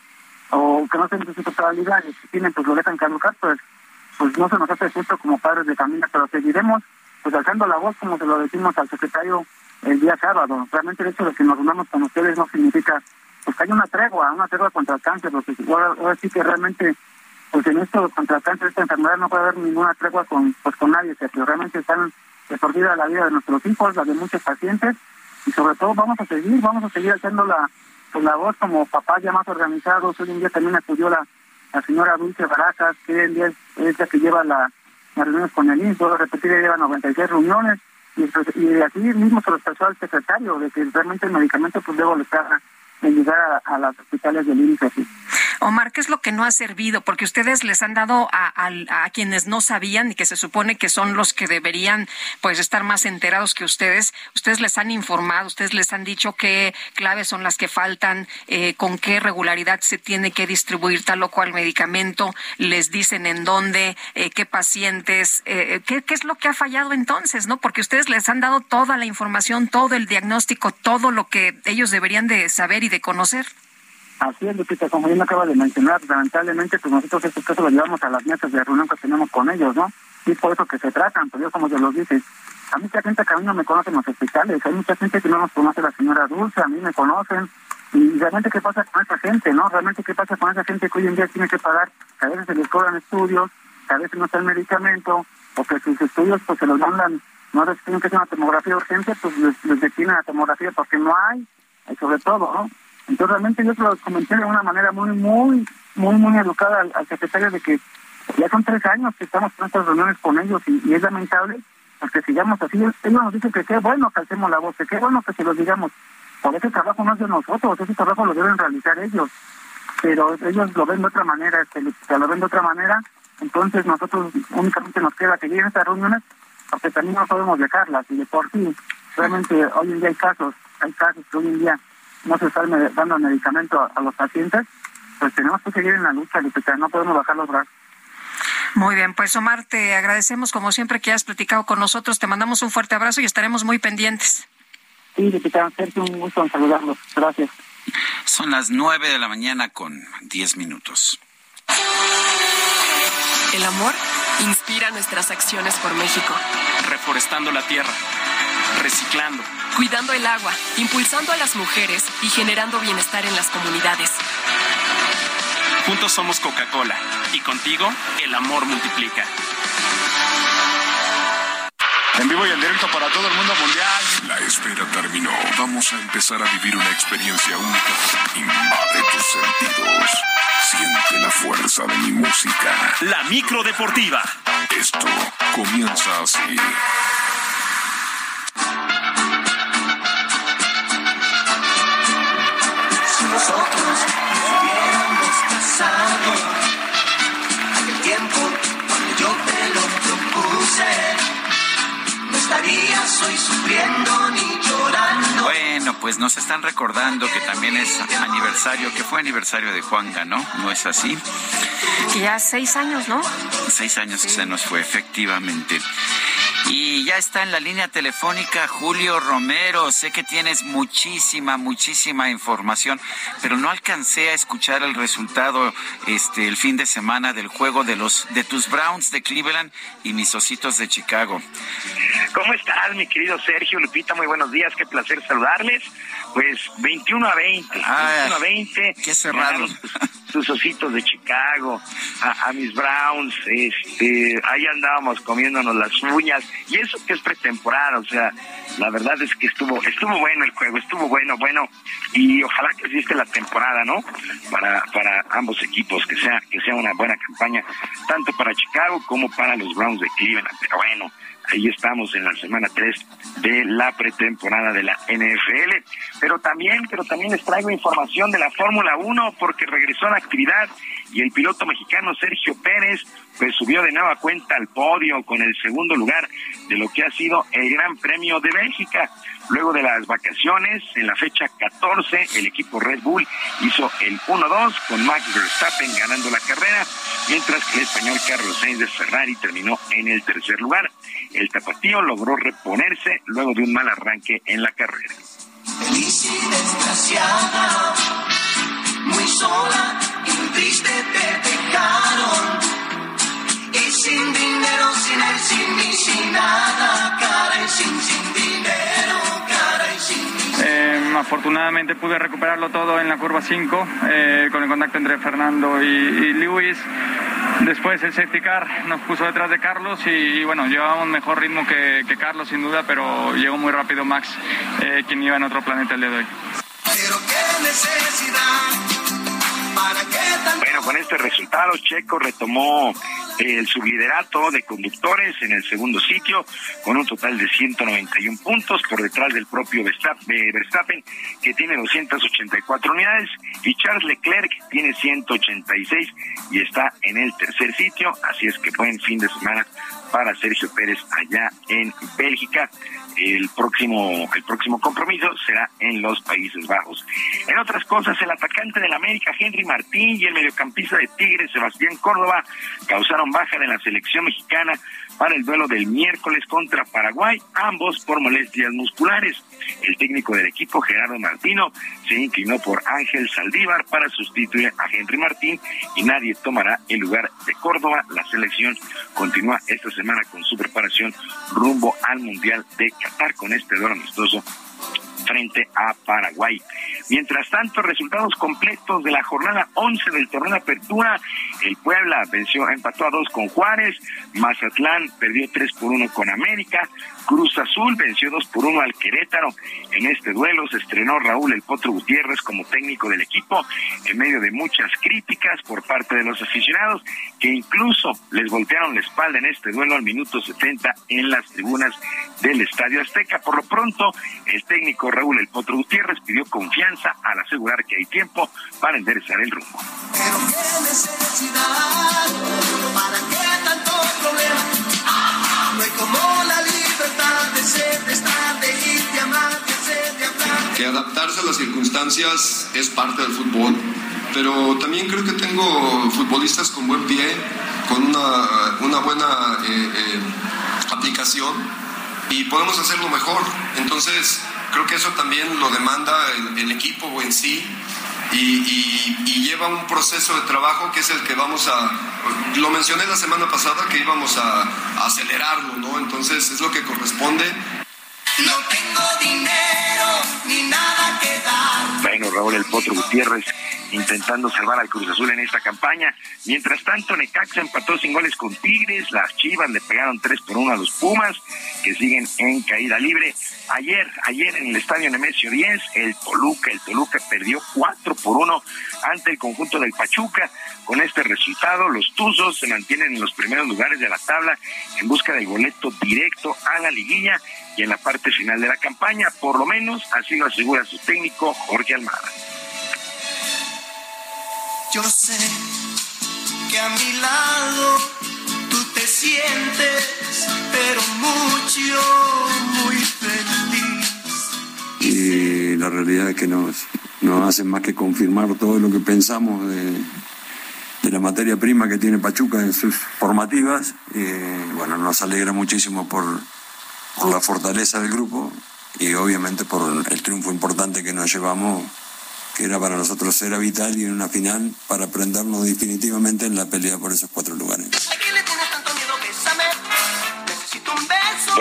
o que no tienen su totalidad y si tienen pues lo dejan caducar, pues pues no se nos hace justo como padres de familia, pero seguiremos pues alzando la voz como se lo decimos al secretario el día sábado. Realmente el hecho de que nos unamos con ustedes no significa pues que hay una tregua, una tregua contra el cáncer, porque ahora, ahora sí que realmente, pues en esto contra el cáncer, esta enfermedad no puede haber ninguna tregua con pues con nadie, o sea, que realmente están de por vida la vida de nuestros hijos, la de muchos pacientes, y sobre todo vamos a seguir, vamos a seguir haciendo la, pues, la voz como papás ya más organizados. Hoy en día también acudió la, la señora Dulce Baracas, que hoy en día es, es la que lleva la, las reuniones con el I N S S, puedo repetir, ella lleva noventa y seis reuniones, y, y así mismo se lo expresó al secretario, de que realmente el medicamento pues debo estar en llegar a, a los hospitales del I N S S. Omar, ¿qué es lo que no ha servido? Porque ustedes les han dado a, a, a quienes no sabían y que se supone que son los que deberían pues estar más enterados que ustedes. Ustedes les han informado, ustedes les han dicho qué claves son las que faltan, eh, con qué regularidad se tiene que distribuir tal o cual medicamento, les dicen en dónde, eh, qué pacientes, eh, qué, qué es lo que ha fallado entonces, ¿no? Porque ustedes les han dado toda la información, todo el diagnóstico, todo lo que ellos deberían de saber y de conocer. Así es, Lupita, como bien acaba de mencionar, lamentablemente pues nosotros estos casos los llevamos a las mesas de reunión que tenemos con ellos, ¿no? Y es por eso que se tratan, pero yo como se los dice, a mucha gente que a mí no me conoce en los hospitales, hay mucha gente que no nos conoce, la señora Dulce, a mí me conocen, y realmente qué pasa con esa gente, ¿no? Realmente qué pasa con esa gente que hoy en día tiene que pagar, que a veces se les cobran estudios, que a veces no está el medicamento, o que sus estudios pues se los mandan, no sé si tienen que hacer una tomografía urgente, pues les, les detienen la tomografía porque no hay, y sobre todo, ¿no? Entonces realmente yo se lo comenté de una manera muy, muy, muy, muy educada al, al secretario de que ya son tres años que estamos en estas reuniones con ellos y, y es lamentable pues que sigamos así. Ellos nos dicen que qué bueno que alcemos la voz, que qué bueno que se los digamos. Por ese trabajo no es de nosotros, ese trabajo lo deben realizar ellos. Pero ellos lo ven de otra manera, este, lo ven de otra manera. Entonces nosotros únicamente nos queda seguir en estas reuniones porque también no podemos dejarlas. Y de por sí, realmente hoy en día hay casos, hay casos que hoy en día no se está dando medicamento a, a los pacientes, pues tenemos que seguir en la lucha, Lupita, no podemos bajar los brazos. Muy bien, pues Omar, te agradecemos como siempre que hayas platicado con nosotros, te mandamos un fuerte abrazo y estaremos muy pendientes. Sí, Lupita, es un gusto en saludarlos, gracias. Son las nueve de la mañana con diez minutos. El amor inspira nuestras acciones por México. Reforestando la tierra, reciclando, cuidando el agua, impulsando a las mujeres y generando bienestar en las comunidades. Juntos somos Coca-Cola y contigo el amor multiplica. En vivo y en directo para todo el mundo mundial. La espera terminó. Vamos a empezar a vivir una experiencia única. Invade tus sentidos. Siente la fuerza de mi música. La micro deportiva. Esto comienza así. Si nosotros nos hubiéramos casado, aquel tiempo cuando yo te lo propuse, no estarías hoy sufriendo ni llorando. Bueno, pues nos están recordando que también es aniversario, que fue aniversario de Juanga, ¿no? ¿No es así? Que ya seis años, ¿no? Seis años sí. Que se nos fue, efectivamente. Y ya está en la línea telefónica Julio Romero. Sé que tienes muchísima, muchísima información, pero no alcancé a escuchar el resultado este el fin de semana del juego de los de tus Browns de Cleveland y mis Ositos de Chicago. ¿Cómo estás, mi querido Sergio, Lupita? Muy buenos días, qué placer saludarles. Pues veintiuno a veinte. Ay, veintiuno a veinte. Qué cerrado. Ganaron, tus ositos de Chicago, a, a mis Browns, este, ahí andábamos comiéndonos las uñas, y eso que es pretemporada, o sea, la verdad es que estuvo, estuvo bueno el juego, estuvo bueno, bueno, y ojalá que existe la temporada, ¿no? Para, para ambos equipos, que sea, que sea una buena campaña, tanto para Chicago como para los Browns de Cleveland, pero bueno, ahí estamos en la semana tres de la pretemporada de la N F L. Pero también, pero también les traigo información de la Fórmula uno porque regresó a la actividad y el piloto mexicano Sergio Pérez pues subió de nueva cuenta al podio con el segundo lugar de lo que ha sido el Gran Premio de Bélgica. Luego de las vacaciones, en la fecha catorce, el equipo Red Bull hizo el uno dos con Max Verstappen ganando la carrera, mientras que el español Carlos Sainz de Ferrari terminó en el tercer lugar. El tapatío logró reponerse luego de un mal arranque en la carrera. Feliz y desgraciada, muy sola y muy triste te dejaron, y sin dinero, sin él, sin mí, sin nada, caray, sin, sin dinero, caray, sin mí. Eh, afortunadamente pude recuperarlo todo en la curva cinco, eh, con el contacto entre Fernando y, y Lewis. Después el safety car nos puso detrás de Carlos y, y bueno, llevábamos mejor ritmo que, que Carlos sin duda, pero llegó muy rápido Max, eh, quien iba en otro planeta el día de hoy. Pero qué necesidad, ¿para qué tan... Bueno, con este resultado Checo retomó el subliderato de conductores en el segundo sitio con un total de ciento noventa y uno puntos por detrás del propio Verstappen, que tiene doscientas ochenta y cuatro unidades, y Charles Leclerc tiene ciento ochenta y seis y está en el tercer sitio. Así es que buen fin de semana para Sergio Pérez allá en Bélgica. El próximo el próximo compromiso será en los Países Bajos. En otras cosas, el atacante del América Henry Martín y el mediocampista de Tigres Sebastián Córdoba causaron baja de la selección mexicana para el duelo del miércoles contra Paraguay, ambos por molestias musculares. El técnico del equipo, Gerardo Martino, se inclinó por Ángel Saldívar para sustituir a Henry Martín y nadie tomará el lugar de Córdoba. La selección continúa esta semana con su preparación rumbo al Mundial de Qatar con este duelo amistoso frente a Paraguay. Mientras tanto, resultados completos de la jornada once del torneo de apertura: el Puebla venció, empató a dos con Juárez, Mazatlán perdió tres por uno con América, Cruz Azul venció dos por uno al Querétaro. En este duelo se estrenó Raúl El Potro Gutiérrez como técnico del equipo, en medio de muchas críticas por parte de los aficionados, que incluso les voltearon la espalda en este duelo al minuto setenta en las tribunas del Estadio Azteca. Por lo pronto, el técnico Raúl El Potro Gutiérrez pidió confianza al asegurar que hay tiempo para enderezar el rumbo. Pero qué necesidad, ¿para qué tanto problema? No hay como la libertad de ser, de estar, de ir, de amar, de hacer, de hablar. Que adaptarse a las circunstancias es parte del fútbol, pero también creo que tengo futbolistas con buen pie, con una, una buena eh, eh, aplicación, y podemos hacerlo mejor. Entonces creo que eso también lo demanda el, el equipo en sí, y, y, y lleva un proceso de trabajo que es el que vamos a, lo mencioné la semana pasada, que íbamos a, a acelerarlo, ¿no? Entonces es lo que corresponde. No tengo dinero ni nada que dar. Bueno, Raúl El Potro Gutiérrez intentando salvar al Cruz Azul en esta campaña. Mientras tanto, Necaxa empató sin goles con Tigres, las Chivas le pegaron tres por uno a los Pumas, que siguen en caída libre. Ayer, ayer en el estadio Nemesio diez, el Toluca, el Toluca perdió cuatro por uno ante el conjunto del Pachuca. Con este resultado, los Tuzos se mantienen en los primeros lugares de la tabla en busca del boleto directo a la liguilla y en la parte final de la campaña, por lo menos así lo asegura su técnico Jorge Almada. Yo sé que a mi lado tú te sientes, pero mucho, muy feliz. Y la realidad es que nos, nos hacen más que confirmar todo lo que pensamos de, de la materia prima que tiene Pachuca en sus formativas. Y bueno, nos alegra muchísimo por, por la fortaleza del grupo y obviamente por el triunfo importante que nos llevamos, que era para nosotros era vital, y en una final para prendernos definitivamente en la pelea por esos cuatro lugares. Buena campaña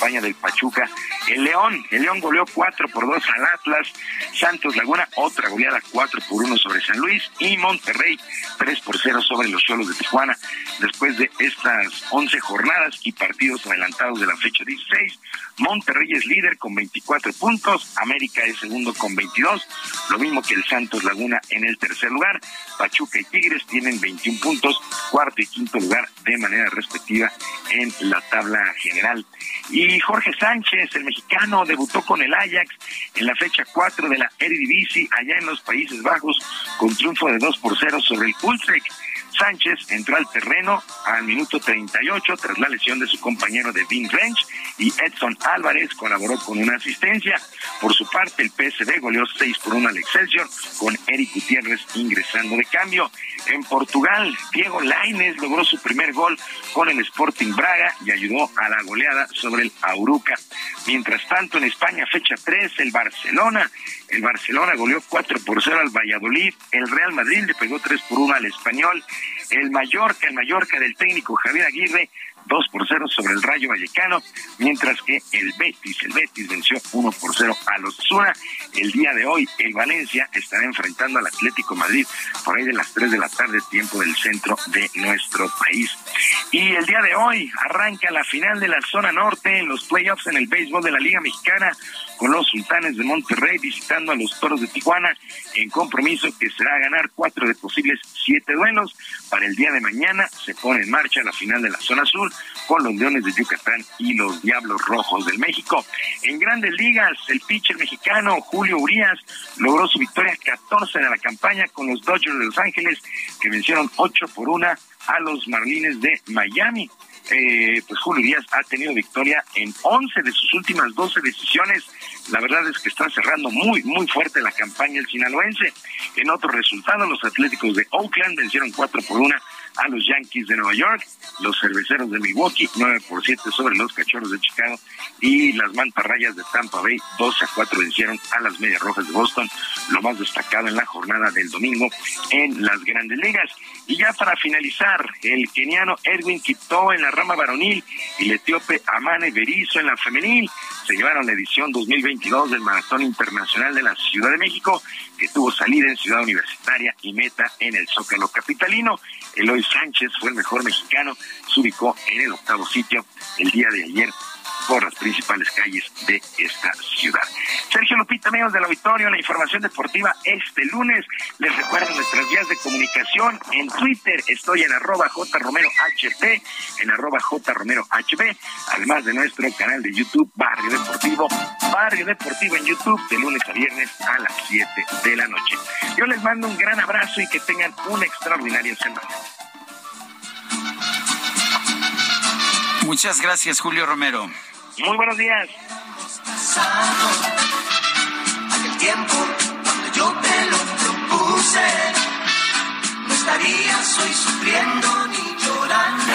campaña del Pachuca. El León, el León goleó cuatro por dos al Atlas. Santos Laguna, otra goleada cuatro por uno sobre San Luis. Y Monterrey, tres por cero sobre los Xolos de Tijuana. Después de estas once jornadas y partidos adelantados de la fecha dieciséis, Monterrey es líder con veinticuatro puntos, América es segundo con veintidós, lo mismo que el Santos Laguna en el tercer lugar. Pachuca y Tigres tienen veintiún puntos, cuarto y quinto lugar de manera respectiva en la tabla general. Y Jorge Sánchez, el mexicano, debutó con el Ajax en la fecha cuatro de la Eredivisie allá en los Países Bajos con triunfo de dos por cero sobre el Utrecht. Sánchez entró al terreno al minuto treinta y ocho tras la lesión de su compañero de Vin Rench y Edson Álvarez colaboró con una asistencia. Por su parte, el P S V goleó seis por uno al Excelsior con Eric Gutiérrez ingresando de cambio. En Portugal, Diego Lainez logró su primer gol con el Sporting Braga y ayudó a la goleada sobre el Auruca. Mientras tanto, en España, fecha tres, el Barcelona. El Barcelona goleó cuatro por cero al Valladolid. El Real Madrid le pegó tres por uno al Español. El Mallorca, el Mallorca del técnico Javier Aguirre, dos por cero sobre el Rayo Vallecano, mientras que el Betis, el Betis venció uno por cero a los Osasuna. El día de hoy, el Valencia estará enfrentando al Atlético Madrid por ahí de las tres de la tarde, tiempo del centro de nuestro país. Y el día de hoy arranca la final de la zona norte en los playoffs en el béisbol de la Liga Mexicana, con los Sultanes de Monterrey visitando a los Toros de Tijuana en compromiso que será ganar cuatro de posibles siete duelos. Para el día de mañana se pone en marcha la final de la zona sur con los Leones de Yucatán y los Diablos Rojos del México. En Grandes Ligas, el pitcher mexicano Julio Urías logró su victoria catorce de la campaña con los Dodgers de Los Ángeles, que vencieron ocho por una a los Marlins de Miami. Eh, pues Julio Urías ha tenido victoria en once de sus últimas doce decisiones. La verdad es que está cerrando muy, muy fuerte la campaña el sinaloense. En otro resultado, los Atléticos de Oakland vencieron cuatro por una a los Yankees de Nueva York, los Cerveceros de Milwaukee nueve por siete sobre los Cachorros de Chicago y las Mantarrayas de Tampa Bay doce a cuatro vencieron a las Medias Rojas de Boston, lo más destacado en la jornada del domingo en las Grandes Ligas. Y ya para finalizar, el keniano Edwin Kiptoo en la rama varonil y el etíope Amane Berizzo en la femenil se llevaron la edición dos mil veintidós del Maratón Internacional de la Ciudad de México, que tuvo salida en Ciudad Universitaria y meta en el Zócalo capitalino. Eloy Sánchez fue el mejor mexicano, se ubicó en el octavo sitio el día de ayer por las principales calles de esta ciudad. Sergio Lupita, amigos del auditorio, la información deportiva este lunes. Les recuerdo nuestras vías de comunicación. En Twitter estoy en arroba jromerohp, en arroba jromerohb, además de nuestro canal de YouTube Barrio Deportivo, Barrio Deportivo en YouTube, de lunes a viernes a las siete de la noche. Yo les mando un gran abrazo y que tengan una extraordinaria semana. Muchas gracias, Julio Romero. Muy buenos días. Aquel tiempo cuando yo te lo propuse, no estarías hoy sufriendo ni llorando.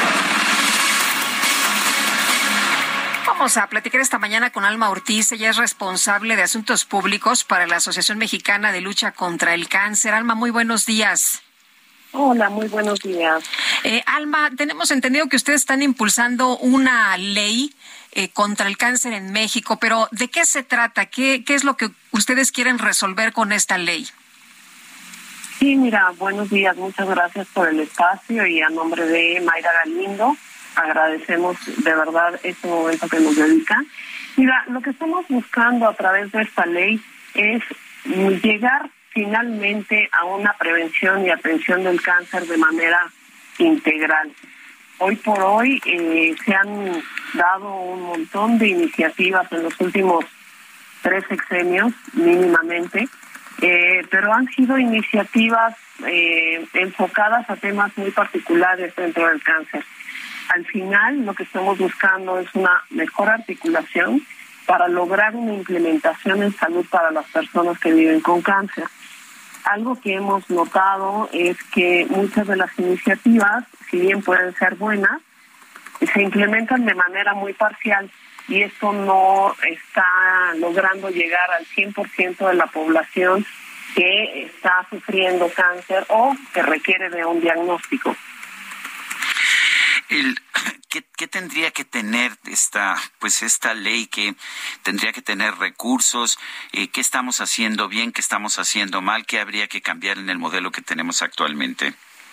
Vamos a platicar esta mañana con Alma Ortiz. Ella es responsable de asuntos públicos para la Asociación Mexicana de Lucha contra el Cáncer. Alma, muy buenos días. Hola, muy buenos días. Eh, Alma, tenemos entendido que ustedes están impulsando una ley eh, contra el cáncer en México, pero ¿de qué se trata? ¿Qué, qué es lo que ustedes quieren resolver con esta ley? Sí, mira, buenos días, muchas gracias por el espacio y a nombre de Mayra Galindo agradecemos de verdad este momento que nos dedican. Mira, lo que estamos buscando a través de esta ley es llegar finalmente a una prevención y atención del cáncer de manera integral. Hoy por hoy eh, se han dado un montón de iniciativas en los últimos tres sexenios mínimamente, eh, pero han sido iniciativas eh, enfocadas a temas muy particulares dentro del cáncer. Al final lo que estamos buscando es una mejor articulación para lograr una implementación en salud para las personas que viven con cáncer. Algo que hemos notado es que muchas de las iniciativas, si bien pueden ser buenas, se implementan de manera muy parcial y esto no está logrando llegar al cien por ciento de la población que está sufriendo cáncer o que requiere de un diagnóstico. El, ¿qué, qué tendría que tener esta, pues esta ley? Que tendría que tener recursos. Eh, ¿Qué estamos haciendo bien? ¿Qué estamos haciendo mal? ¿Qué habría que cambiar en el modelo que tenemos actualmente?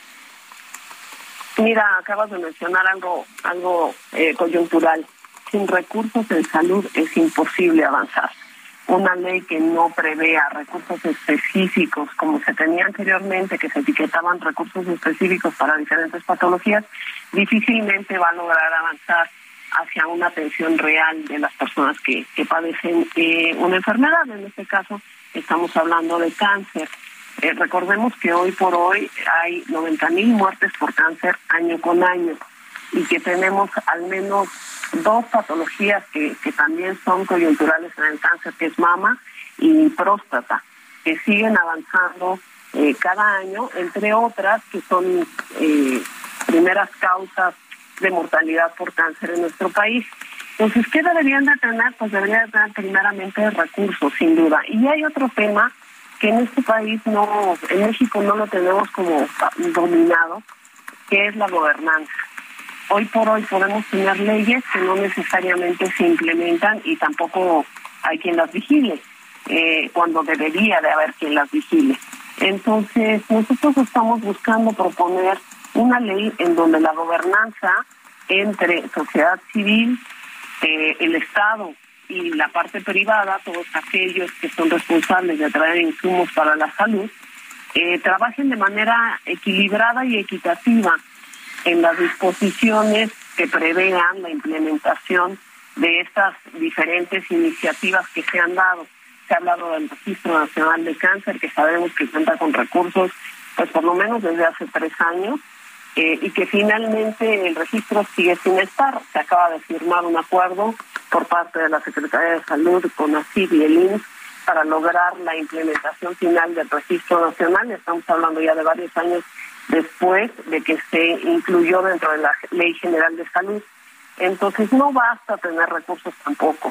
Mira, acabas de mencionar algo, algo eh, coyuntural. Sin recursos en salud es imposible avanzar. Una ley que no prevea recursos específicos, como se tenía anteriormente, que se etiquetaban recursos específicos para diferentes patologías, difícilmente va a lograr avanzar hacia una atención real de las personas que, que padecen eh, una enfermedad. En este caso, estamos hablando de cáncer. Eh, recordemos que hoy por hoy hay noventa mil muertes por cáncer año con año y que tenemos al menos dos patologías que, que también son coyunturales en el cáncer, que es mama y próstata, que siguen avanzando eh, cada año, entre otras que son eh, primeras causas de mortalidad por cáncer en nuestro país. Entonces, ¿qué deberían de tener? Pues deberían de tener primeramente recursos, sin duda. Y hay otro tema que en este país no, en México no lo tenemos como dominado, que es la gobernanza. Hoy por hoy podemos tener leyes que no necesariamente se implementan y tampoco hay quien las vigile, eh, cuando debería de haber quien las vigile. Entonces, nosotros estamos buscando proponer una ley en donde la gobernanza entre sociedad civil, eh, el Estado y la parte privada, todos aquellos que son responsables de traer insumos para la salud, eh, trabajen de manera equilibrada y equitativa en las disposiciones que prevean la implementación de estas diferentes iniciativas que se han dado. Se ha hablado del Registro Nacional de Cáncer, que sabemos que cuenta con recursos, pues por lo menos desde hace tres años, eh, y que finalmente el registro sigue sin estar. Se acaba de firmar un acuerdo por parte de la Secretaría de Salud con ACID y el I M S S para lograr la implementación final del Registro Nacional. Estamos hablando ya de varios años después de que se incluyó dentro de la Ley General de Salud. Entonces no basta tener recursos tampoco.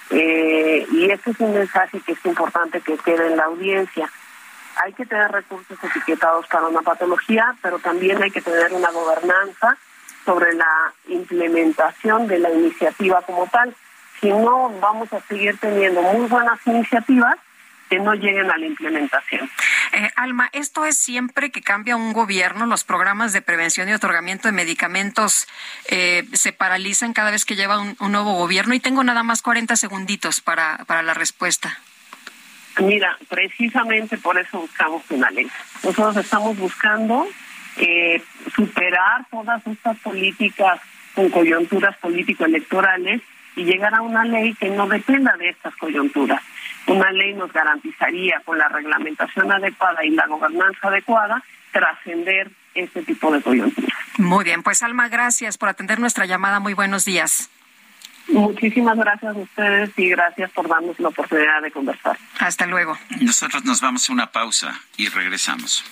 Eh, y este es un mensaje que es importante que quede en la audiencia. Hay que tener recursos etiquetados para una patología, pero también hay que tener una gobernanza sobre la implementación de la iniciativa como tal. Si no, vamos a seguir teniendo muy buenas iniciativas que no lleguen a la implementación. Eh, Alma, ¿esto es siempre que cambia un gobierno? ¿Los programas de prevención y otorgamiento de medicamentos eh, se paralizan cada vez que lleva un, un nuevo gobierno? Y tengo nada más cuarenta segunditos para, para la respuesta. Mira, precisamente por eso buscamos una ley. Nosotros estamos buscando eh, superar todas estas políticas con coyunturas político-electorales y llegar a una ley que no dependa de estas coyunturas. Una ley nos garantizaría, con la reglamentación adecuada y la gobernanza adecuada, trascender este tipo de coyunturas. Muy bien, pues Alma, gracias por atender nuestra llamada. Muy buenos días. Muchísimas gracias a ustedes y gracias por darnos la oportunidad de conversar. Hasta luego. Nosotros nos vamos a una pausa y regresamos.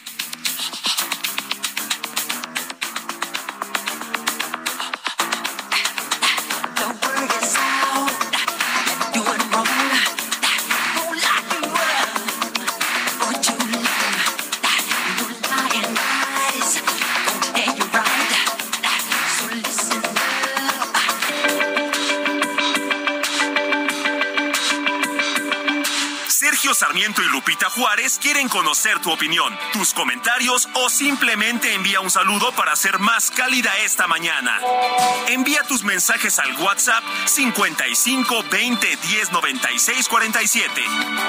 Sergio Sarmiento y Lupita Juárez quieren conocer tu opinión, tus comentarios o simplemente envía un saludo para hacer más cálida esta mañana. Envía tus mensajes al WhatsApp cincuenta y cinco veinte diez noventa y seis cuarenta y siete.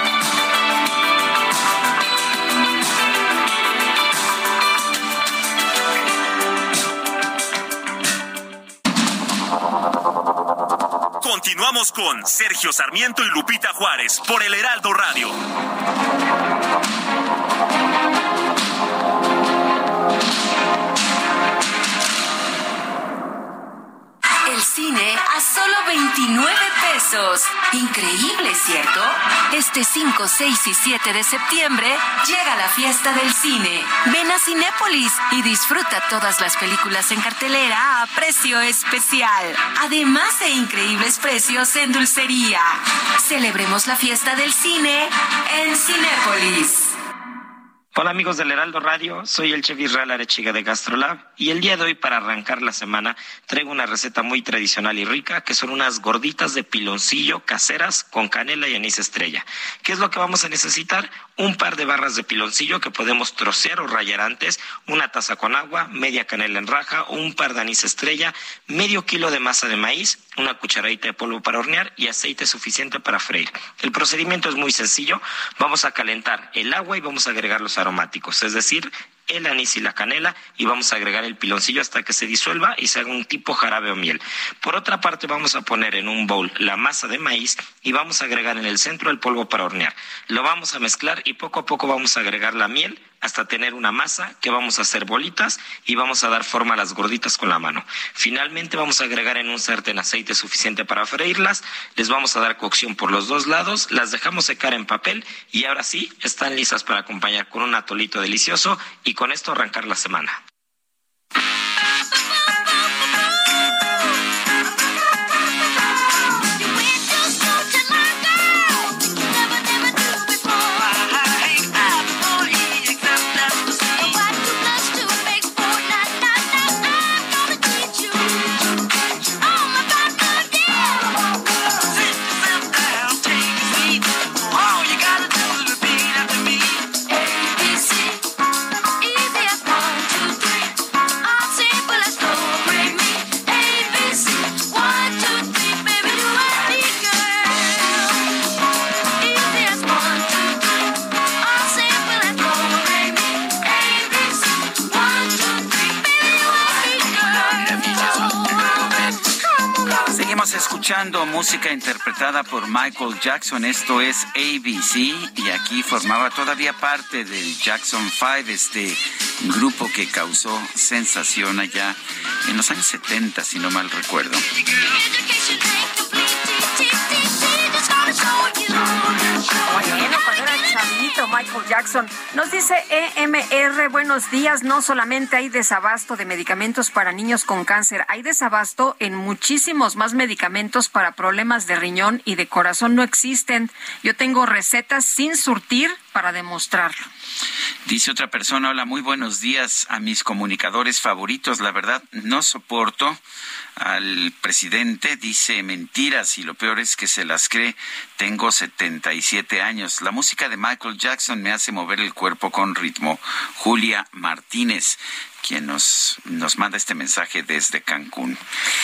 Continuamos con Sergio Sarmiento y Lupita Juárez por el Heraldo Radio. El cine a solo veintinueve pesos. Increíble, ¿cierto? Este cinco, seis y siete de septiembre llega la fiesta del cine. Ven a Cinépolis y disfruta todas las películas en cartelera a precio especial. Además de increíbles precios en dulcería. Celebremos la fiesta del cine en Cinépolis. Hola amigos del Heraldo Radio, soy el chef Israel Arechiga de GastroLab y el día de hoy para arrancar la semana traigo una receta muy tradicional y rica que son unas gorditas de piloncillo caseras con canela y anís estrella. ¿Qué es lo que vamos a necesitar? Un par de barras de piloncillo que podemos trocear o rallar antes, una taza con agua, media canela en raja, un par de anís estrella, medio kilo de masa de maíz, una cucharadita de polvo para hornear y aceite suficiente para freír. El procedimiento es muy sencillo, vamos a calentar el agua y vamos a agregar los aromáticos, es decir, el anís y la canela, y vamos a agregar el piloncillo hasta que se disuelva y se haga un tipo jarabe o miel. Por otra parte, vamos a poner en un bowl la masa de maíz y vamos a agregar en el centro el polvo para hornear. Lo vamos a mezclar y poco a poco vamos a agregar la miel hasta tener una masa que vamos a hacer bolitas y vamos a dar forma a las gorditas con la mano. Finalmente vamos a agregar en un sartén aceite suficiente para freírlas, les vamos a dar cocción por los dos lados, las dejamos secar en papel y ahora sí están listas para acompañar con un atolito delicioso y con esto arrancar la semana. Escuchando música interpretada por Michael Jackson, esto es A B C y aquí formaba todavía parte del Jackson Five, este grupo que causó sensación allá en los años setenta, si no mal recuerdo. Bueno, cuando era chavito Michael Jackson. Nos dice E M R, buenos días, no solamente hay desabasto de medicamentos para niños con cáncer, hay desabasto en muchísimos más medicamentos para problemas de riñón y de corazón, no existen. Yo tengo recetas sin surtir para demostrarlo. Dice otra persona, hola, muy buenos días a mis comunicadores favoritos, la verdad no soporto al presidente, dice mentiras y lo peor es que se las cree, tengo setenta y siete años, la música de Michael Jackson me hace mover el cuerpo con ritmo. Julia Martínez, quien nos, nos manda este mensaje desde Cancún.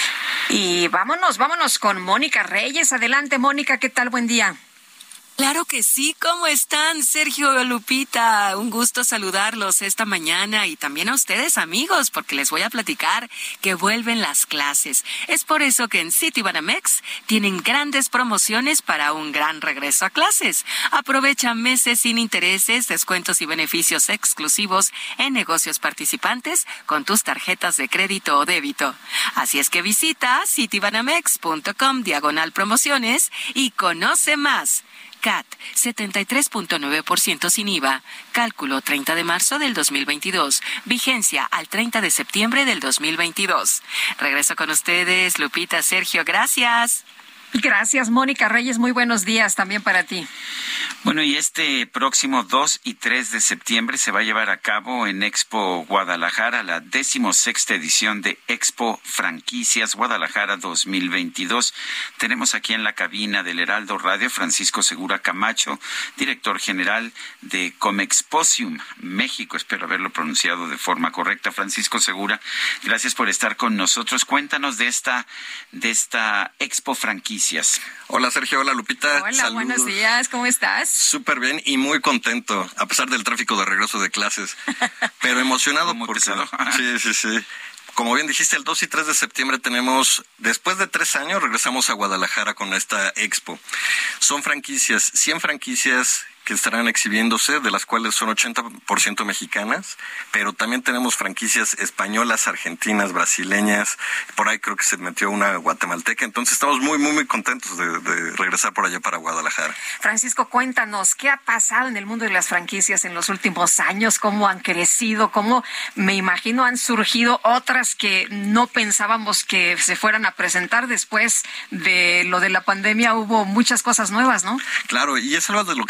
Y vámonos, vámonos con Mónica Reyes, adelante Mónica, ¿qué tal? Buen día. Claro que sí, ¿cómo están? Sergio, Lupita, un gusto saludarlos esta mañana y también a ustedes, amigos, porque les voy a platicar que vuelven las clases. Es por eso que en Citibanamex tienen grandes promociones para un gran regreso a clases. Aprovecha meses sin intereses, descuentos y beneficios exclusivos en negocios participantes con tus tarjetas de crédito o débito. Así es que visita citibanamex.com diagonal promociones y conoce más. C A T, setenta y tres punto nueve por ciento sin I V A. Cálculo treinta de marzo del dos mil veintidós. Vigencia al treinta de septiembre del dos mil veintidós. Regreso con ustedes, Lupita, Sergio, gracias. Gracias, Mónica Reyes, muy buenos días también para ti. Bueno, y este próximo dos y tres de septiembre se va a llevar a cabo en Expo Guadalajara la decimosexta edición de Expo Franquicias Guadalajara dos mil veintidós. Tenemos aquí en la cabina del Heraldo Radio Francisco Segura Camacho, director general de Comexposium México. Espero haberlo pronunciado de forma correcta. Francisco Segura, gracias por estar con nosotros. Cuéntanos de esta, de esta Expo Franquicias. Hola Sergio, hola Lupita. Hola, saludos. Buenos días, ¿cómo estás? Súper bien y muy contento, a pesar del tráfico de regreso de clases, pero emocionado porque... Sí, sí, sí. Como bien dijiste, el dos y tres de septiembre tenemos, después de tres años, regresamos a Guadalajara con esta expo. Son franquicias, cien franquicias que estarán exhibiéndose, de las cuales son ochenta por ciento mexicanas, pero también tenemos franquicias españolas, argentinas, brasileñas, por ahí creo que se metió una guatemalteca, entonces estamos muy, muy, muy contentos de, de regresar por allá para Guadalajara. Francisco, cuéntanos, ¿qué ha pasado en el mundo de las franquicias en los últimos años? ¿Cómo han crecido? ¿Cómo, me imagino, han surgido otras que no pensábamos que se fueran a presentar después de lo de la pandemia? Hubo muchas cosas nuevas, ¿no? Claro, y es algo de lo que te puedes enterar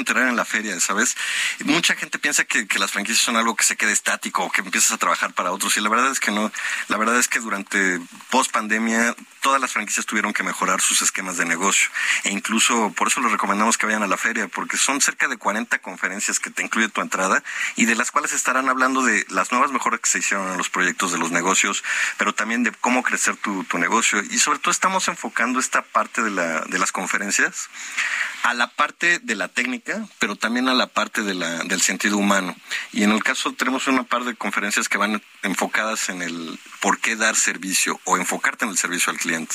entrar en la feria, ¿sabes? Mucha gente piensa que, que las franquicias son algo que se quede estático o que empiezas a trabajar para otros, y la verdad es que no. La verdad es que durante post pandemia todas las franquicias tuvieron que mejorar sus esquemas de negocio, e incluso por eso les recomendamos que vayan a la feria, porque son cerca de cuarenta conferencias que te incluye tu entrada, y de las cuales estarán hablando de las nuevas mejoras que se hicieron en los proyectos de los negocios, pero también de cómo crecer tu, tu negocio. Y sobre todo estamos enfocando esta parte de, la, de las conferencias a la parte de la técnica, pero también a la parte de la, del sentido humano. Y en el caso tenemos una par de conferencias que van enfocadas en el por qué dar servicio o enfocarte en el servicio al cliente.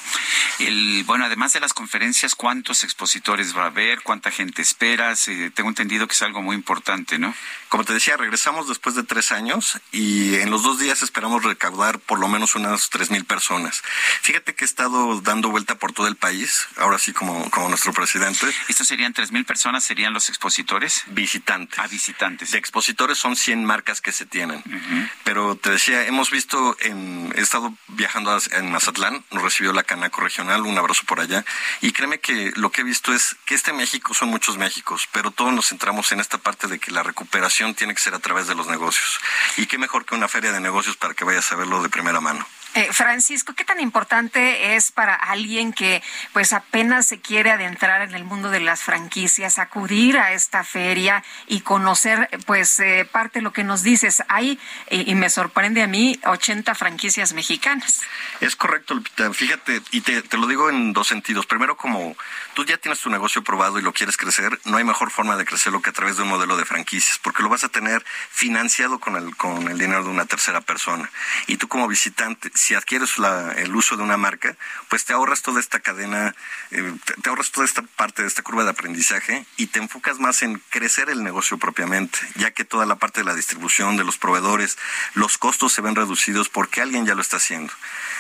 El, bueno, además de las conferencias, ¿cuántos expositores va a haber? ¿Cuánta gente esperas? Eh, tengo entendido que es algo muy importante, ¿no? Como te decía, regresamos después de tres años y en los dos días esperamos recaudar por lo menos unas tres mil personas. Fíjate que he estado dando vuelta por todo el país, ahora sí como, como nuestro presidente. ¿Estos serían tres mil personas? ¿Serían los expositores? Visitantes. Ah, visitantes. De expositores son cien marcas que se tienen. Uh-huh. Pero te decía, hemos visto, en, he estado viajando en Mazatlán, nos recibió la Canaco Regional, un abrazo por allá, y créeme que lo que he visto es que este México son muchos Méxicos, pero todos nos centramos en esta parte de que la recuperación tiene que ser a través de los negocios. Y qué mejor que una feria de negocios para que vayas a verlo de primera mano. Eh, Francisco, ¿qué tan importante es para alguien que pues apenas se quiere adentrar en el mundo de las franquicias, acudir a esta feria y conocer pues eh, parte de lo que nos dices? Hay, eh, y me sorprende a mí, ochenta franquicias mexicanas. Es correcto, Lupita. Fíjate, y te, te lo digo en dos sentidos. Primero, como tú ya tienes tu negocio probado y lo quieres crecer, no hay mejor forma de crecerlo que a través de un modelo de franquicias, porque lo vas a tener financiado con el, con el dinero de una tercera persona. Y tú como visitante, si adquieres la, el uso de una marca, pues te ahorras toda esta cadena, eh, te, te ahorras toda esta parte de esta curva de aprendizaje y te enfocas más en crecer el negocio propiamente, ya que toda la parte de la distribución, de los proveedores, los costos se ven reducidos porque alguien ya lo está haciendo.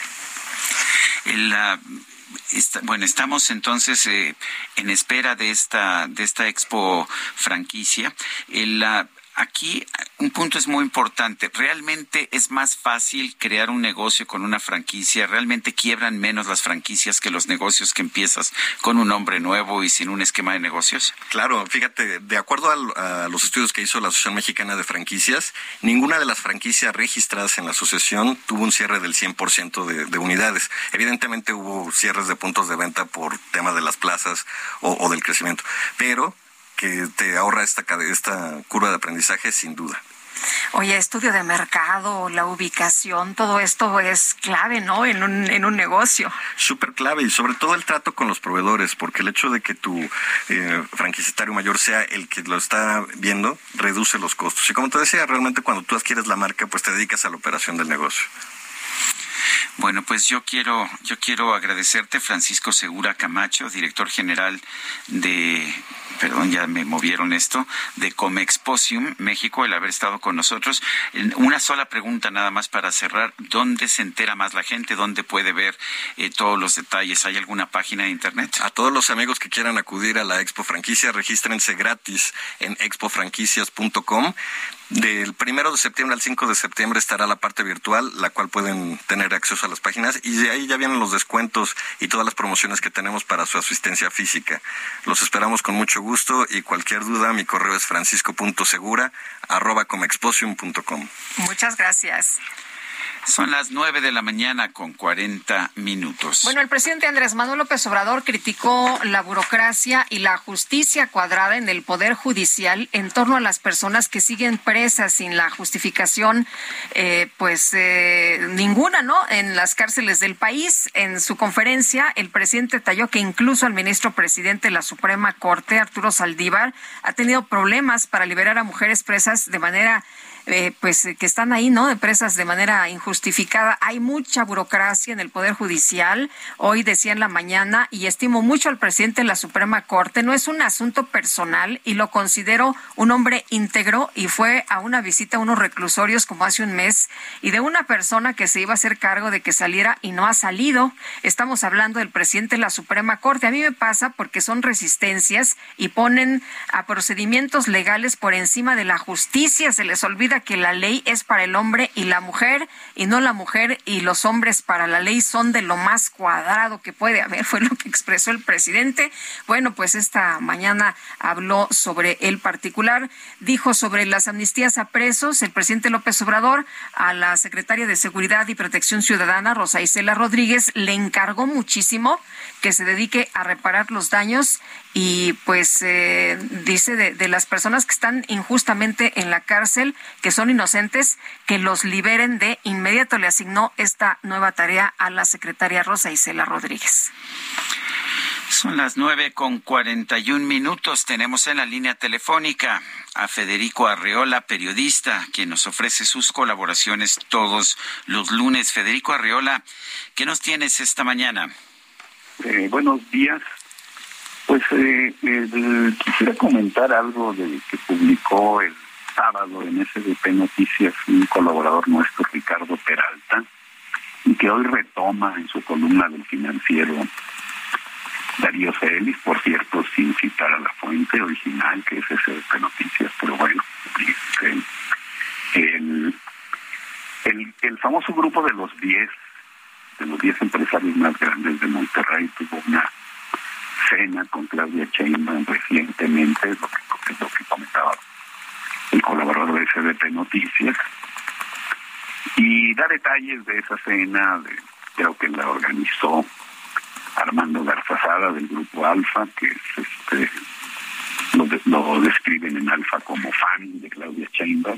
El, uh, está, bueno, estamos entonces eh, en espera de esta, de esta Expo franquicia. El... Uh, Aquí un punto es muy importante. ¿Realmente es más fácil crear un negocio con una franquicia? ¿Realmente quiebran menos las franquicias que los negocios que empiezas con un nombre nuevo y sin un esquema de negocios? Claro, fíjate, de acuerdo a, a los estudios que hizo la Asociación Mexicana de Franquicias, ninguna de las franquicias registradas en la asociación tuvo un cierre del cien por ciento de, de unidades. Evidentemente hubo cierres de puntos de venta por tema de las plazas o, o del crecimiento, pero que te ahorra esta, esta curva de aprendizaje sin duda. Oye, estudio de mercado, la ubicación, todo esto es clave, ¿no? En un, en un negocio. Súper clave, y sobre todo el trato con los proveedores, porque el hecho de que tu eh, franquiciatario mayor sea el que lo está viendo, reduce los costos. Y como te decía, realmente cuando tú adquieres la marca, pues te dedicas a la operación del negocio. Bueno, pues yo quiero, yo quiero agradecerte, Francisco Segura Camacho, director general de, perdón, ya me movieron esto, de Comexposium México, el haber estado con nosotros. Una sola pregunta nada más para cerrar: ¿dónde se entera más la gente? ¿Dónde puede ver eh, todos los detalles? ¿Hay alguna página de internet? A todos los amigos que quieran acudir a la Expo Franquicia, regístrense gratis en expo franquicias punto com. Del primero de septiembre al cinco de septiembre estará la parte virtual, la cual pueden tener acceso a las páginas, y de ahí ya vienen los descuentos y todas las promociones que tenemos para su asistencia física. Los esperamos con mucho gusto, y cualquier duda, mi correo es francisco punto segura arroba comexposium punto com. Muchas gracias. Son las nueve de la mañana con cuarenta minutos. Bueno, el presidente Andrés Manuel López Obrador criticó la burocracia y la justicia cuadrada en el Poder Judicial en torno a las personas que siguen presas sin la justificación, eh, pues eh, ninguna, ¿no?, en las cárceles del país. En su conferencia, el presidente detalló que incluso el ministro presidente de la Suprema Corte, Arturo Saldívar, ha tenido problemas para liberar a mujeres presas de manera Eh, pues que están ahí, ¿no?, de presas de manera injustificada. Hay mucha burocracia en el Poder Judicial. Hoy decía en la mañana, y estimo mucho al presidente de la Suprema Corte, no es un asunto personal y lo considero un hombre íntegro, y fue a una visita a unos reclusorios como hace un mes, y de una persona que se iba a hacer cargo de que saliera y no ha salido. Estamos hablando del presidente de la Suprema Corte. A mí me pasa porque son resistencias y ponen a procedimientos legales por encima de la justicia. Se les olvida olvida que la ley es para el hombre y la mujer, y no la mujer y los hombres para la ley son de lo más cuadrado que puede haber, fue lo que expresó el presidente. Bueno, pues esta mañana habló sobre el particular, dijo sobre las amnistías a presos, el presidente López Obrador a la secretaria de Seguridad y Protección Ciudadana, Rosa Isela Rodríguez, le encargó muchísimo que se dedique a reparar los daños y pues eh, dice de, de las personas que están injustamente en la cárcel, que son inocentes, que los liberen de inmediato. Le asignó esta nueva tarea a la secretaria Rosa Isela Rodríguez. Son las nueve con cuarenta y un minutos. Tenemos en la línea telefónica a Federico Arreola, periodista, quien nos ofrece sus colaboraciones todos los lunes. Federico Arreola, ¿qué nos tienes esta mañana? Eh, buenos días. Pues eh, eh, quisiera comentar algo de que publicó el sábado en S D P Noticias un colaborador nuestro, Ricardo Peralta, y que hoy retoma en su columna del Financiero Darío Celis, por cierto, sin citar a la fuente original, que es S D P Noticias, pero bueno, este, el, el, el famoso grupo de los diez, de los diez empresarios más grandes de Monterrey, tuvo una cena con Claudia Sheinbaum recientemente, lo que, lo que comentaba el colaborador de S D P Noticias, y da detalles de esa cena, de, creo que la organizó Armando Garzazada del Grupo Alfa, que es este lo, de, lo describen en Alfa como fan de Claudia Sheinbaum,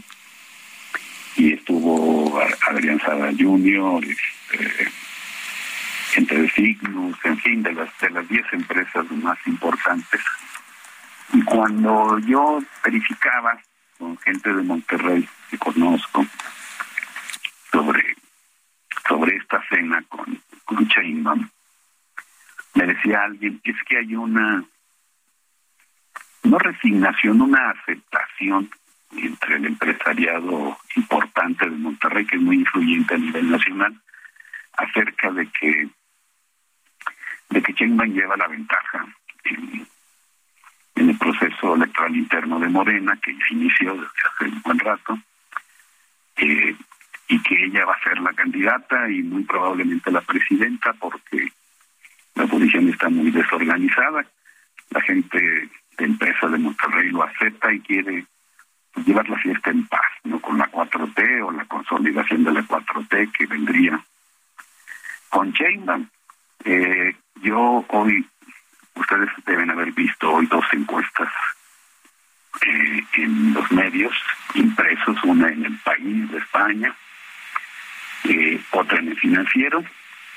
y estuvo Adrián Sada junior, este, gente de Signos, en fin, de las de las diez empresas más importantes. Y cuando yo verificaba con gente de Monterrey que conozco sobre sobre esta cena con, con Sheinbaum, me decía alguien, es que hay una no resignación, una aceptación entre el empresariado importante de Monterrey, que es muy influyente a nivel nacional, acerca de que de que Sheinbaum lleva la ventaja en, en el proceso electoral interno de Morena, que ya inició desde hace un buen rato, eh, y que ella va a ser la candidata y muy probablemente la presidenta, porque la oposición está muy desorganizada. La gente de empresa de Monterrey lo acepta y quiere llevar la fiesta en paz, no con la cuatro T o la consolidación de la cuatro T que vendría con Sheinbaum. Eh, yo hoy, ustedes deben haber visto hoy dos encuestas eh, en los medios impresos, una en El País de España, eh, otra en El Financiero,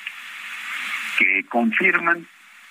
que confirman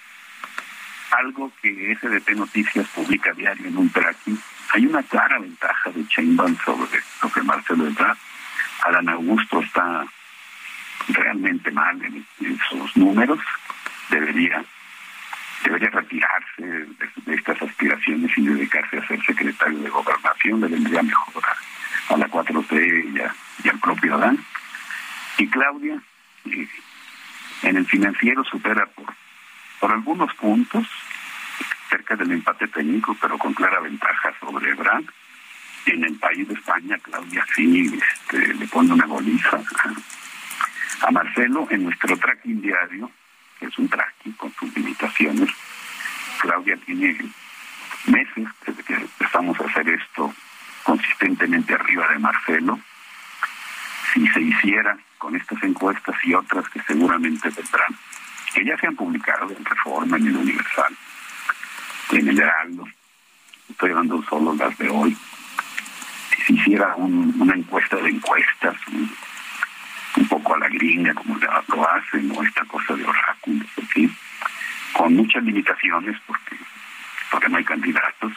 algo que S D P Noticias publica diario en un tracking. Hay una clara ventaja de Sheinbaum sobre, sobre Marcelo Ebrard. Adán Augusto está realmente mal en, en sus números, debería debería retirarse de, de estas aspiraciones y dedicarse a ser secretario de Gobernación, le vendría mejor a, a la cuatro T y, a, y al propio Adán. Y Claudia, eh, en el Financiero supera por, por algunos puntos, cerca del empate técnico, pero con clara ventaja sobre Ebrard. En El País de España, Claudia sí este, le pone una goliza a, a Marcelo. En nuestro tracking diario, que es un tracking con sus limitaciones, Claudia tiene meses desde que empezamos a hacer esto consistentemente arriba de Marcelo. Si se hiciera con estas encuestas y otras que seguramente vendrán, que ya se han publicado en Reforma, en El Universal, en El Heraldo, estoy dando solo las de hoy. Si se hiciera un, una encuesta de encuestas, un, un poco a la gringa, como lo hacen, o esta cosa de oráculos, en fin, con muchas limitaciones, porque porque no hay candidatos,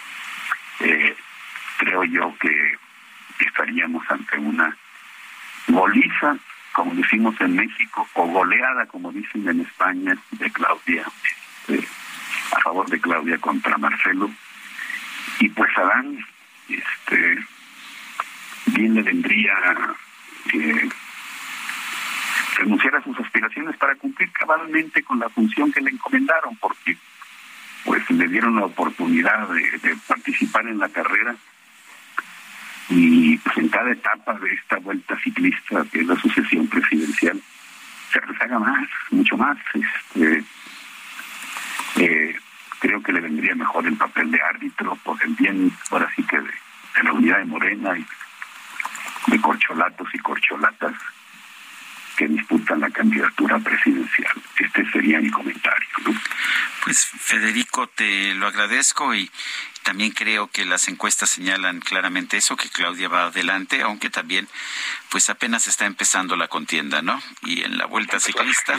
eh, creo yo que estaríamos ante una goliza, como decimos en México, o goleada, como dicen en España, de Claudia, este, a favor de Claudia contra Marcelo. Y pues Adán, este, bien le vendría eh, renunciar a sus aspiraciones para cumplir cabalmente con la función que le encomendaron, porque pues le dieron la oportunidad de, de participar en la carrera Y pues en cada etapa de esta vuelta ciclista, que es la sucesión presidencial, se rezaga más, mucho más. Este, eh, creo que le vendría mejor el papel de árbitro por el bien, ahora sí que de, de la unidad de Morena y de corcholatos y corcholatas que disputan la candidatura presidencial. Este sería mi comentario, ¿no? Pues Federico, te lo agradezco y también creo que las encuestas señalan claramente eso, que Claudia va adelante, aunque también pues apenas está empezando la contienda, ¿no? Y en la vuelta ciclista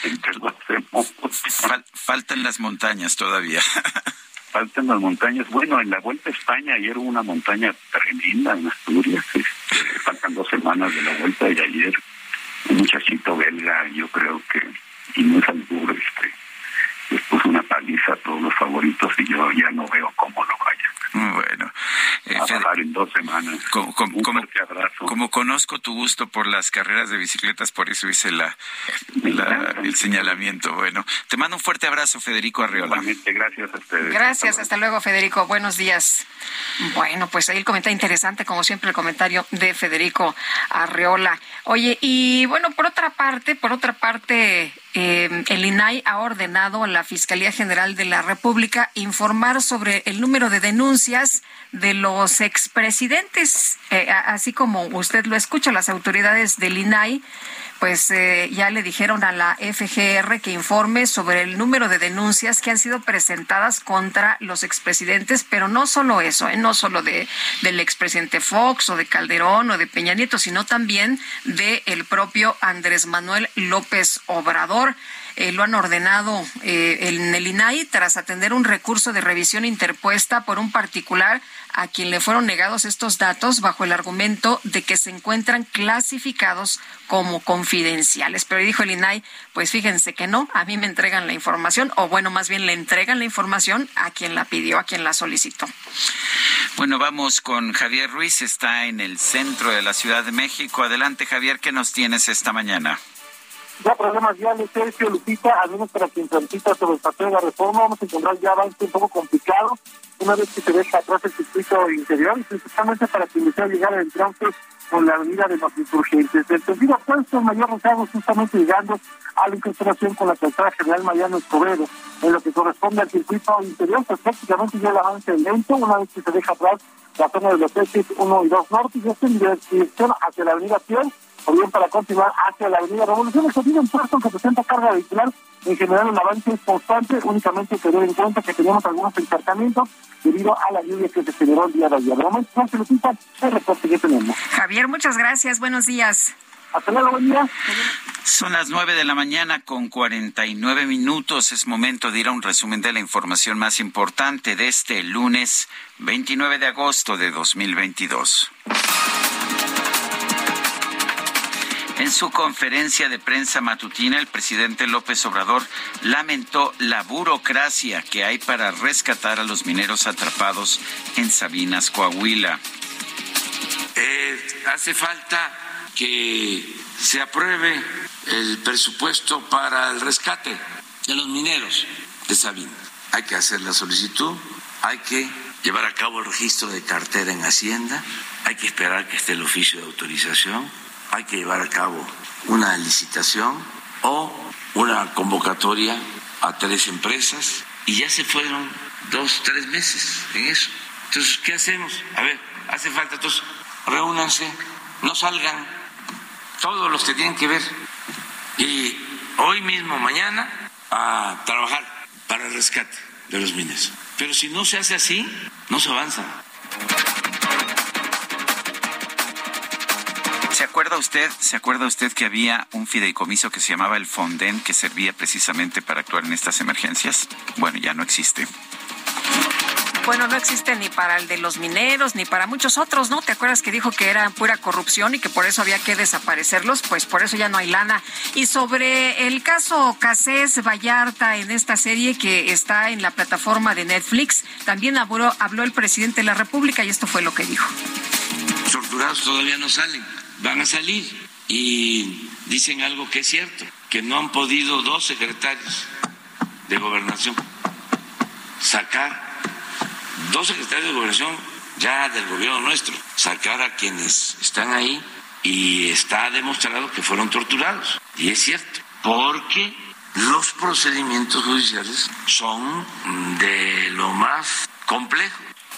fal- faltan las montañas todavía. Faltan las montañas. Bueno, en la Vuelta a España ayer hubo una montaña tremenda en Asturias. Este, faltan dos semanas de la Vuelta y ayer un muchachito belga, yo creo que, y no es albur, este, les puso una paliza a todos los favoritos y yo ya no veo cómo lo vayan. Bueno, eh, a bajar en dos semanas. Como, como, un como, abrazo. como conozco tu gusto por las carreras de bicicletas, por eso hice la, la el señalamiento. Bueno, te mando un fuerte abrazo, Federico Arreola. Igualmente, gracias a ustedes. Gracias, hasta luego, Federico. Buenos días. Bueno, pues ahí el comentario interesante, como siempre, el comentario de Federico Arreola. Oye, y bueno, por otra parte, por otra parte, eh, el I N A I ha ordenado a la Fiscalía General de la República informar sobre el número de denuncias de los expresidentes, eh, así como usted lo escucha, las autoridades del I N A I pues eh, ya le dijeron a la F G R que informe sobre el número de denuncias que han sido presentadas contra los expresidentes, pero no solo eso, eh, no solo de del expresidente Fox o de Calderón o de Peña Nieto, sino también de el propio Andrés Manuel López Obrador. Eh, lo han ordenado eh, en el I N A I tras atender un recurso de revisión interpuesta por un particular a quien le fueron negados estos datos bajo el argumento de que se encuentran clasificados como confidenciales. Pero dijo el I N A I, pues fíjense que no, a mí me entregan la información, o bueno, más bien le entregan la información a quien la pidió, a quien la solicitó. Bueno, vamos con Javier Ruiz, está en el centro de la Ciudad de México. Adelante, Javier, ¿qué nos tienes esta mañana? Ya problemas viales, Sergio, Lupita, al menos para quien transita sobre el paseo de la Reforma, vamos a encontrar ya avance un poco complicado, una vez que se deja atrás el circuito interior, y principalmente para quien desea llegar al entrante con la avenida de los Insurgentes. Del sentido opuesto, el mayor rezago justamente llegando a la incorporación con la calzada General Mariano Escobedo. En lo que corresponde al circuito interior, pues prácticamente ya el avance lento, una vez que se deja atrás la zona de los ejes uno y dos norte, y esto en dirección hacia la avenida Piel, o bien para continuar hacia la avenida Revolución. El sentido opuesto que presenta carga vehicular, en general el avance es constante, únicamente tener en cuenta que tenemos algunos encharcamientos debido a la lluvia que se generó el día de ayer. De momento, no se lo quita el reporte que tenemos. Javier, muchas gracias, buenos días. Hasta luego, buen día. Son las nueve de la mañana con cuarenta y nueve minutos. Es momento de ir a un resumen de la información más importante de este lunes veintinueve de agosto de dos mil veintidós. En su conferencia de prensa matutina, el presidente López Obrador lamentó la burocracia que hay para rescatar a los mineros atrapados en Sabinas, Coahuila. Eh, hace falta que se apruebe el presupuesto para el rescate de los mineros de Sabinas. Hay que hacer la solicitud, hay que llevar a cabo el registro de cartera en Hacienda, hay que esperar que esté el oficio de autorización, hay que llevar a cabo una licitación o una convocatoria a tres empresas y ya se fueron dos, tres meses en eso. Entonces, ¿qué hacemos? A ver, hace falta, entonces, reúnanse, no salgan todos los que tienen que ver y hoy mismo, mañana, a trabajar para el rescate de los mineros. Pero si no se hace así, no se avanza. ¿Se acuerda usted, se acuerda usted que había un fideicomiso que se llamaba el Fonden, que servía precisamente para actuar en estas emergencias? Bueno, ya no existe. Bueno, no existe ni para el de los mineros, ni para muchos otros, ¿no? ¿Te acuerdas que dijo que era pura corrupción y que por eso había que desaparecerlos? Pues por eso ya no hay lana. Y sobre el caso Cassés Vallarta en esta serie que está en la plataforma de Netflix, también habló, habló el presidente de la República y esto fue lo que dijo. Los torturados todavía no salen, van a salir y dicen algo que es cierto, que no han podido dos secretarios de Gobernación sacar dos secretarios de Gobernación ya del gobierno nuestro, sacar a quienes están ahí, y está demostrado que fueron torturados. Y es cierto, porque los procedimientos judiciales son de lo más complejo.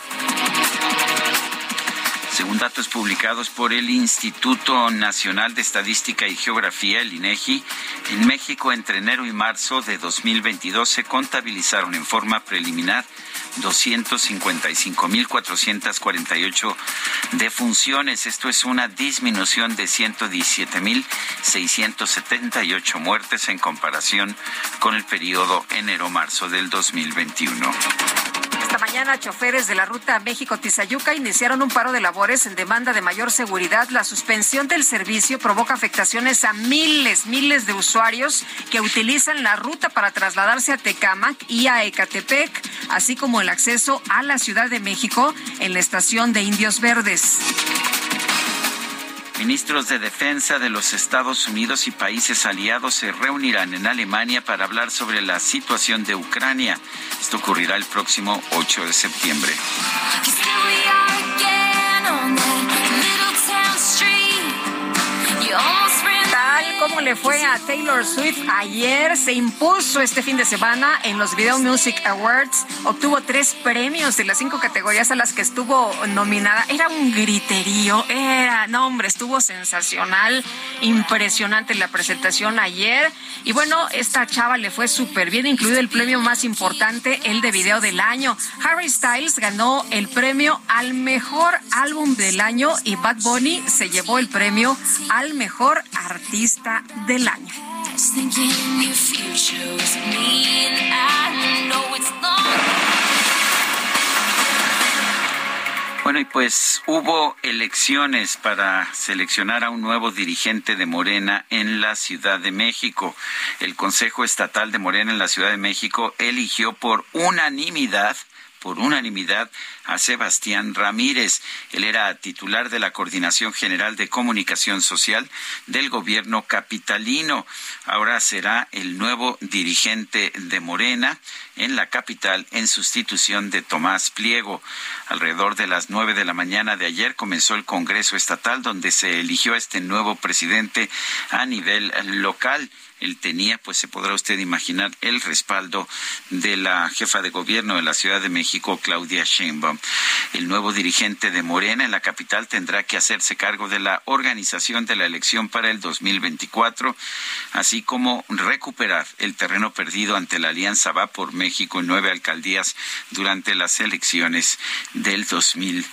Según datos publicados por el Instituto Nacional de Estadística y Geografía, el INEGI, en México entre enero y marzo de dos mil veintidós se contabilizaron en forma preliminar doscientos cincuenta y cinco mil cuatrocientos cuarenta y ocho defunciones. Esto es una disminución de ciento diecisiete mil seiscientos setenta y ocho muertes en comparación con el periodo enero-marzo del dos mil veintiuno. Esta mañana, choferes de la ruta México-Tizayuca iniciaron un paro de labores en demanda de mayor seguridad. La suspensión del servicio provoca afectaciones a miles, miles de usuarios que utilizan la ruta para trasladarse a Tecámac y a Ecatepec, así como el acceso a la Ciudad de México en la estación de Indios Verdes. Ministros de Defensa de los Estados Unidos y países aliados se reunirán en Alemania para hablar sobre la situación de Ucrania. Esto ocurrirá el próximo ocho de septiembre. Tal como le fue a Taylor Swift ayer, se impuso este fin de semana en los Video Music Awards. Obtuvo tres premios de las cinco categorías a las que estuvo nominada. Era un griterío, era, no hombre, estuvo sensacional, impresionante la presentación ayer. Y bueno, esta chava le fue súper bien, incluido el premio más importante, el de video del año. Harry Styles ganó el premio al mejor álbum del año y Bad Bunny se llevó el premio al mejor artista del año. Bueno, y pues hubo elecciones para seleccionar a un nuevo dirigente de Morena en la Ciudad de México. El Consejo Estatal de Morena en la Ciudad de México eligió por unanimidad por unanimidad a Sebastián Ramírez. Él era titular de la Coordinación General de Comunicación Social del gobierno capitalino. Ahora será el nuevo dirigente de Morena en la capital en sustitución de Tomás Pliego. Alrededor de las nueve de la mañana de ayer comenzó el Congreso Estatal, donde se eligió a este nuevo presidente a nivel local. Él tenía, pues se podrá usted imaginar, el respaldo de la jefa de gobierno de la Ciudad de México, Claudia Sheinbaum. El nuevo dirigente de Morena en la capital tendrá que hacerse cargo de la organización de la elección para el dos mil veinticuatro, así como recuperar el terreno perdido ante la Alianza Va por México en nueve alcaldías durante las elecciones del dos mil,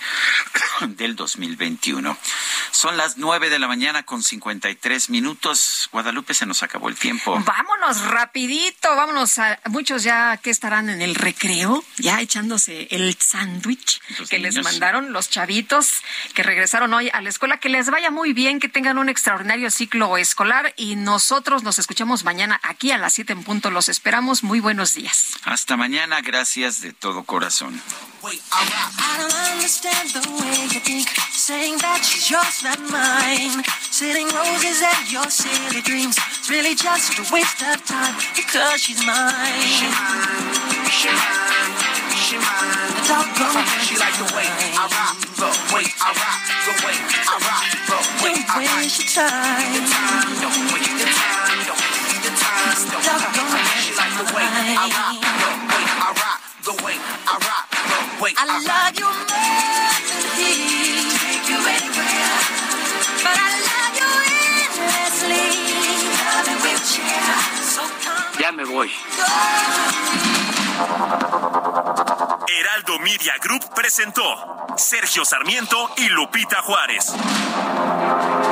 del dos mil veintiuno. Son las nueve de la mañana con cincuenta y tres minutos. Guadalupe, se nos acabó el tiempo. Vámonos rapidito, vámonos a muchos ya que estarán en el recreo, ya echándose el sándwich que niños les mandaron los chavitos que regresaron hoy a la escuela. Que les vaya muy bien, que tengan un extraordinario ciclo escolar y nosotros nos escuchamos mañana aquí a las siete en punto. Los esperamos. Muy buenos días. Hasta mañana, gracias de todo corazón. I don't understand the way you think, saying that she's yours, not mine. Sitting roses at your silly dreams, it's really just a waste of time, because she's mine. She mine, she mine, she mine. It's all gone. She like the way I rock, the way I rock, the way I rock, the way I rock. Don't waste your time. Your time, don't waste your time, don't waste your time, don't waste your time. She like the way I rock, the way I rock, the way I rock. Wait, I, I love your melody, take you anywhere, but I love you endlessly, love it with you, so come. Ya me voy. Heraldo Media Group presentó Sergio Sarmiento y Lupita Juárez.